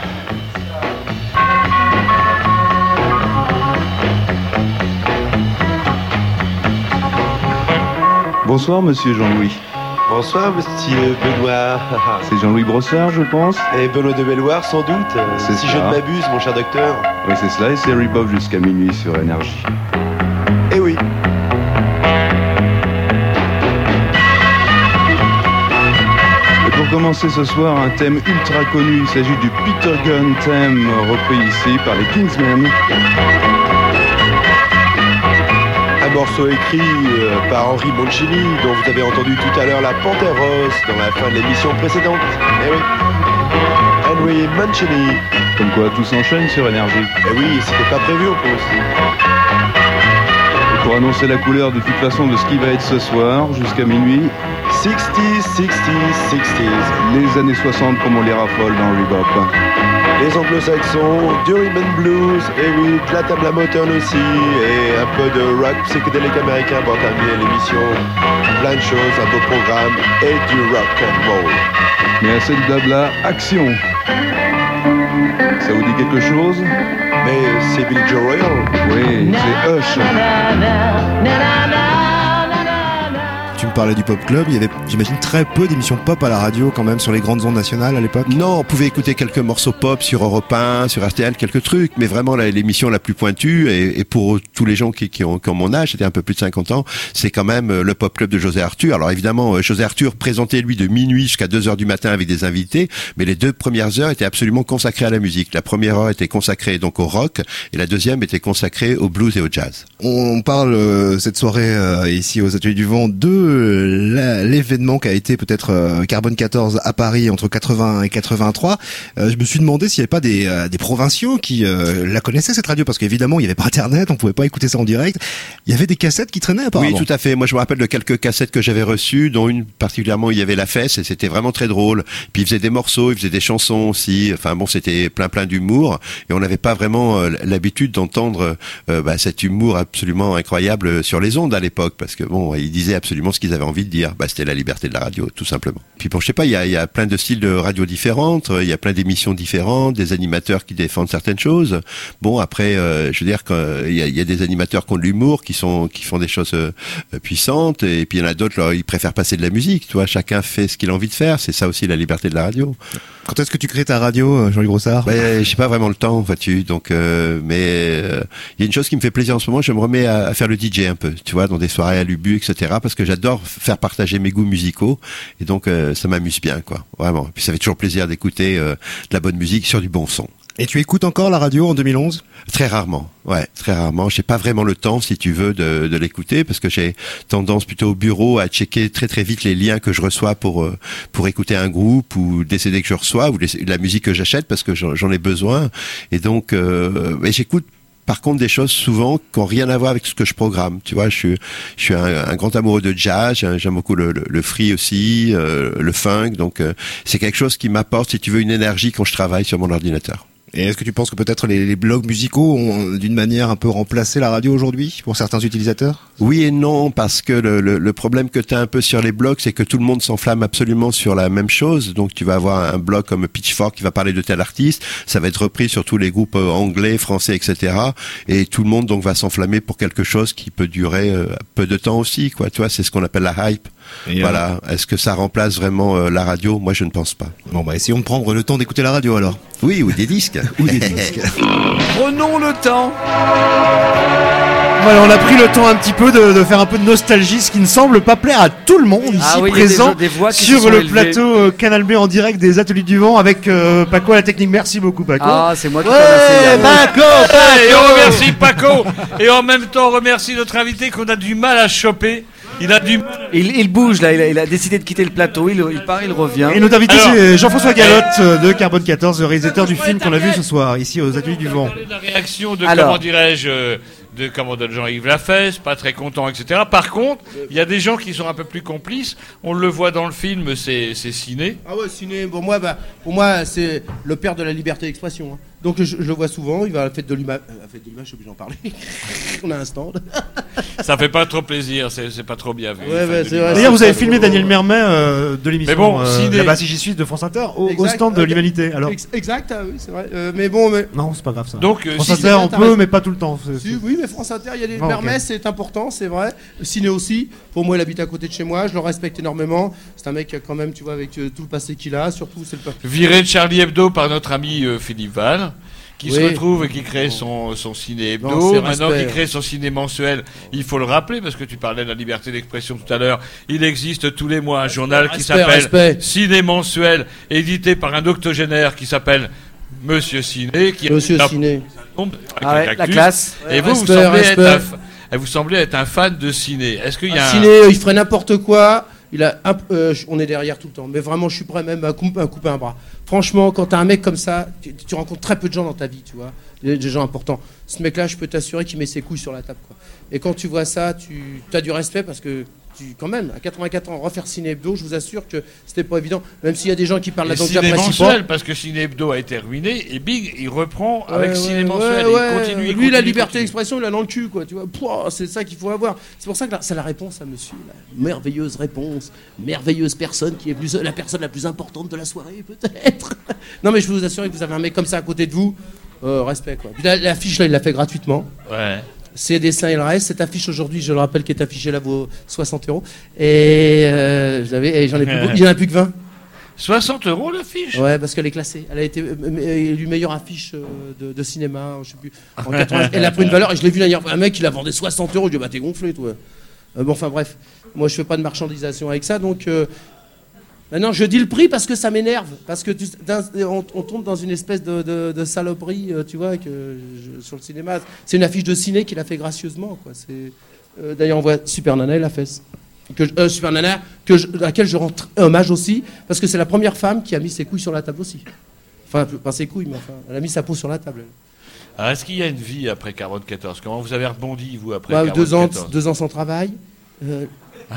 Bonsoir, monsieur Jean-Louis. Bonsoir, monsieur Benoît. C'est Jean-Louis Brossard, je pense. Et Benoît de Belloir, sans doute. C'est si ça. je ne m'abuse, mon cher docteur. Oui, c'est cela, et c'est Rebop jusqu'à minuit sur Énergie. Eh oui. Pour commencer ce soir, un thème ultra connu, il s'agit du Peter Gunn thème repris ici par les Kingsmen. Un morceau écrit par Henry Mancini, dont vous avez entendu tout à l'heure la Panthère Rose dans la fin de l'émission précédente. Eh oui. Henry Mancini. Comme quoi tout s'enchaîne sur Énergie. Eh oui, c'était pas prévu en plus. Et pour annoncer la couleur de toute façon de ce qui va être ce soir, jusqu'à minuit, 60s, 60s, 60s. Les années 60 comme on les raffole dans Rebop. Les anglo-saxons, du rhythm and blues, et oui, de la table à Motown aussi, et un peu de rock psychédélique américain pour terminer l'émission. Plein de choses, un beau programme, et du rock and roll. Mais à cette blabla, action. Ça vous dit quelque chose? Mais c'est Billy Joe Royal. Oui, c'est Hush. Tu me parlais du Pop Club, il y avait, j'imagine, très peu d'émissions pop à la radio quand même sur les grandes ondes nationales à l'époque. Non, on pouvait écouter quelques morceaux pop sur Europe 1, sur RTL, quelques trucs, mais vraiment l'émission la plus pointue, et pour tous les gens qui ont mon âge, c'était un peu plus de 50 ans, c'est quand même le Pop Club de José Arthur. Alors évidemment, José Arthur présentait lui de minuit jusqu'à 2h du matin avec des invités, mais les 2 premières heures étaient absolument consacrées à la musique. La première heure était consacrée donc au rock, et la deuxième était consacrée au blues et au jazz. On parle cette soirée ici aux Ateliers du Vent de l'événement qui a été peut-être Carbone 14 à Paris entre 80 et 83. Je me suis demandé s'il n'y avait pas des provinciaux qui la connaissaient cette radio, parce qu'évidemment il n'y avait pas internet, on pouvait pas écouter ça en direct. Il y avait des cassettes qui traînaient apparemment. Oui, tout à fait. Moi je me rappelle de quelques cassettes que j'avais reçues, dont une particulièrement où il y avait La Fesse, et c'était vraiment très drôle. Puis il faisait des morceaux, il faisait des chansons aussi. Enfin bon, c'était plein d'humour, et on n'avait pas vraiment l'habitude d'entendre cet humour absolument incroyable sur les ondes à l'époque, parce que bon, ils disaient absolument ce qu'ils avaient envie de dire. C'était la liberté de la radio, tout simplement. Puis bon, je sais pas, il y a plein de styles de radio différentes, il y a plein d'émissions différentes, des animateurs qui défendent certaines choses. Bon, après, je veux dire qu'il y a des animateurs qui ont de l'humour, qui font des choses puissantes, et puis il y en a d'autres, là, ils préfèrent passer de la musique. Tu vois, chacun fait ce qu'il a envie de faire. C'est ça aussi la liberté de la radio. Quand est-ce que tu crées ta radio, Jean-Louis Brossard? J'ai pas vraiment le temps, vois-tu. Donc, mais il y a une chose qui me fait plaisir en ce moment. Je me remets à faire le DJ un peu, tu vois, dans des soirées à l'Ubu, etc. Parce que j'adore faire partager mes goûts musicaux, et donc ça m'amuse bien, quoi. Vraiment. Et puis ça fait toujours plaisir d'écouter de la bonne musique sur du bon son. Et tu écoutes encore la radio en 2011? Très rarement, ouais, très rarement. J'ai pas vraiment le temps, si tu veux, de l'écouter, parce que j'ai tendance plutôt au bureau à checker très vite les liens que je reçois pour écouter un groupe, ou des CD que je reçois, ou la musique que j'achète, parce que j'en ai besoin. Et donc, mais j'écoute par contre des choses souvent qui n'ont rien à voir avec ce que je programme. Tu vois, je suis un grand amoureux de jazz, j'aime beaucoup le free aussi, le funk, donc c'est quelque chose qui m'apporte, si tu veux, une énergie quand je travaille sur mon ordinateur. Et est-ce que tu penses que peut-être les blogs musicaux ont d'une manière un peu remplacé la radio aujourd'hui pour certains utilisateurs? Oui et non, parce que le problème que tu as un peu sur les blogs, c'est que tout le monde s'enflamme absolument sur la même chose. Donc tu vas avoir un blog comme Pitchfork qui va parler de tel artiste, ça va être repris sur tous les groupes anglais, français, etc. Et tout le monde donc va s'enflammer pour quelque chose qui peut durer peu de temps aussi, quoi. Tu vois, c'est ce qu'on appelle la hype. Et voilà. Est-ce que ça remplace vraiment la radio? Moi, je ne pense pas. Bon, bah essayons de prendre le temps d'écouter la radio alors. Oui, ou des disques. Ou des disques. Prenons le temps. Voilà, on a pris le temps un petit peu de faire un peu de nostalgie, ce qui ne semble pas plaire à tout le monde ici présent des voix qui sur le élevées. plateau Canal B en direct des Ateliers du Vent avec Paco à la technique. Merci beaucoup, Paco. Ah, c'est moi qui t'en remercie. Paco. Et on remercie Paco. Et en même temps, on remercie notre invité qu'on a du mal à choper. Il bouge là, il a décidé de quitter le plateau, il part, il revient. Et notre invité c'est Jean-François Galotte de Carbone 14, le réalisateur du film qu'on a vu ce soir ici aux Ateliers du Vent. La réaction de comment dirais-je de Jean-Yves Lafesse, pas très content, etc. Par contre, il y a des gens qui sont un peu plus complices. On le voit dans le film, c'est Ciné. Ah ouais, Ciné. Pour moi, c'est le père de la liberté d'expression. Hein. Donc je le vois souvent. Il va à la fête de l'image. Je suis obligé d'en parler. On a un stand. Ça fait pas trop plaisir. C'est pas trop bien vu. Ouais, c'est vrai. D'ailleurs, vous avez filmé Daniel Mermet de l'émission. Mais bon, Ciné. Là-bas, si j'y suis de France Inter, au stand de l'Humanité. Alors. Exact. Oui, c'est vrai. Non, c'est pas grave ça. Donc France Inter, on peut, mais pas tout le temps. Oui, mais France Inter, il y a des Mermet, c'est important, c'est vrai. Ciné aussi. Pour moi, il habite à côté de chez moi. Je le respecte énormément. C'est un mec qui a quand même, tu vois, avec tout le passé qu'il a. Surtout, c'est le peuple. Viré de Charlie Hebdo par notre ami Philippe Val. Qui se retrouve et qui crée son ciné hebdo, maintenant qui crée son ciné mensuel. Il faut le rappeler, parce que tu parlais de la liberté d'expression tout à l'heure. Il existe tous les mois un journal qui s'appelle Ciné mensuel, édité par un octogénaire qui s'appelle Monsieur Ciné. Monsieur Ciné. La classe. Et vous semblez être un fan de ciné. Est-ce qu'il y a Ciné, il ferait n'importe quoi. On est derrière tout le temps, mais vraiment je suis prêt même à couper un bras. Franchement, quand t'as un mec comme ça, tu rencontres très peu de gens dans ta vie, tu vois, des gens importants. Ce mec-là, je peux t'assurer qu'il met ses couilles sur la table, quoi. Et quand tu vois ça, tu as du respect parce que quand même, à 84 ans, refaire Ciné Hebdo, je vous assure que c'était pas évident. Même s'il y a des gens qui parlent là-dedans, Ciné mensuel, parce que Ciné Hebdo a été ruiné, et Big, il reprend avec Ciné mensuel, il continue. Lui, la liberté d'expression, il a dans le cul, quoi. Tu vois, pouah, c'est ça qu'il faut avoir. C'est pour ça que c'est la réponse à monsieur. La merveilleuse réponse, merveilleuse personne qui est la personne la plus importante de la soirée, peut-être. Non, mais je peux vous assurer que vous avez un mec comme ça à côté de vous. Respect, quoi. Puis l'affiche, là, il l'a fait gratuitement. Ouais. Ses dessins et le reste. Cette affiche aujourd'hui, je le rappelle, qui est affichée là, vaut 60 €. Et j'en ai plus. Il n'y en a plus que 20. 60 € l'affiche? Ouais, parce qu'elle est classée. Elle a été élue meilleure affiche de cinéma, je sais plus. En 80, elle a pris une valeur, et je l'ai vu d'ailleurs. Un mec, il la vendait 60 €. Je lui ai dit, bah t'es gonflé, toi. Bon, enfin bref. Moi, je fais pas de marchandisation avec ça, donc. Maintenant, je dis le prix parce que ça m'énerve, parce que on tombe dans une espèce de saloperie, tu vois, sur le cinéma. C'est une affiche de ciné qu'il a fait gracieusement, quoi. D'ailleurs, on voit Super Nana et la fesse. Super Nana, à laquelle je rends hommage aussi, parce que c'est la première femme qui a mis ses couilles sur la table aussi. Enfin, pas ses couilles, mais enfin, elle a mis sa peau sur la table. Alors, est-ce qu'il y a une vie après Carbone 14? Comment vous avez rebondi, vous, après Carbone 14? 2 ans sans travail. Le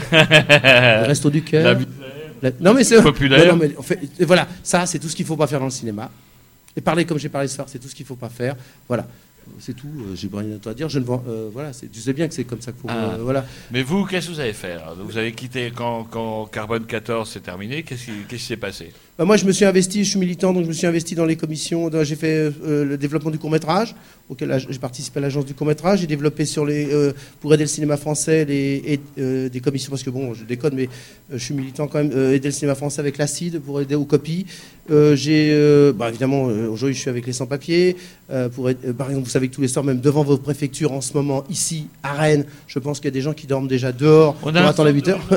resto du cœur. Non mais c'est populaire. Non, mais voilà, ça c'est tout ce qu'il faut pas faire dans le cinéma. Et parler comme j'ai parlé ce soir, c'est tout ce qu'il faut pas faire. Voilà, c'est tout. J'ai rien à dire. Je ne vends. Voilà, tu sais bien que c'est comme ça qu'il faut. Voilà. Mais vous, qu'est-ce que vous avez fait? Vous avez quitté quand Carbone 14 s'est terminé. Qu'est-ce qui s'est passé? Moi, je me suis investi. Je suis militant, donc je me suis investi dans les commissions. J'ai fait le développement du court métrage, auquel j'ai participé à l'agence du court métrage. J'ai développé pour aider le cinéma français des commissions, parce que bon, je déconne, mais je suis militant quand même. Aider le cinéma français avec l'ACID pour aider aux copies. Évidemment, aujourd'hui, je suis avec les sans-papiers. Par exemple, vous savez que tous les soirs, même devant vos préfectures, en ce moment, ici, à Rennes, je pense qu'il y a des gens qui dorment déjà dehors pour attendre à 8 heures.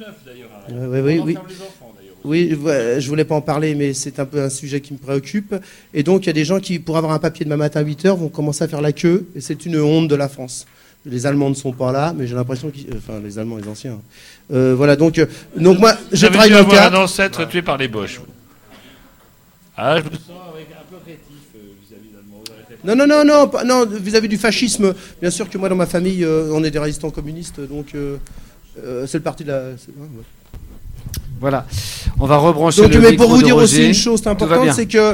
Oui. Oui, je voulais pas en parler, mais c'est un peu un sujet qui me préoccupe. Et donc, il y a des gens qui, pour avoir un papier demain matin à 8h, vont commencer à faire la queue. Et c'est une honte de la France. Les Allemands ne sont pas là, mais j'ai l'impression qu'ils... Enfin, les Allemands, les anciens. Voilà, donc moi, je travaille dans le cadre... un ancêtre tué par les Boches. Ah, je me sens avec un peu rétif vis-à-vis d'Allemands. Non, vis-à-vis du fascisme. Bien sûr que moi, dans ma famille, on est des résistants communistes, donc c'est le parti de la... Voilà, on va rebrancher donc, le mais micro pour vous de dire Roger. aussi une chose importante, c'est que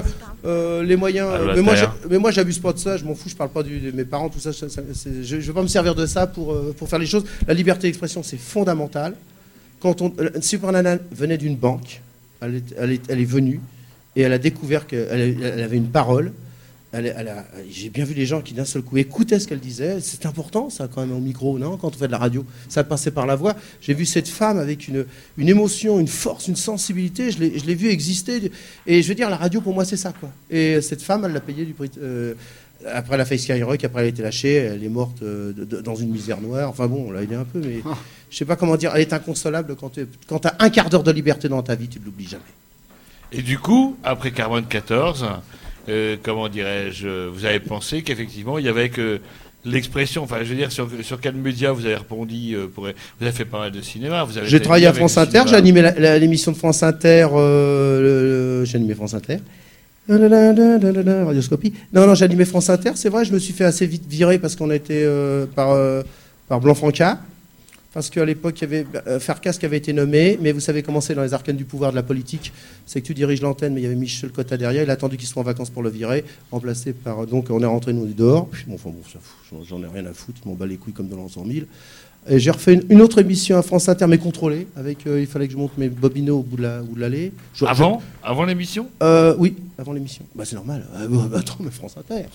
Les moyens. Mais moi, j'abuse pas de ça. Je m'en fous. Je parle pas de mes parents, tout ça. Je vais pas me servir de ça pour faire les choses. La liberté d'expression, c'est fondamental. Super Nana venait d'une banque. Elle est venue et elle a découvert qu'elle avait une parole. J'ai bien vu les gens qui d'un seul coup écoutaient ce qu'elle disait. C'est important, ça, quand même, au micro, non ? Quand on fait de la radio, ça passait par la voix. J'ai vu cette femme avec une émotion, une force, une sensibilité. Je l'ai vue exister. Et je veux dire, la radio, pour moi, c'est ça, quoi. Et cette femme, elle l'a payé du prix. Après, elle a fait Skyrock, après, elle a été lâchée. Elle est morte dans une misère noire. Enfin bon, on l'a aidé un peu, mais je sais pas comment dire. Elle est inconsolable quand tu as un quart d'heure de liberté dans ta vie, tu ne l'oublies jamais. Et du coup, après Carbone 14... comment dirais-je, vous avez pensé qu'effectivement il y avait que l'expression, enfin je veux dire sur quel média vous avez répondu vous avez fait pas mal de cinéma, j'ai travaillé à France Inter, j'ai animé l'émission de France Inter, j'ai animé France Inter, Radioscopie. Non, j'ai animé France Inter, c'est vrai, je me suis fait assez vite virer parce qu'on a été par Blanc-Franca. Parce qu'à l'époque, il y avait Farkas qui avait été nommé, mais vous savez comment c'est dans les arcanes du pouvoir de la politique, c'est que tu diriges l'antenne, mais il y avait Michel Cotta derrière, il a attendu qu'il soit en vacances pour le virer, remplacé par... Donc on est rentré nous dehors, j'en ai rien à foutre, je m'en bats les couilles comme dans l'an 100 000. Et j'ai refait une autre émission à France Inter, mais contrôlée, avec il fallait que je monte mes bobinaux au bout de l'allée. Avant l'émission ? Oui, avant l'émission. Bah c'est normal. Attends, mais France Inter.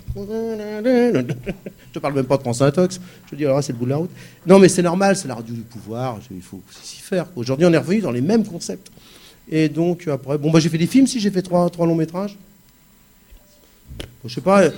Je te parle même pas de France Intox. Je te dis, alors c'est le bout de la route. Non, mais c'est normal, c'est la radio du pouvoir. Il faut s'y faire. Aujourd'hui, on est revenu dans les mêmes concepts. Et donc, après, j'ai fait des films, j'ai fait trois longs métrages. Je sais pas...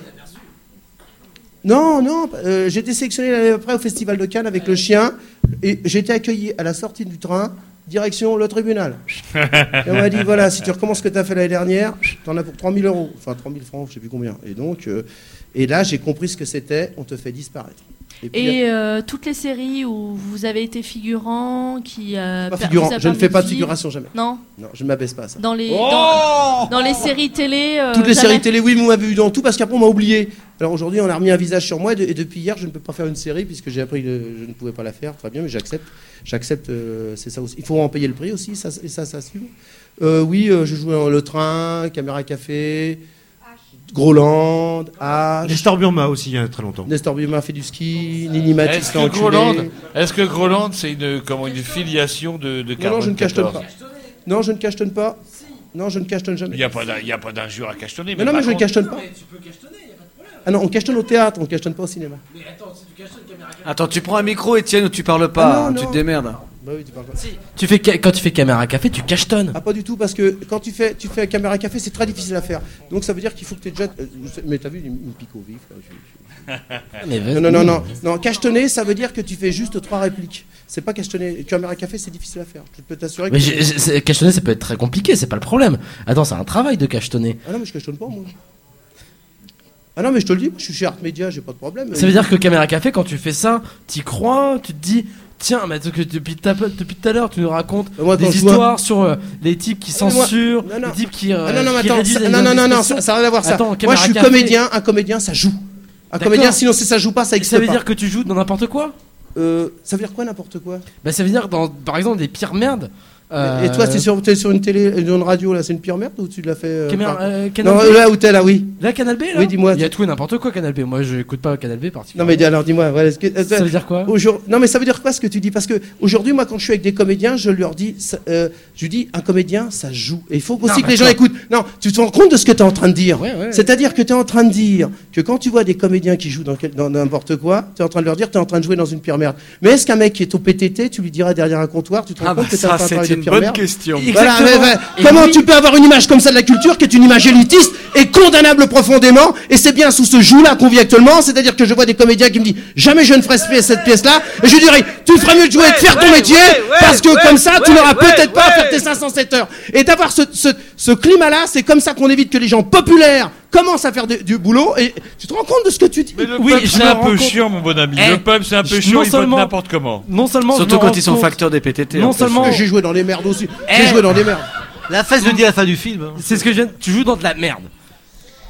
Non, j'ai été sélectionné l'année après au Festival de Cannes avec le chien et j'ai été accueilli à la sortie du train, direction le tribunal. Et on m'a dit, voilà, si tu recommences ce que tu as fait l'année dernière, tu en as pour 3 000 €, enfin 3 000 francs, je sais plus combien. Et donc, et là, j'ai compris ce que c'était, on te fait disparaître. Et toutes les séries où vous avez été figurant, pas figurant, je ne fais pas de figuration jamais. Non, je ne m'abaisse pas à ça. Dans les séries télé. Toutes les séries télé, oui, vous m'avez vu dans tout parce qu'après on m'a oublié. Alors aujourd'hui, on a remis un visage sur moi et depuis hier, je ne peux pas faire une série puisque j'ai appris que je ne pouvais pas la faire. Très bien, mais j'accepte. C'est ça aussi. Il faut en payer le prix aussi, ça s'assume. Oui, je joue dans Le Train, Caméra Café. Groland, H. Nestor Burma aussi, il y a très longtemps. Nestor Burma fait du ski, Nini Matisse Est-ce que Groland, c'est une filiation de Carbone 14 ? Non, je ne cachetonne pas. Non, je ne cachetonne pas. Non, je ne cachetonne jamais. Il n'y a pas d'injure à cachetonner. Mais non, mais je ne cachetonne pas. Tu peux cachetonner, il n'y a pas de problème. Ah non, on cachetonne au théâtre, on ne cachetonne pas au cinéma. Mais attends, si tu cachetonnes caméra café... Attends, tu prends un micro, Étienne, ou tu parles pas, tu te démerdes. Bah oui, tu parles pas. Si. Quand tu fais caméra café, tu cachetonnes. Ah, pas du tout, parce que quand tu fais caméra café, c'est très difficile à faire. Donc ça veut dire qu'il faut que tu aies déjà. Mais t'as vu, une pique au vif. Là, non, cachetonner, ça veut dire que tu fais juste 3 répliques. C'est pas cachetonner. Caméra café, c'est difficile à faire. Je peux t'assurer que. Mais cachetonner, ça peut être très compliqué, c'est pas le problème. Attends, c'est un travail de cachetonner. Ah non, mais je cachetonne pas, moi. Ah non, mais je te le dis, je suis chez Art Media, j'ai pas de problème. Ça veut dire que caméra café, quand tu fais ça, t'y crois, tu te dis. Tiens, mais depuis tout à l'heure, tu nous racontes des histoires sur les types qui censurent, les types qui. Non, ça n'a rien à voir ça. Moi, je suis comédien, un comédien, ça joue. Un comédien, sinon ça joue pas, ça existe pas. Ça veut dire que tu joues dans n'importe quoi ? Ça veut dire quoi, n'importe quoi ? Bah, ça veut dire, par exemple, des pires merdes. Et toi, t'es sur une télé, une radio, là, c'est une pire merde ou tu l'as fait Canal non, B là où t'es, là, oui. Là, Canal B, là ? Oui, dis-moi. Il y a tout et n'importe quoi, Canal B. Moi, je n'écoute pas Canal B particulièrement. Non, mais alors, dis-moi. Voilà, ça veut dire quoi ? Non, mais ça veut dire quoi ce que tu dis ? Parce que aujourd'hui, moi, quand je suis avec des comédiens, je leur dis, un comédien, ça joue. Et il faut aussi que les gens écoutent. Non, tu te rends compte de ce que tu es en train de dire. Ouais. C'est-à-dire que tu es en train de dire que quand tu vois des comédiens qui jouent dans n'importe quoi, tu es en train de leur dire que tu es en train de jouer dans une pire merde. Mais est-ce qu'un mec qui est au PTT, tu lui diras derrière un comptoir, tu te rends compte que tu es en train de parler de pire merde ? C'est une bonne question. Voilà, comment tu peux avoir une image comme ça de la culture qui est une image élitiste et condamnable profondément, et c'est bien sous ce joug-là qu'on vit actuellement, c'est-à-dire que je vois des comédiens qui me disent jamais je ne ferai cette pièce-là, et je dirais tu ferais mieux de jouer et de faire ton métier, parce que comme ça tu n'auras peut-être pas à faire tes 507 heures. Et d'avoir ce climat-là, c'est comme ça qu'on évite que les gens populaires commencent à faire du boulot, et tu te rends compte de ce que tu dis. Mais le peuple, c'est un peu chiant, mon bon ami. Le peuple, c'est un peu chiant, il vote n'importe comment. Non seulement surtout quand ils sont facteurs des PTT. Non seulement j'ai joué dans les merdes aussi. J'ai joué dans des merdes. La fesse de dire la fin du film. C'est ce que je viens. Tu joues dans de la merde.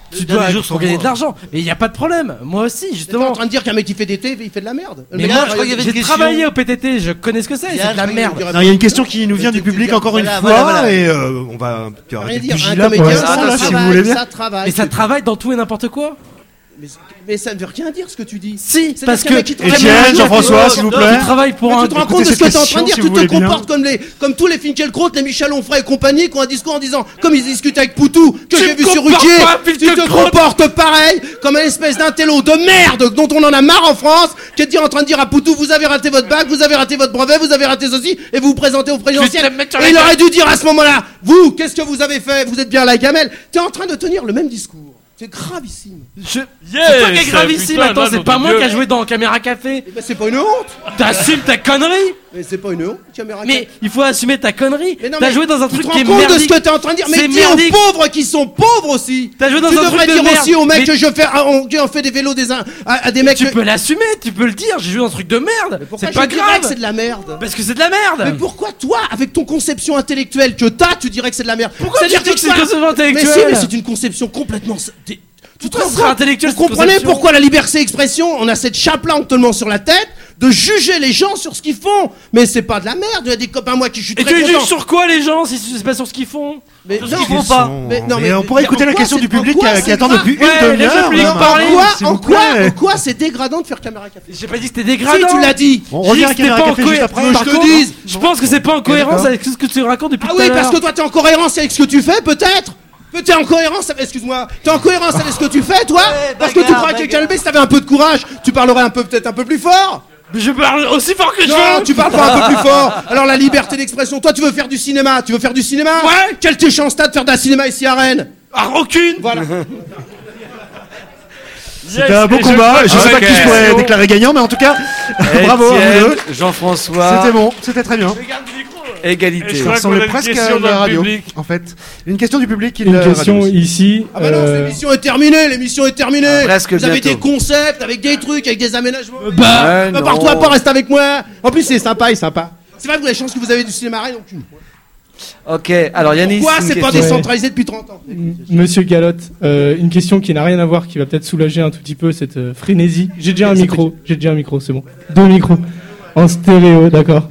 Tu dois pour gagner de l'argent. Mais il n'y a pas de problème. Moi aussi, justement. T'es en train de dire qu'un mec qui fait des thé, il fait de la merde. Mais moi, je crois qu'il y avait j'ai travaillé au PTT, je connais ce que c'est de la merde. Il y a une question qui nous vient du public encore une fois, et on va arrêter de piger là pour l'instant, là, si vous voulez bien. Mais ça travaille dans tout et n'importe quoi. Mais ça ne veut rien dire ce que tu dis. Si, parce que Étienne, Jean-François, s'il vous plaît. Tu travailles pour un. Tu te rends compte de ce que tu es en train de dire. Tu te comportes comme tous les Finkielkraut, les Michel Onfray et compagnie qui ont un discours en disant, comme ils discutent avec Poutou, que j'ai vu sur Ruquier, tu te comportes pareil, comme un espèce d'intello de merde dont on en a marre en France, qui est en train de dire à Poutou, vous avez raté votre bac, vous avez raté votre brevet, vous avez raté ceci, et vous vous présentez au présidentiel. Et il aurait dû dire à ce moment-là, vous, qu'est-ce que vous avez fait? Vous êtes bien à la gamelle. Tu es en train de tenir le même discours. C'est gravissime. C'est toi qui es gravissime, attends, c'est pas moi qui a joué dans Caméra Café. Mais c'est pas une honte. T'assumes ta connerie. Mais c'est pas une honte, Caméra Café. Mais il faut assumer ta connerie. T'as joué dans un truc qui est merdique. Tu te rends compte de ce que t'es en train de dire. Mais dis aux pauvres qui sont pauvres aussi. T'as joué dans un truc de merde. Tu devrais dire aussi aux mecs que on fait des vélos à des mecs. Tu peux l'assumer, tu peux le dire. J'ai joué dans un truc de merde. C'est pas grave. C'est de la merde. Parce que c'est de la merde. Mais pourquoi toi, avec ton conception intellectuelle que t'as, tu dirais que c'est de la merde? Pourquoi tu dis que c'est une conception intellectuelle? Mais si, mais c'est une conception complètement. Intellectuel, vous comprenez pourquoi la liberté d'expression, on a cette chape-là actuellement sur la tête, de juger les gens sur ce qu'ils font. Mais c'est pas de la merde, il y a des copains moi qui je suis très content. Et tu juges sur quoi les gens si c'est pas sur ce qu'ils font? Mais sur ce qu'ils font pas. Mais on pourrait écouter la question du public qui attend depuis une demi-heure. En quoi c'est dégradant de faire Caméra Café? J'ai pas dit que c'était dégradant. Si tu l'as dit. On revient à Caméra Café juste après. Je pense que c'est pas en cohérence avec ce que tu racontes depuis tout à l'heure. Ah oui, parce que toi t'es en cohérence avec ce que tu fais peut-être. T'es en cohérence, excuse-moi, t'es en cohérence avec ce que tu fais, toi? Parce que tu crois que Calvé, si t'avais un peu de courage, tu parlerais peut-être un peu plus fort. Mais je parle aussi fort que je veux. Non, tu parles pas un peu plus fort. Alors la liberté d'expression, toi tu veux faire du cinéma, Ouais. Quelle tes chances t'as de faire de la cinéma ici à Rennes? Ah, aucune. Voilà. C'était un beau combat, je sais pas qui je pourrais déclarer gagnant, mais en tout cas, bravo à vous deux. Jean-François. C'était bon, c'était très bien. Égalité. Ça ressemblait presque à la radio, en fait. Une question du public. Une question ici. Ah bah non, l'émission est terminée, Presque vous avez bientôt. des concepts, avec des trucs, avec des aménagements. Pars-toi pas, reste avec moi. En plus, c'est sympa. C'est vrai que vous avez la chance que vous avez du cinéma à Rennes, donc Ok, alors Yannis. Pourquoi c'est pas décentralisé depuis 30 ans? Monsieur Galotte, une question qui n'a rien à voir, qui va peut-être soulager un tout petit peu cette frénésie. J'ai déjà un micro, c'est bon. 2 micros. En stéréo, d'accord.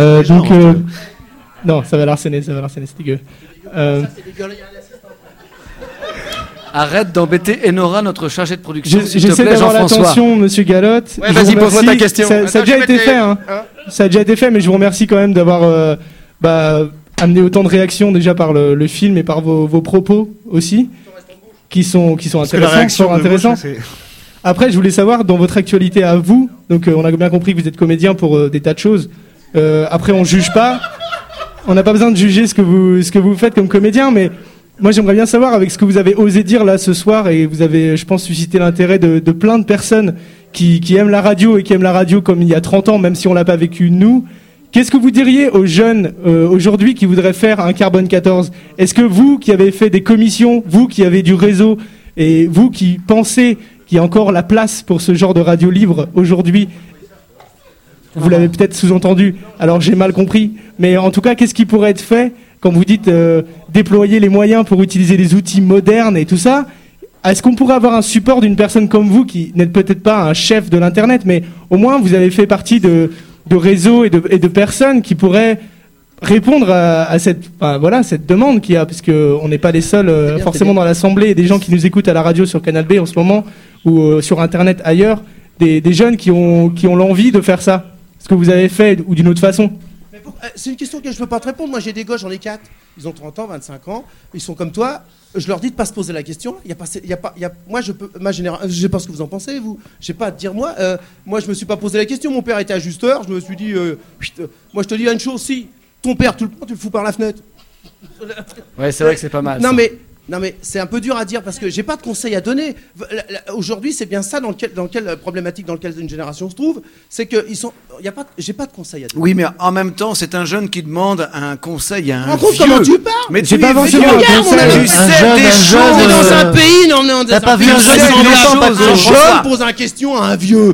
Non, ça va l'arsener, c'est dégueu. Arrête d'embêter Enora, notre chargé de production, s'il te J'essaie plaît, d'avoir Jean-François. l'attention, monsieur Galotte. Ouais, vas-y, pose-moi ta question. Ça a déjà été fait, hein. Ça a déjà été fait, mais je vous remercie quand même d'avoir amené autant de réactions déjà par le film et par vos propos aussi, qui sont intéressants. Après, je voulais savoir, dans votre actualité à vous, donc on a bien compris que vous êtes comédien pour des tas de choses. Après, on juge pas. On n'a pas besoin de juger ce que vous faites comme comédien, mais moi j'aimerais bien savoir, avec ce que vous avez osé dire là ce soir, et vous avez, je pense, suscité l'intérêt de plein de personnes qui aiment la radio et qui aiment la radio comme il y a 30 ans, même si on l'a pas vécu nous. Qu'est-ce que vous diriez aux jeunes aujourd'hui qui voudraient faire un Carbone 14? Est-ce que vous qui avez fait des commissions, vous qui avez du réseau, et vous qui pensez qu'il y a encore la place pour ce genre de radio libre aujourd'hui, vous l'avez peut-être sous-entendu, alors j'ai mal compris, mais en tout cas, qu'est-ce qui pourrait être fait quand vous dites déployer les moyens pour utiliser les outils modernes et tout ça? Est-ce qu'on pourrait avoir un support d'une personne comme vous, qui n'êtes peut-être pas un chef de l'Internet, mais au moins vous avez fait partie de réseaux et de personnes qui pourraient répondre à cette demande qu'il y a, parce qu'on n'est pas les seuls forcément dans l'Assemblée, et des gens qui nous écoutent à la radio sur Canal B en ce moment, ou sur Internet ailleurs, des jeunes qui ont l'envie de faire ça. Ce que vous avez fait, ou d'une autre façon. C'est une question que je peux pas te répondre. Moi, j'ai des gosses, j'en ai 4. Ils ont 30 ans, 25 ans. Ils sont comme toi. Je leur dis de pas se poser la question. Moi, je sais pas ce que vous en pensez, vous. Je sais pas à te dire, moi. Moi, je me suis pas posé la question. Mon père était ajusteur. Je me suis dit, moi, je te dis une chose, si ton père, tu le fous par la fenêtre. Ouais, c'est vrai que c'est pas mal. Non mais c'est un peu dur à dire parce que j'ai pas de conseils à donner. Aujourd'hui, c'est bien ça dans quelle problématique dans laquelle une génération se trouve, c'est que j'ai pas de conseils à donner. Oui, mais en même temps, c'est un jeune qui demande un conseil à un vieux. Comment tu parles? Mais j'ai pas vendu tu sais des choses dans un pays, t'as pas vu un jeune un jeune pose une question à un vieux.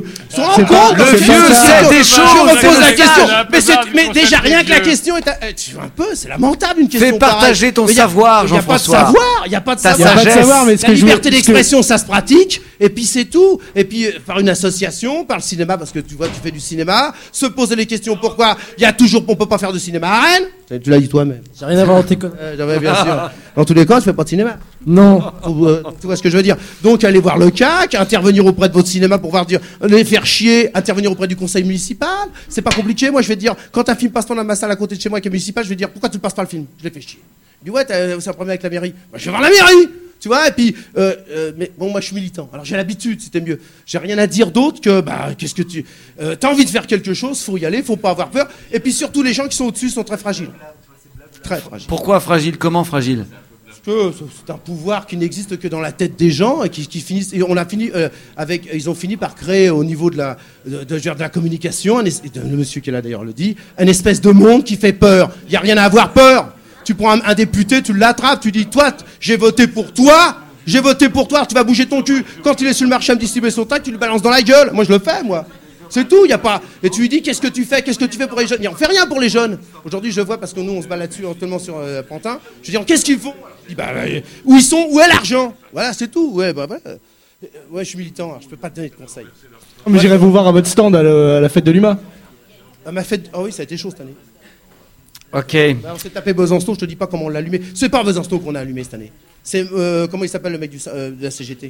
Le vieux sait des choses. Je repose la question. Mais déjà rien que la question est tu vois un peu, c'est lamentable une question. Fais partager ton savoir, Jean-François. il n'y a pas de Ta savoir. sagesse. Mais ce La que je veux- liberté ce que- d'expression, ça se pratique, et puis c'est tout. Et puis par une association, par le cinéma, parce que tu vois, tu fais du cinéma, se poser les questions pourquoi il y a toujours, on peut pas faire de cinéma à Rennes. Tu l'as dit toi-même. J'ai rien inventé. Bien sûr. Dans tous les cas, tu fais pas de cinéma. Non. Tu vois ce que je veux dire. Donc allez voir le CAC, intervenir auprès de votre cinéma pour voir dire, les faire chier, intervenir auprès du conseil municipal. C'est pas compliqué. Moi, je vais te dire, quand un film passe dans ma salle à côté de chez moi qui est municipal, je vais dire, pourquoi tu ne passes pas le film? Je l'ai fait chier. Il dit, ouais, c'est un problème avec la mairie. Bah, je vais voir la mairie. Tu vois, et puis, mais bon, moi je suis militant. Alors j'ai l'habitude, c'était mieux. J'ai rien à dire d'autre que, bah, qu'est-ce que tu. T'as envie de faire quelque chose, faut y aller, faut pas avoir peur. Et puis surtout, les gens qui sont au-dessus sont très fragiles. Très fragiles. Pourquoi fragile? Comment fragile? Parce que c'est un pouvoir qui n'existe que dans la tête des gens et qui finissent. Et on a fini avec. Ils ont fini par créer au niveau de la communication, le monsieur qui est là d'ailleurs le dit, une espèce de monde qui fait peur. Il y a rien à avoir peur. Tu prends un député, tu l'attrapes, tu dis, toi, j'ai voté pour toi, tu vas bouger ton cul. Quand il est sur le marché à me distribuer son tac, tu lui balances dans la gueule. Moi, je le fais, moi. C'est tout, il y a pas. Et tu lui dis, qu'est-ce que tu fais pour les jeunes? On fait rien pour les jeunes. Aujourd'hui, je vois, parce que nous, on se bat là-dessus, tellement sur Pantin. Je dis, qu'est-ce qu'ils font? Je dis, où ils sont, où est l'argent? Voilà, c'est tout. Ouais, je suis militant, alors je peux pas te donner de conseils. Mais j'irai vous voir à votre stand à la fête de l'UMA. À ma fête. Ah oui, ça a été chaud cette année. Ok. On s'est tapé Besançon, je te dis pas comment on l'a allumé. C'est pas Besançon qu'on a allumé cette année. C'est comment il s'appelle le mec de la CGT?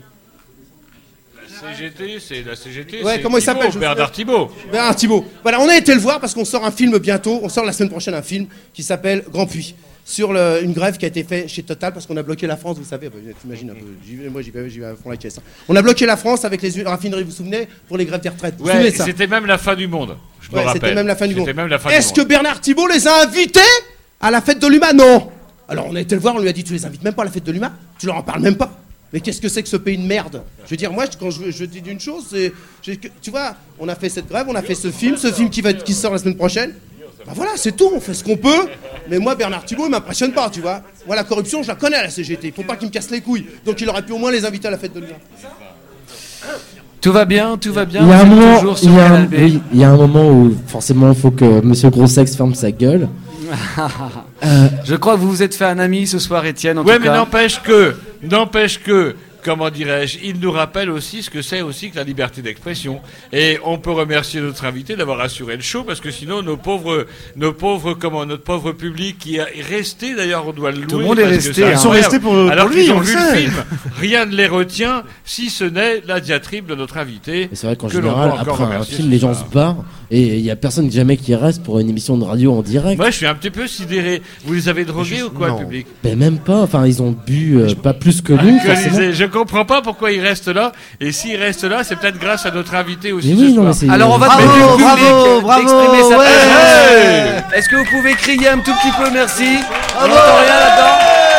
La CGT, ouais, c'est comment il s'appelle? Bernard Thibault. Bernard Thibault. Voilà, on a été le voir parce qu'on sort un film bientôt. On sort la semaine prochaine un film qui s'appelle Grand Puits. Sur une grève qui a été faite chez Total parce qu'on a bloqué la France, vous savez, t'imagines un peu, moi j'y vais à fond la caisse. On a bloqué la France avec les raffineries, vous vous souvenez, pour les grèves des retraites. Vous Ouais, ça c'était même la fin du monde, je me rappelle. C'était même la fin du monde. Même la fin Est-ce du que Bernard Thibault les a invités à la fête de l'UMA? Non. Alors on a été le voir, on lui a dit, tu les invites même pas à la fête de l'UMA? Tu leur en parles même pas? Mais qu'est-ce que c'est que ce pays de merde? Je veux dire, moi, quand je dis d'une chose, c'est... Tu vois, on a fait cette grève, on a fait ce film qui sort la semaine prochaine. Bah voilà, c'est tout, on fait ce qu'on peut. Mais moi, Bernard Thibault, il m'impressionne pas, tu vois. Moi, la corruption, je la connais à la CGT. Il faut pas qu'il me casse les couilles. Donc il aurait pu au moins les inviter à la fête de l'UMA. Tout va bien, tout va bien. Il y a un moment, toujours sur Canal B. il y a un moment où forcément il faut que Monsieur Grossex ferme sa gueule. Je crois que vous vous êtes fait un ami ce soir, Étienne. Ouais, mais n'empêche que, comment dirais-je, il nous rappelle aussi ce que c'est aussi que la liberté d'expression. Et on peut remercier notre invité d'avoir assuré le show, parce que sinon notre pauvre public qui est resté, d'ailleurs on doit le louer. Tout le monde est resté. Ils sont restés pour alors lui, qu'ils ont on vu le le sait. film. Rien ne les retient, si ce n'est la diatribe de notre invité. Et c'est vrai qu'en que l'on général, peut encore après un remercier film, ce les gens se soir. barrent et il y a personne jamais qui reste pour une émission de radio en direct. Moi, je suis un petit peu sidéré. Vous les avez drogués ou quoi, non. le public? Ben même pas. Enfin, ils ont bu pas plus que nous. forcément. Je comprends pas pourquoi il reste là. Et s'il reste là, c'est peut-être grâce à notre invité aussi. Mais oui, ce non, soir. mais c'est- Alors on va Bravo, demander au public bravo, d'exprimer sa ouais. présence. Est-ce que vous pouvez crier un tout petit peu merci? On n'entend rien là-dedans.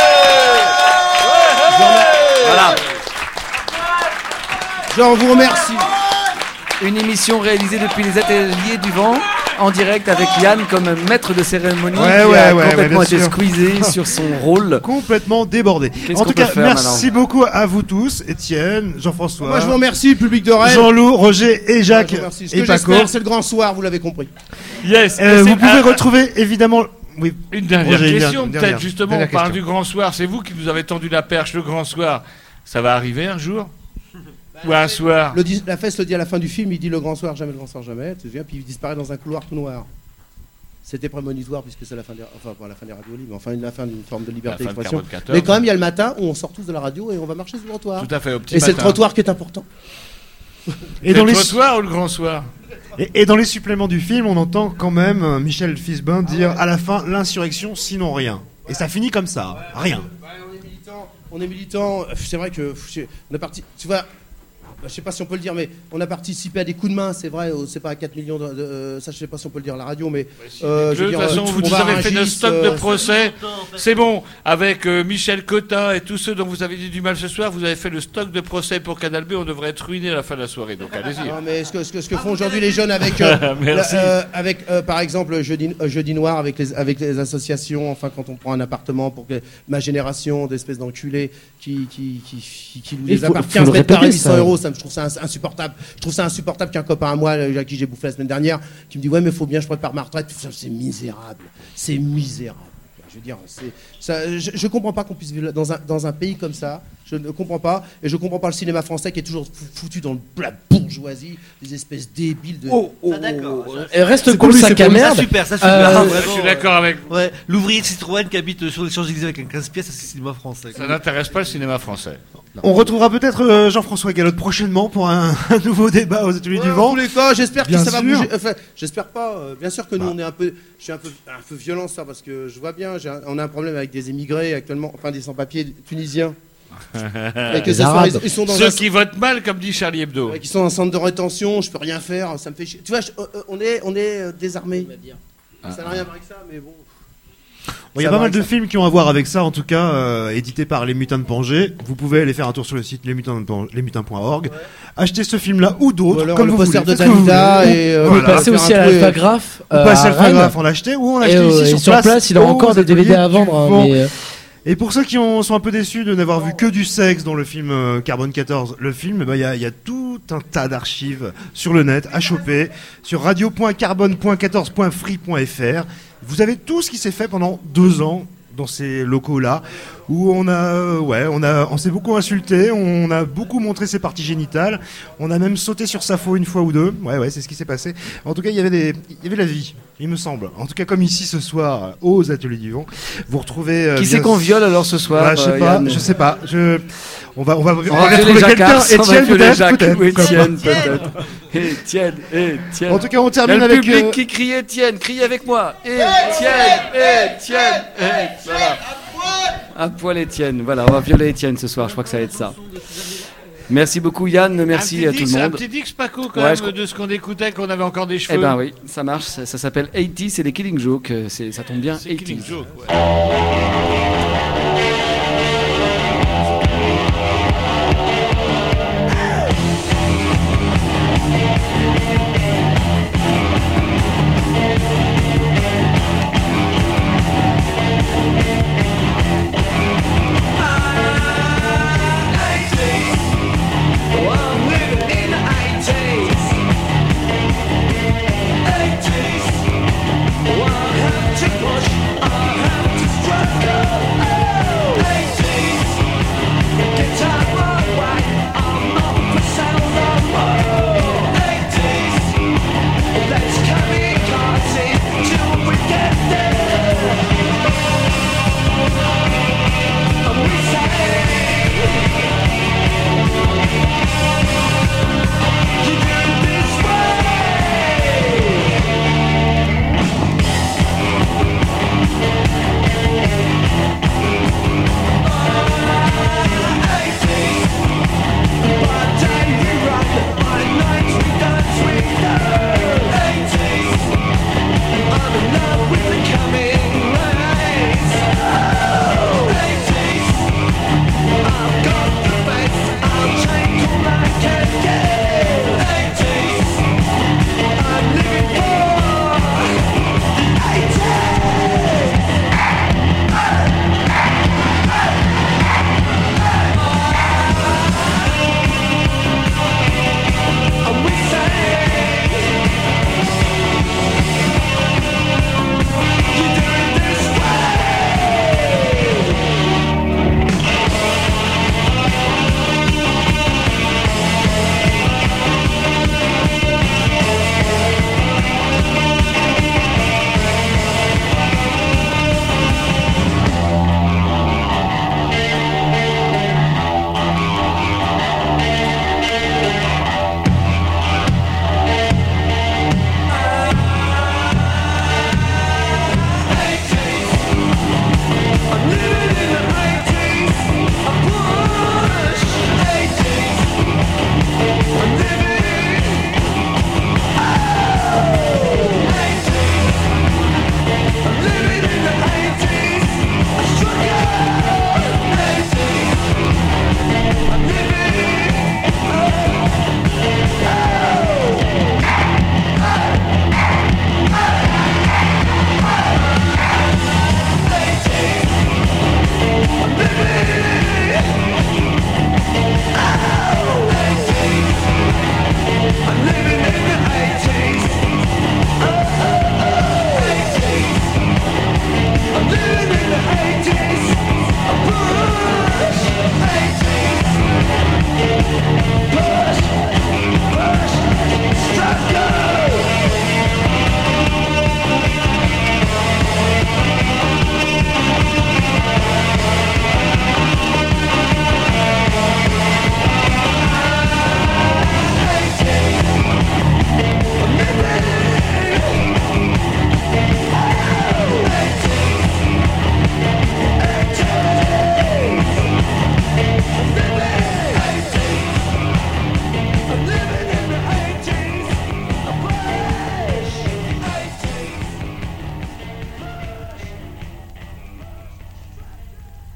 Voilà. Je vous remercie. Une émission réalisée depuis les ateliers du vent, en direct avec Yann comme maître de cérémonie, Ouais, qui ouais, a ouais, complètement bien été sûr. squeezé sur son rôle. Complètement débordé. Qu'est-ce En qu'on tout cas, peut faire merci beaucoup à vous tous, Étienne, Jean-François, Moi, je vous remercie, public de Rennes. Jean-Loup, Roger et Jacques Je vous remercie. Ce et que Paco. j'espère, c'est le grand soir, vous l'avez compris. Yes. Vous pouvez retrouver évidemment. Oui. Une dernière Roger, question, une peut-être dernière- justement, dernière on parle question. du grand soir. C'est vous qui nous avez tendu la perche, le grand soir. Ça va arriver un jour? Ou un soir? La fesse le dit à la fin du film, il dit le grand soir, jamais, tu te souviens, puis il disparaît dans un couloir tout noir. C'était prémonitoire puisque c'est la fin des, enfin pas la fin des radios libres, mais enfin la fin d'une forme de liberté La fin de d'expression. 44 heures. Mais quand même, il y a le matin où on sort tous de la radio et on va marcher sur le trottoir. Tout à fait, au petit Et c'est le matin. trottoir qui est important. Et dans le les trottoir ou le grand soir? Et dans les suppléments du film, on entend quand même Michel Fisbin dire à la fin l'insurrection, sinon rien. Et ça finit comme ça, rien. On est militant, c'est vrai que on est parti, tu vois, je sais pas si on peut le dire, mais on a participé à des coups de main, c'est vrai, c'est pas à 4 millions ça je sais pas si on peut le dire à la radio, mais De toute façon, vous avez fait le stock de procès. C'est bon, avec Michel Cotta et tous ceux dont vous avez dit du mal ce soir, vous avez fait le stock de procès pour Canal B, on devrait être ruiné à la fin de la soirée, donc allez-y. Non, mais ce que font aujourd'hui les jeunes avec, Merci. par exemple, Jeudi Noir, avec les associations, enfin, quand on prend un appartement pour que ma génération d'espèces d'enculés qui les appartient, se mettre par 800 euros, je trouve ça insupportable. Je trouve ça insupportable qu'un copain à moi, à qui j'ai bouffé la semaine dernière, qui me dit ouais, mais faut bien, je prépare ma retraite. C'est misérable. C'est misérable. veux dire, je comprends pas qu'on puisse vivre dans un pays comme ça. Je ne comprends pas. Et je comprends pas le cinéma français qui est toujours foutu dans la bourgeoisie, des espèces débiles de. D'accord. Reste cool, sac à merde. Ça super. Je suis d'accord avec. Ouais, l'ouvrier de Citroën qui habite sur les Champs-Élysées avec un 15 pièces, c'est le cinéma français. Ça n'intéresse pas le cinéma français. On retrouvera peut-être Jean-François Galotte prochainement pour un nouveau débat aux Ateliers du Vent. En tous les cas, j'espère que Bien ça va sûr. bouger. Enfin, j'espère pas. Bien sûr que nous, on est je suis un peu violent ça parce que je vois bien. On a un problème avec des émigrés actuellement, enfin des sans-papiers tunisiens. Et que ils sont dans ceux qui votent mal, comme dit Charlie Hebdo. Qui sont en centre de rétention, je peux rien faire, ça me fait chier. Tu vois, on est désarmés. Ça n'a rien à voir avec ça, mais bon. Il y a pas mal de films qui ont à voir avec ça, en tout cas, édités par Les Mutins de Pangée. Vous pouvez aller faire un tour sur le site lesmutins.org, acheter ce film-là ou d'autres, comme vous voulez. De Danida et vous passez aussi à l'Alphagraphe. Vous passez à l'Alphagraphe, on l'a acheté, ou on l'a acheté ici sur place. Il a encore des DVD à vendre. Et pour ceux qui sont un peu déçus de n'avoir vu que du sexe dans le film Carbone 14, le film, il y a tout un tas d'archives sur le net à choper sur radio.carbone.14.free.fr. Vous avez tout ce qui s'est fait pendant 2 ans dans ces locaux-là, où on s'est beaucoup insulté, on a beaucoup montré ses parties génitales, on a même sauté sur Sappho une fois ou deux. Ouais, c'est ce qui s'est passé. En tout cas, il y avait la vie, il me semble. En tout cas, comme ici ce soir aux Ateliers du Vent, vous retrouvez. Qui c'est qu'on viole alors ce soir? Je sais pas. On va retrouver quelqu'un. Étienne peut-être. Oui, Étienne peut-être. Étienne. En tout cas, on termine avec. Le public qui crie Étienne, criez avec moi. Étienne. Voilà. À poil Étienne. Voilà, on va violer Étienne ce soir. Je crois que ça va être ça. Merci beaucoup Yann, merci à tout le monde. Un petit Dix Paco quand même de ce qu'on écoutait, qu'on avait encore des cheveux. Eh ben oui, ça marche. Ça s'appelle 80, c'est les Killing Joke. Ça tombe bien. 80. Killing Joke, ouais.